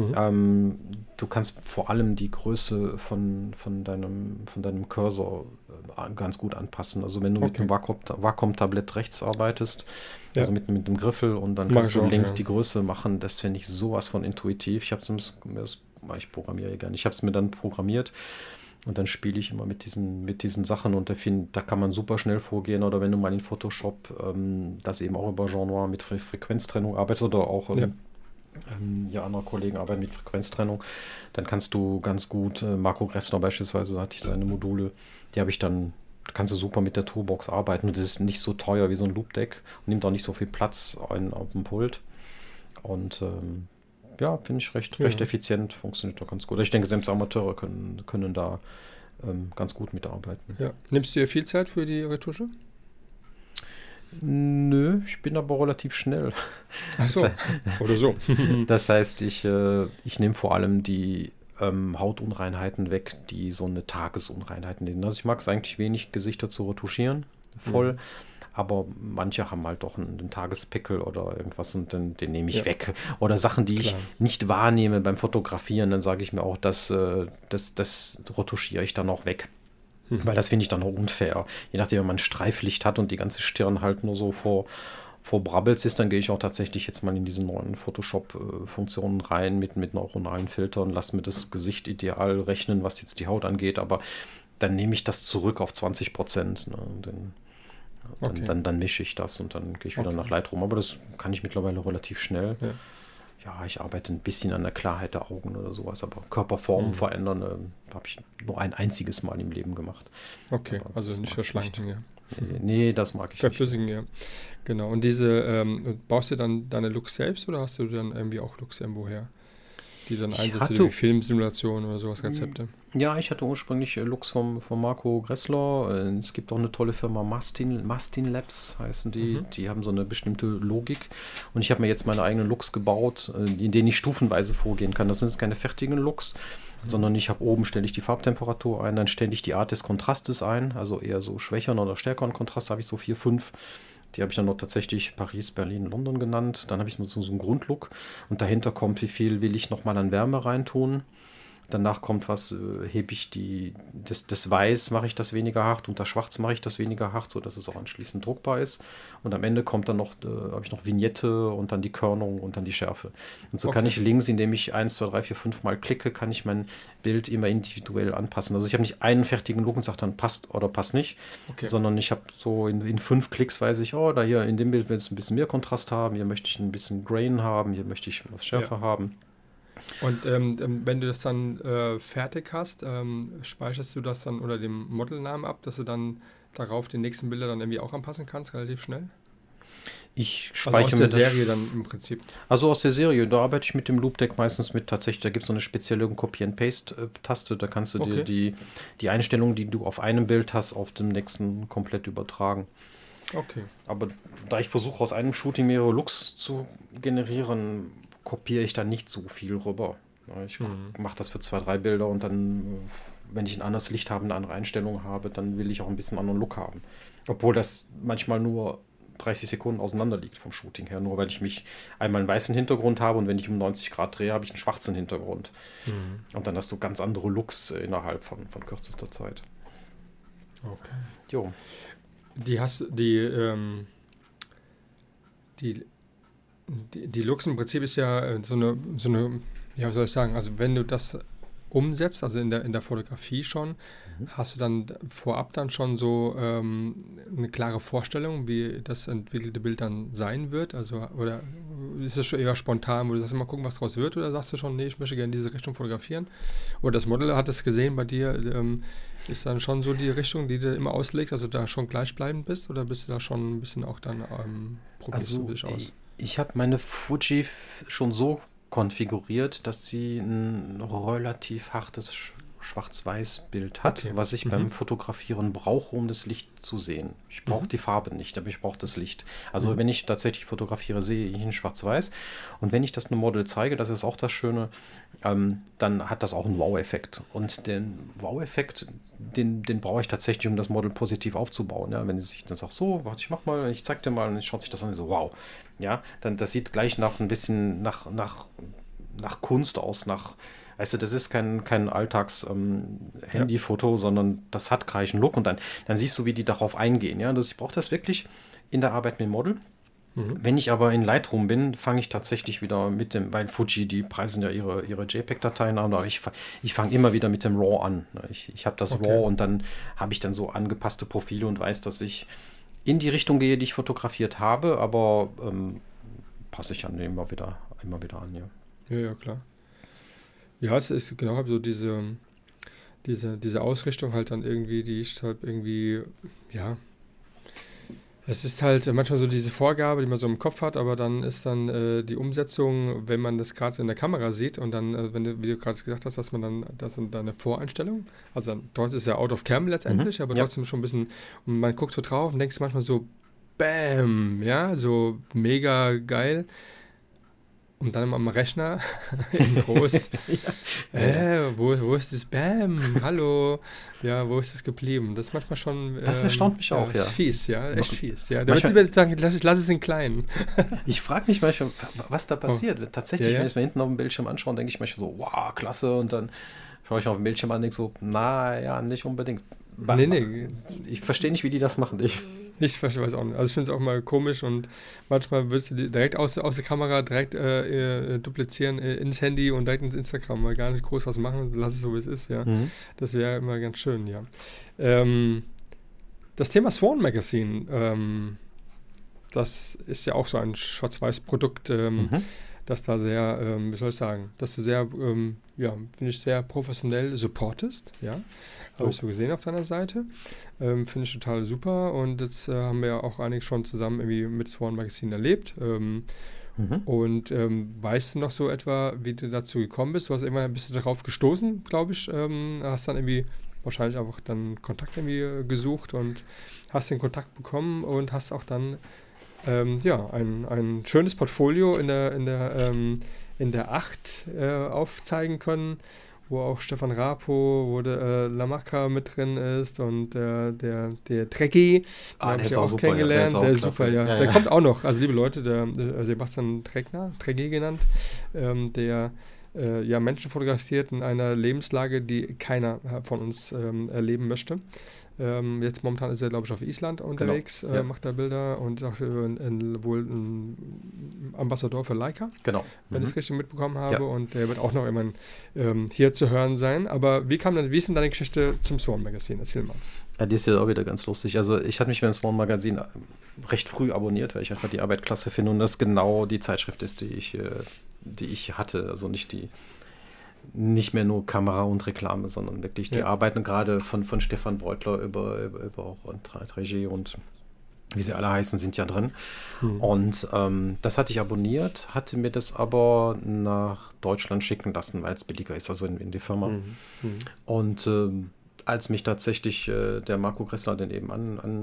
Speaker 3: Du kannst vor allem die Größe von deinem Cursor ganz gut anpassen. Also wenn du mit dem Wacom-Tablett rechts arbeitest, also mit dem Griffel, und dann kannst du links die Größe machen, das finde ich sowas von intuitiv. Ich programmiere gerne. Ich habe es mir dann programmiert und dann spiele ich immer mit diesen Sachen, und da kann man super schnell vorgehen. Oder wenn du mal in Photoshop das eben auch über Genre mit Frequenztrennung arbeitest, oder auch andere Kollegen arbeiten mit Frequenztrennung, dann kannst du ganz gut, Marco Gressler beispielsweise hatte ich seine Module, die habe ich dann, kannst du super mit der Toolbox arbeiten, und das ist nicht so teuer wie so ein Loop Deck und nimmt auch nicht so viel Platz auf dem Pult, und finde ich recht effizient, funktioniert doch ganz gut. Ich denke, selbst Amateure können da ganz gut mitarbeiten.
Speaker 2: Ja. Nimmst du dir viel Zeit für die Retusche?
Speaker 3: Nö, ich bin aber relativ schnell.
Speaker 2: Ach so, oder so.
Speaker 3: Das heißt, ich nehme vor allem die Hautunreinheiten weg, die so eine Tagesunreinheiten sind. Also ich mag es eigentlich wenig, Gesichter zu retuschieren, voll. Aber manche haben halt doch einen Tagespickel oder irgendwas, und den nehme ich weg. Oder Sachen, die ich nicht wahrnehme beim Fotografieren, dann sage ich mir auch, das retuschiere ich dann auch weg. Weil das finde ich dann auch unfair. Je nachdem, wenn man Streiflicht hat und die ganze Stirn halt nur so vor Brabbels ist, dann gehe ich auch tatsächlich jetzt mal in diese neuen Photoshop-Funktionen rein mit neuronalen Filtern, lasse mir das Gesicht ideal rechnen, was jetzt die Haut angeht, aber dann nehme ich das zurück auf 20%. Ne? Dann mische ich das und dann gehe ich wieder nach Lightroom. Aber das kann ich mittlerweile relativ schnell. Ja, ich arbeite ein bisschen an der Klarheit der Augen oder sowas, aber Körperformen verändern habe ich nur ein einziges Mal im Leben gemacht.
Speaker 2: Okay, aber also nicht verschlanken, ja.
Speaker 3: Nee, das mag ich
Speaker 2: Verflüssigen, ja. Genau. Und diese, baust du dann deine Looks selbst oder hast du dann irgendwie auch Looks irgendwoher, die dann einsetzt, wie Filmsimulation oder sowas, Rezepte?
Speaker 3: Ja, ich hatte ursprünglich Looks von Marco Gressler. Es gibt auch eine tolle Firma, Mastin Labs heißen die. Die haben so eine bestimmte Logik. Und ich habe mir jetzt meine eigenen Looks gebaut, in denen ich stufenweise vorgehen kann. Das sind jetzt keine fertigen Looks, sondern ich habe oben, stelle ich die Farbtemperatur ein, dann stelle ich die Art des Kontrastes ein, also eher so schwächeren oder stärkeren Kontrast habe ich so 4, 5. Die habe ich dann noch tatsächlich Paris, Berlin, London genannt. Dann habe ich so einen Grundlook, und dahinter kommt, wie viel will ich nochmal an Wärme reintun. Danach kommt hebe ich das Weiß, mache ich das weniger hart, und das Schwarz mache ich das weniger hart, sodass es auch anschließend druckbar ist. Und am Ende kommt dann noch, habe ich noch Vignette und dann die Körnung und dann die Schärfe. Und so kann ich links, indem ich 1, 2, 3, 4, 5 Mal klicke, kann ich mein Bild immer individuell anpassen. Also ich habe nicht einen fertigen Look und sage dann passt oder passt nicht, sondern ich habe so in 5 Klicks weiß ich, da hier in dem Bild will es ein bisschen mehr Kontrast haben, hier möchte ich ein bisschen Grain haben, hier möchte ich was schärfer haben.
Speaker 2: Und wenn du das dann fertig hast, speicherst du das dann unter dem Modelnamen ab, dass du dann darauf die nächsten Bilder dann irgendwie auch anpassen kannst, relativ schnell?
Speaker 3: Ich speichere
Speaker 2: aus der Serie dann im Prinzip.
Speaker 3: Also aus der Serie, da arbeite ich mit dem Loop Deck meistens mit tatsächlich, da gibt es so eine spezielle Copy-and-Paste-Taste, da kannst du dir die Einstellungen, die du auf einem Bild hast, auf dem nächsten komplett übertragen.
Speaker 2: Okay.
Speaker 3: Aber da ich versuche, aus einem Shooting mehrere Looks zu generieren, kopiere ich da nicht so viel rüber. Ich mache das für 2, 3 Bilder, und dann, wenn ich ein anderes Licht habe, eine andere Einstellung habe, dann will ich auch ein bisschen anderen Look haben. Obwohl das manchmal nur 30 Sekunden auseinander liegt vom Shooting her, nur weil ich mich einmal einen weißen Hintergrund habe und wenn ich um 90 Grad drehe, habe ich einen schwarzen Hintergrund. Und dann hast du ganz andere Looks innerhalb von kürzester Zeit.
Speaker 2: Okay.
Speaker 3: Jo.
Speaker 2: Die Looks im Prinzip ist ja so eine, ja, wie soll ich sagen, also wenn du das umsetzt, also in der Fotografie schon, hast du dann vorab dann schon so eine klare Vorstellung, wie das entwickelte Bild dann sein wird? Also, oder ist es schon eher spontan, wo du sagst, mal gucken, was draus wird, oder sagst du schon, nee, ich möchte gerne in diese Richtung fotografieren? Oder das Model hat es gesehen bei dir, ist dann schon so die Richtung, die du immer auslegst, also da schon gleichbleibend bist, oder bist du da schon ein bisschen auch dann probierst du dich aus?
Speaker 3: Ich habe meine Fuji schon so konfiguriert, dass sie ein relativ hartes Schwarz-Weiß-Bild hat, okay, was ich beim Fotografieren brauche, um das Licht zu sehen. Ich brauche die Farbe nicht, aber ich brauche das Licht. Also wenn ich tatsächlich fotografiere, sehe ich in Schwarz-Weiß. Und wenn ich das einem Model zeige, das ist auch das Schöne, dann hat das auch einen Wow-Effekt. Und den Wow-Effekt, den brauche ich tatsächlich, um das Model positiv aufzubauen. Ja, wenn sie sich dann sagt, so, warte, ich mach mal, ich zeig dir mal, und ich schaut sich das an, so, wow. Ja, dann das sieht gleich nach ein bisschen nach Kunst aus, weißt du, das ist kein Alltags-Handyfoto, sondern das hat gleich einen Look und dann siehst du, wie die darauf eingehen. Ja? Ich brauche das wirklich in der Arbeit mit dem Model. Wenn ich aber in Lightroom bin, fange ich tatsächlich wieder mit dem, weil Fuji, die preisen ja ihre JPEG-Dateien an, aber ich fange immer wieder mit dem RAW an. Ich habe das RAW und dann habe ich dann so angepasste Profile und weiß, dass ich in die Richtung gehe, die ich fotografiert habe, aber passe ich dann immer wieder an, ja.
Speaker 2: Ja, klar. Ja, es ist genau halt so diese Ausrichtung halt dann irgendwie, die ich halt irgendwie, ja, es ist halt manchmal so diese Vorgabe, die man so im Kopf hat, aber dann ist dann die Umsetzung, wenn man das gerade in der Kamera sieht und dann, wie du gerade gesagt hast, dass man dann, das sind dann eine Voreinstellung, also dann, dort ist ja out of cam letztendlich, aber trotzdem schon ein bisschen, und man guckt so drauf und denkt manchmal so, bam, ja, so mega geil. Und dann am Rechner in groß, wo ist das Bam? Hallo, ja, wo ist das geblieben? Das ist manchmal schon...
Speaker 3: das erstaunt mich auch, ja.
Speaker 2: Das ist fies, ja, echt fies. Ja. Da würde ich sagen, lass es in klein.
Speaker 3: Ich frage mich manchmal, was da passiert. Tatsächlich, wenn ich es mir hinten auf dem Bildschirm anschaue, denke ich manchmal so, wow, klasse. Und dann schaue ich auf dem Bildschirm an und denke so, naja, nicht unbedingt.
Speaker 2: Nee.
Speaker 3: Ich verstehe nicht, wie die das machen.
Speaker 2: Ich weiß auch nicht. Also ich finde es auch mal komisch und manchmal würdest du die direkt aus der Kamera direkt duplizieren ins Handy und direkt ins Instagram, mal gar nicht groß was machen, lass es so, wie es ist, ja. Das wäre immer ganz schön, ja. Das Thema Swan Magazine, das ist ja auch so ein Schwarz-Weiß-Produkt, das da sehr, wie soll ich sagen, dass du sehr, finde ich, sehr professionell supportest, ja. Habe ich so gesehen auf deiner Seite. Finde ich total super. Und jetzt haben wir ja auch einige schon zusammen irgendwie mit Swan Magazine erlebt. Und weißt du noch so etwa, wie du dazu gekommen bist? Du hast irgendwann ein bisschen darauf gestoßen, glaube ich. Hast dann irgendwie wahrscheinlich einfach dann Kontakt irgendwie gesucht und hast den Kontakt bekommen und hast auch dann ein schönes Portfolio in der 8 aufzeigen können, wo auch Stefan Rapo, wo der Lamacra mit drin ist und der Trecki, den habe ich auch kennengelernt. Der ist super, ja. Der kommt auch noch. Also liebe Leute, der Sebastian Trecki genannt, der Menschen fotografiert in einer Lebenslage, die keiner von uns erleben möchte. Jetzt momentan ist er, glaube ich, auf Island unterwegs, macht da Bilder und ist auch wohl ein Ambassador für Leica, wenn ich es richtig mitbekommen habe. Ja. Und der wird auch noch immer hier zu hören sein. Aber wie ist denn deine Geschichte zum Swan Magazine? Erzähl mal.
Speaker 3: Ja, die ist ja auch wieder ganz lustig. Also ich hatte mich mit dem Swan Magazine recht früh abonniert, weil ich einfach die Arbeit klasse finde und das genau die Zeitschrift ist, die ich hatte. Also nicht mehr nur Kamera und Reklame, sondern wirklich die Arbeiten gerade von Stefan Beutler über auch Trecki und wie sie alle heißen, sind ja drin. Und das hatte ich abonniert, hatte mir das aber nach Deutschland schicken lassen, weil es billiger ist, also in die Firma. Und als mich tatsächlich der Marco Kressler dann eben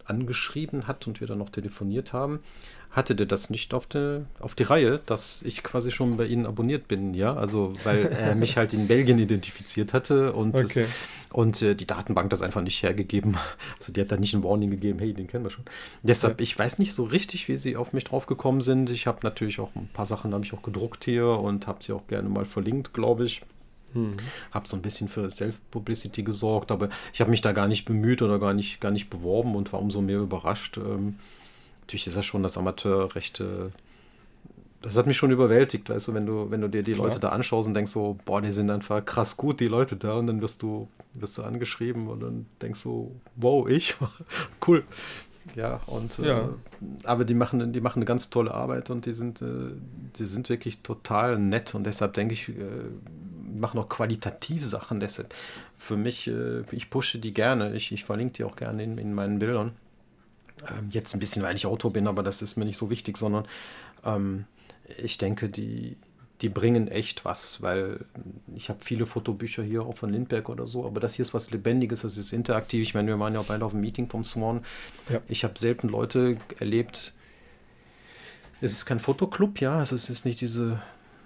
Speaker 3: angeschrieben hat und wir dann noch telefoniert haben, hatte der das nicht auf die Reihe, dass ich quasi schon bei Ihnen abonniert bin, ja, also weil er mich halt in Belgien identifiziert hatte und die Datenbank das einfach nicht hergegeben, also die hat da nicht ein Warning gegeben, hey, den kennen wir schon. Deshalb, ich weiß nicht so richtig, wie sie auf mich drauf gekommen sind. Ich habe natürlich auch ein paar Sachen, habe ich auch gedruckt hier und habe sie auch gerne mal verlinkt, glaube ich. Habe so ein bisschen für Self-Publicity gesorgt, aber ich habe mich da gar nicht bemüht oder gar nicht beworben und war umso mehr überrascht. Natürlich ist das schon das Amateurrechte. Das hat mich schon überwältigt, weißt du, wenn du dir die Leute da anschaust und denkst so, boah, die sind einfach krass gut, die Leute da, und dann wirst du angeschrieben und dann denkst du, wow, cool. Ja, und aber die machen eine ganz tolle Arbeit und die sind wirklich total nett und deshalb denke ich, machen auch qualitativ Sachen. Deshalb für mich, ich pushe die gerne, ich verlinke die auch gerne in meinen Bildern. Jetzt ein bisschen, weil ich Autor bin, aber das ist mir nicht so wichtig, sondern ich denke, die bringen echt was, weil ich habe viele Fotobücher hier, auch von Lindbergh oder so, aber das hier ist was Lebendiges, das ist interaktiv. Ich meine, wir waren ja auch beide auf dem Meeting vom Swan. Ja. Ich habe selten Leute erlebt, es ist kein Fotoclub, ja, es ist nicht diese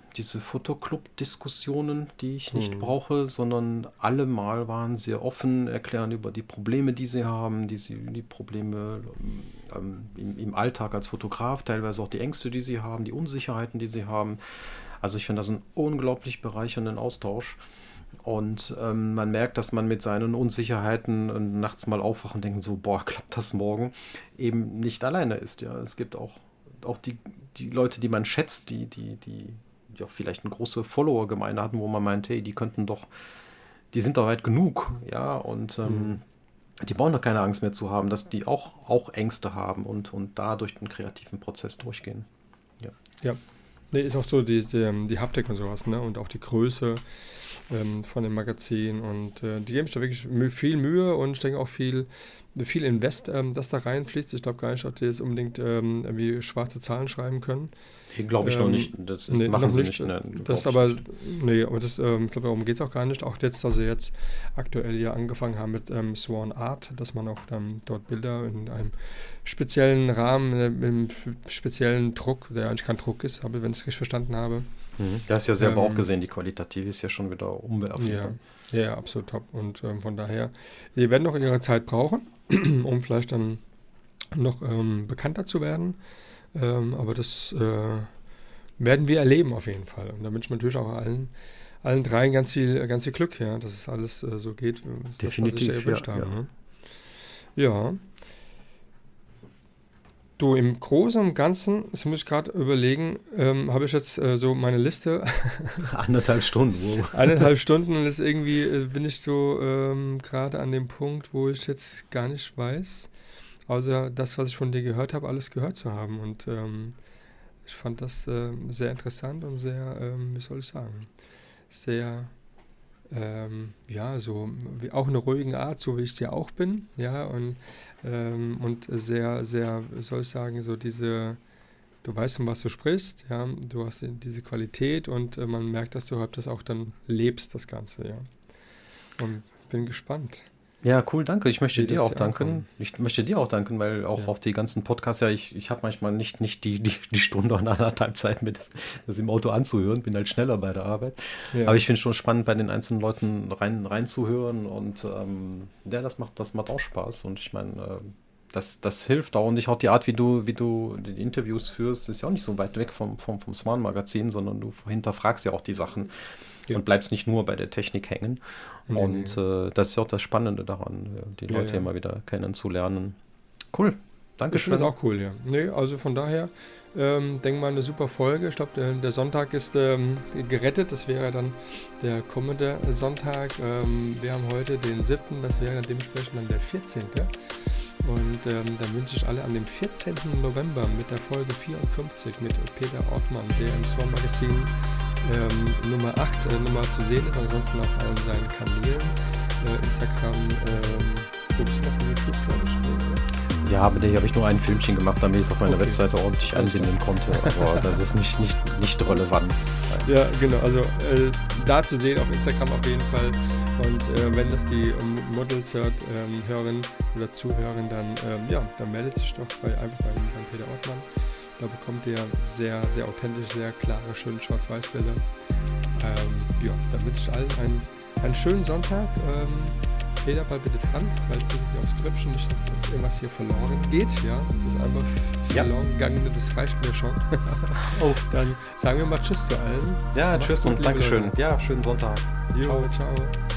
Speaker 3: Fotoclub-Diskussionen, die ich nicht brauche, sondern alle mal waren sehr offen, erklären über die Probleme, die sie haben, die Probleme im Alltag als Fotograf, teilweise auch die Ängste, die sie haben, die Unsicherheiten, die sie haben. Also ich finde das einen unglaublich bereichernden Austausch. Und man merkt, dass man mit seinen Unsicherheiten nachts mal aufwacht und denkt so, boah, klappt das morgen, eben nicht alleine ist. Ja, es gibt auch die Leute, die man schätzt, die auch vielleicht eine große Follower-Gemeinde hatten, wo man meint, hey, die sind doch weit genug, ja, und die brauchen doch keine Angst mehr zu haben, dass die auch Ängste haben und da durch den kreativen Prozess durchgehen.
Speaker 2: Ja. Nee, ist auch so die Haptik und sowas, ne, und auch die Größe von dem Magazin und die geben sich da wirklich viel Mühe und ich denke auch viel Invest, das da reinfließt. Ich glaube gar nicht, ob die jetzt unbedingt irgendwie schwarze Zahlen schreiben können.
Speaker 3: Glaube ich noch nicht. Das machen sie nicht.
Speaker 2: Nein, das aber, aber das, ich glaube, darum geht es auch gar nicht. Auch jetzt, dass sie jetzt aktuell ja angefangen haben mit Swan Art, dass man auch dann dort Bilder in einem speziellen Rahmen, im speziellen Druck, der eigentlich kein Druck ist, aber wenn ich es richtig verstanden habe.
Speaker 3: Du hast ja selber auch gesehen, die Qualitative ist ja schon wieder umwerfend.
Speaker 2: Ja, absolut top. Und von daher, die werden noch ihre Zeit brauchen, um vielleicht dann noch bekannter zu werden. Aber das werden wir erleben auf jeden Fall. Und da wünsche ich natürlich auch allen dreien ganz viel Glück, ja, dass es alles so geht,
Speaker 3: definitiv,
Speaker 2: was wir gewünscht haben. Ne? Ja. Du, im Großen und Ganzen, das muss ich gerade überlegen, habe ich jetzt so meine Liste.
Speaker 3: 1,5 Stunden.
Speaker 2: 1,5 Stunden und jetzt irgendwie bin ich so gerade an dem Punkt, wo ich jetzt gar nicht weiß, außer das, was ich von dir gehört habe, alles gehört zu haben. Und ich fand das sehr interessant und sehr, wie soll ich sagen, sehr, so wie auch eine ruhige Art, so wie ich es ja auch bin, ja, und sehr, sehr, wie soll ich sagen, so du weißt, um was du sprichst, ja, du hast diese Qualität und man merkt, dass du das auch dann lebst, das Ganze, ja. Und bin gespannt.
Speaker 3: Ja, cool, danke. Ich möchte dir auch danken. Ich möchte dir auch danken, weil auch auf die ganzen Podcasts, ich habe manchmal nicht die Stunde und 1,5 Zeit, mir das im Auto anzuhören, bin halt schneller bei der Arbeit. Ja. Aber ich finde es schon spannend, bei den einzelnen Leuten reinzuhören und das macht auch Spaß und ich meine, das hilft auch und ich auch die Art, wie du die Interviews führst, ist ja auch nicht so weit weg vom Swan-Magazin, sondern du hinterfragst ja auch die Sachen. Und bleibst nicht nur bei der Technik hängen. Und das ist ja auch das Spannende daran, die Leute immer wieder kennenzulernen. Cool, danke schön.
Speaker 2: Das ist auch cool, ja. Nee, also von daher, denke mal, eine super Folge. Ich glaube, der Sonntag ist gerettet. Das wäre dann der kommende Sonntag. Wir haben heute den 7., das wäre dann dementsprechend dann der 14. Und dann wünsche ich alle an dem 14. November mit der Folge 54 mit Peter Ortmann, der im Swan Magazin Nummer 8 Nummer zu sehen ist, ansonsten auf allen seinen Kanälen, Instagram, guckst du noch auf YouTube, glaube ich.
Speaker 3: Ja, aber habe ich nur ein Filmchen gemacht, damit ich es auf meiner Webseite ordentlich einbinden konnte, aber das ist nicht relevant.
Speaker 2: Ja, genau, also da zu sehen auf Instagram auf jeden Fall und wenn das die Models hören oder zuhören, dann meldet sich doch einfach beim Peter Ortmann. Da bekommt ihr sehr, sehr authentisch, sehr klare, schöne Schwarz-Weiß-Bilder. Dann wünsche ich allen einen schönen Sonntag. Peter, bald bitte dran, weil ich bin hier aufs Grüppchen, nicht, dass jetzt irgendwas hier verloren geht. Ja, das ist einfach verloren gegangen, das reicht mir schon. Dann sagen wir mal Tschüss zu allen.
Speaker 3: Ja, Tschüss und Dankeschön. Ja, schönen Sonntag.
Speaker 2: Jo, ciao.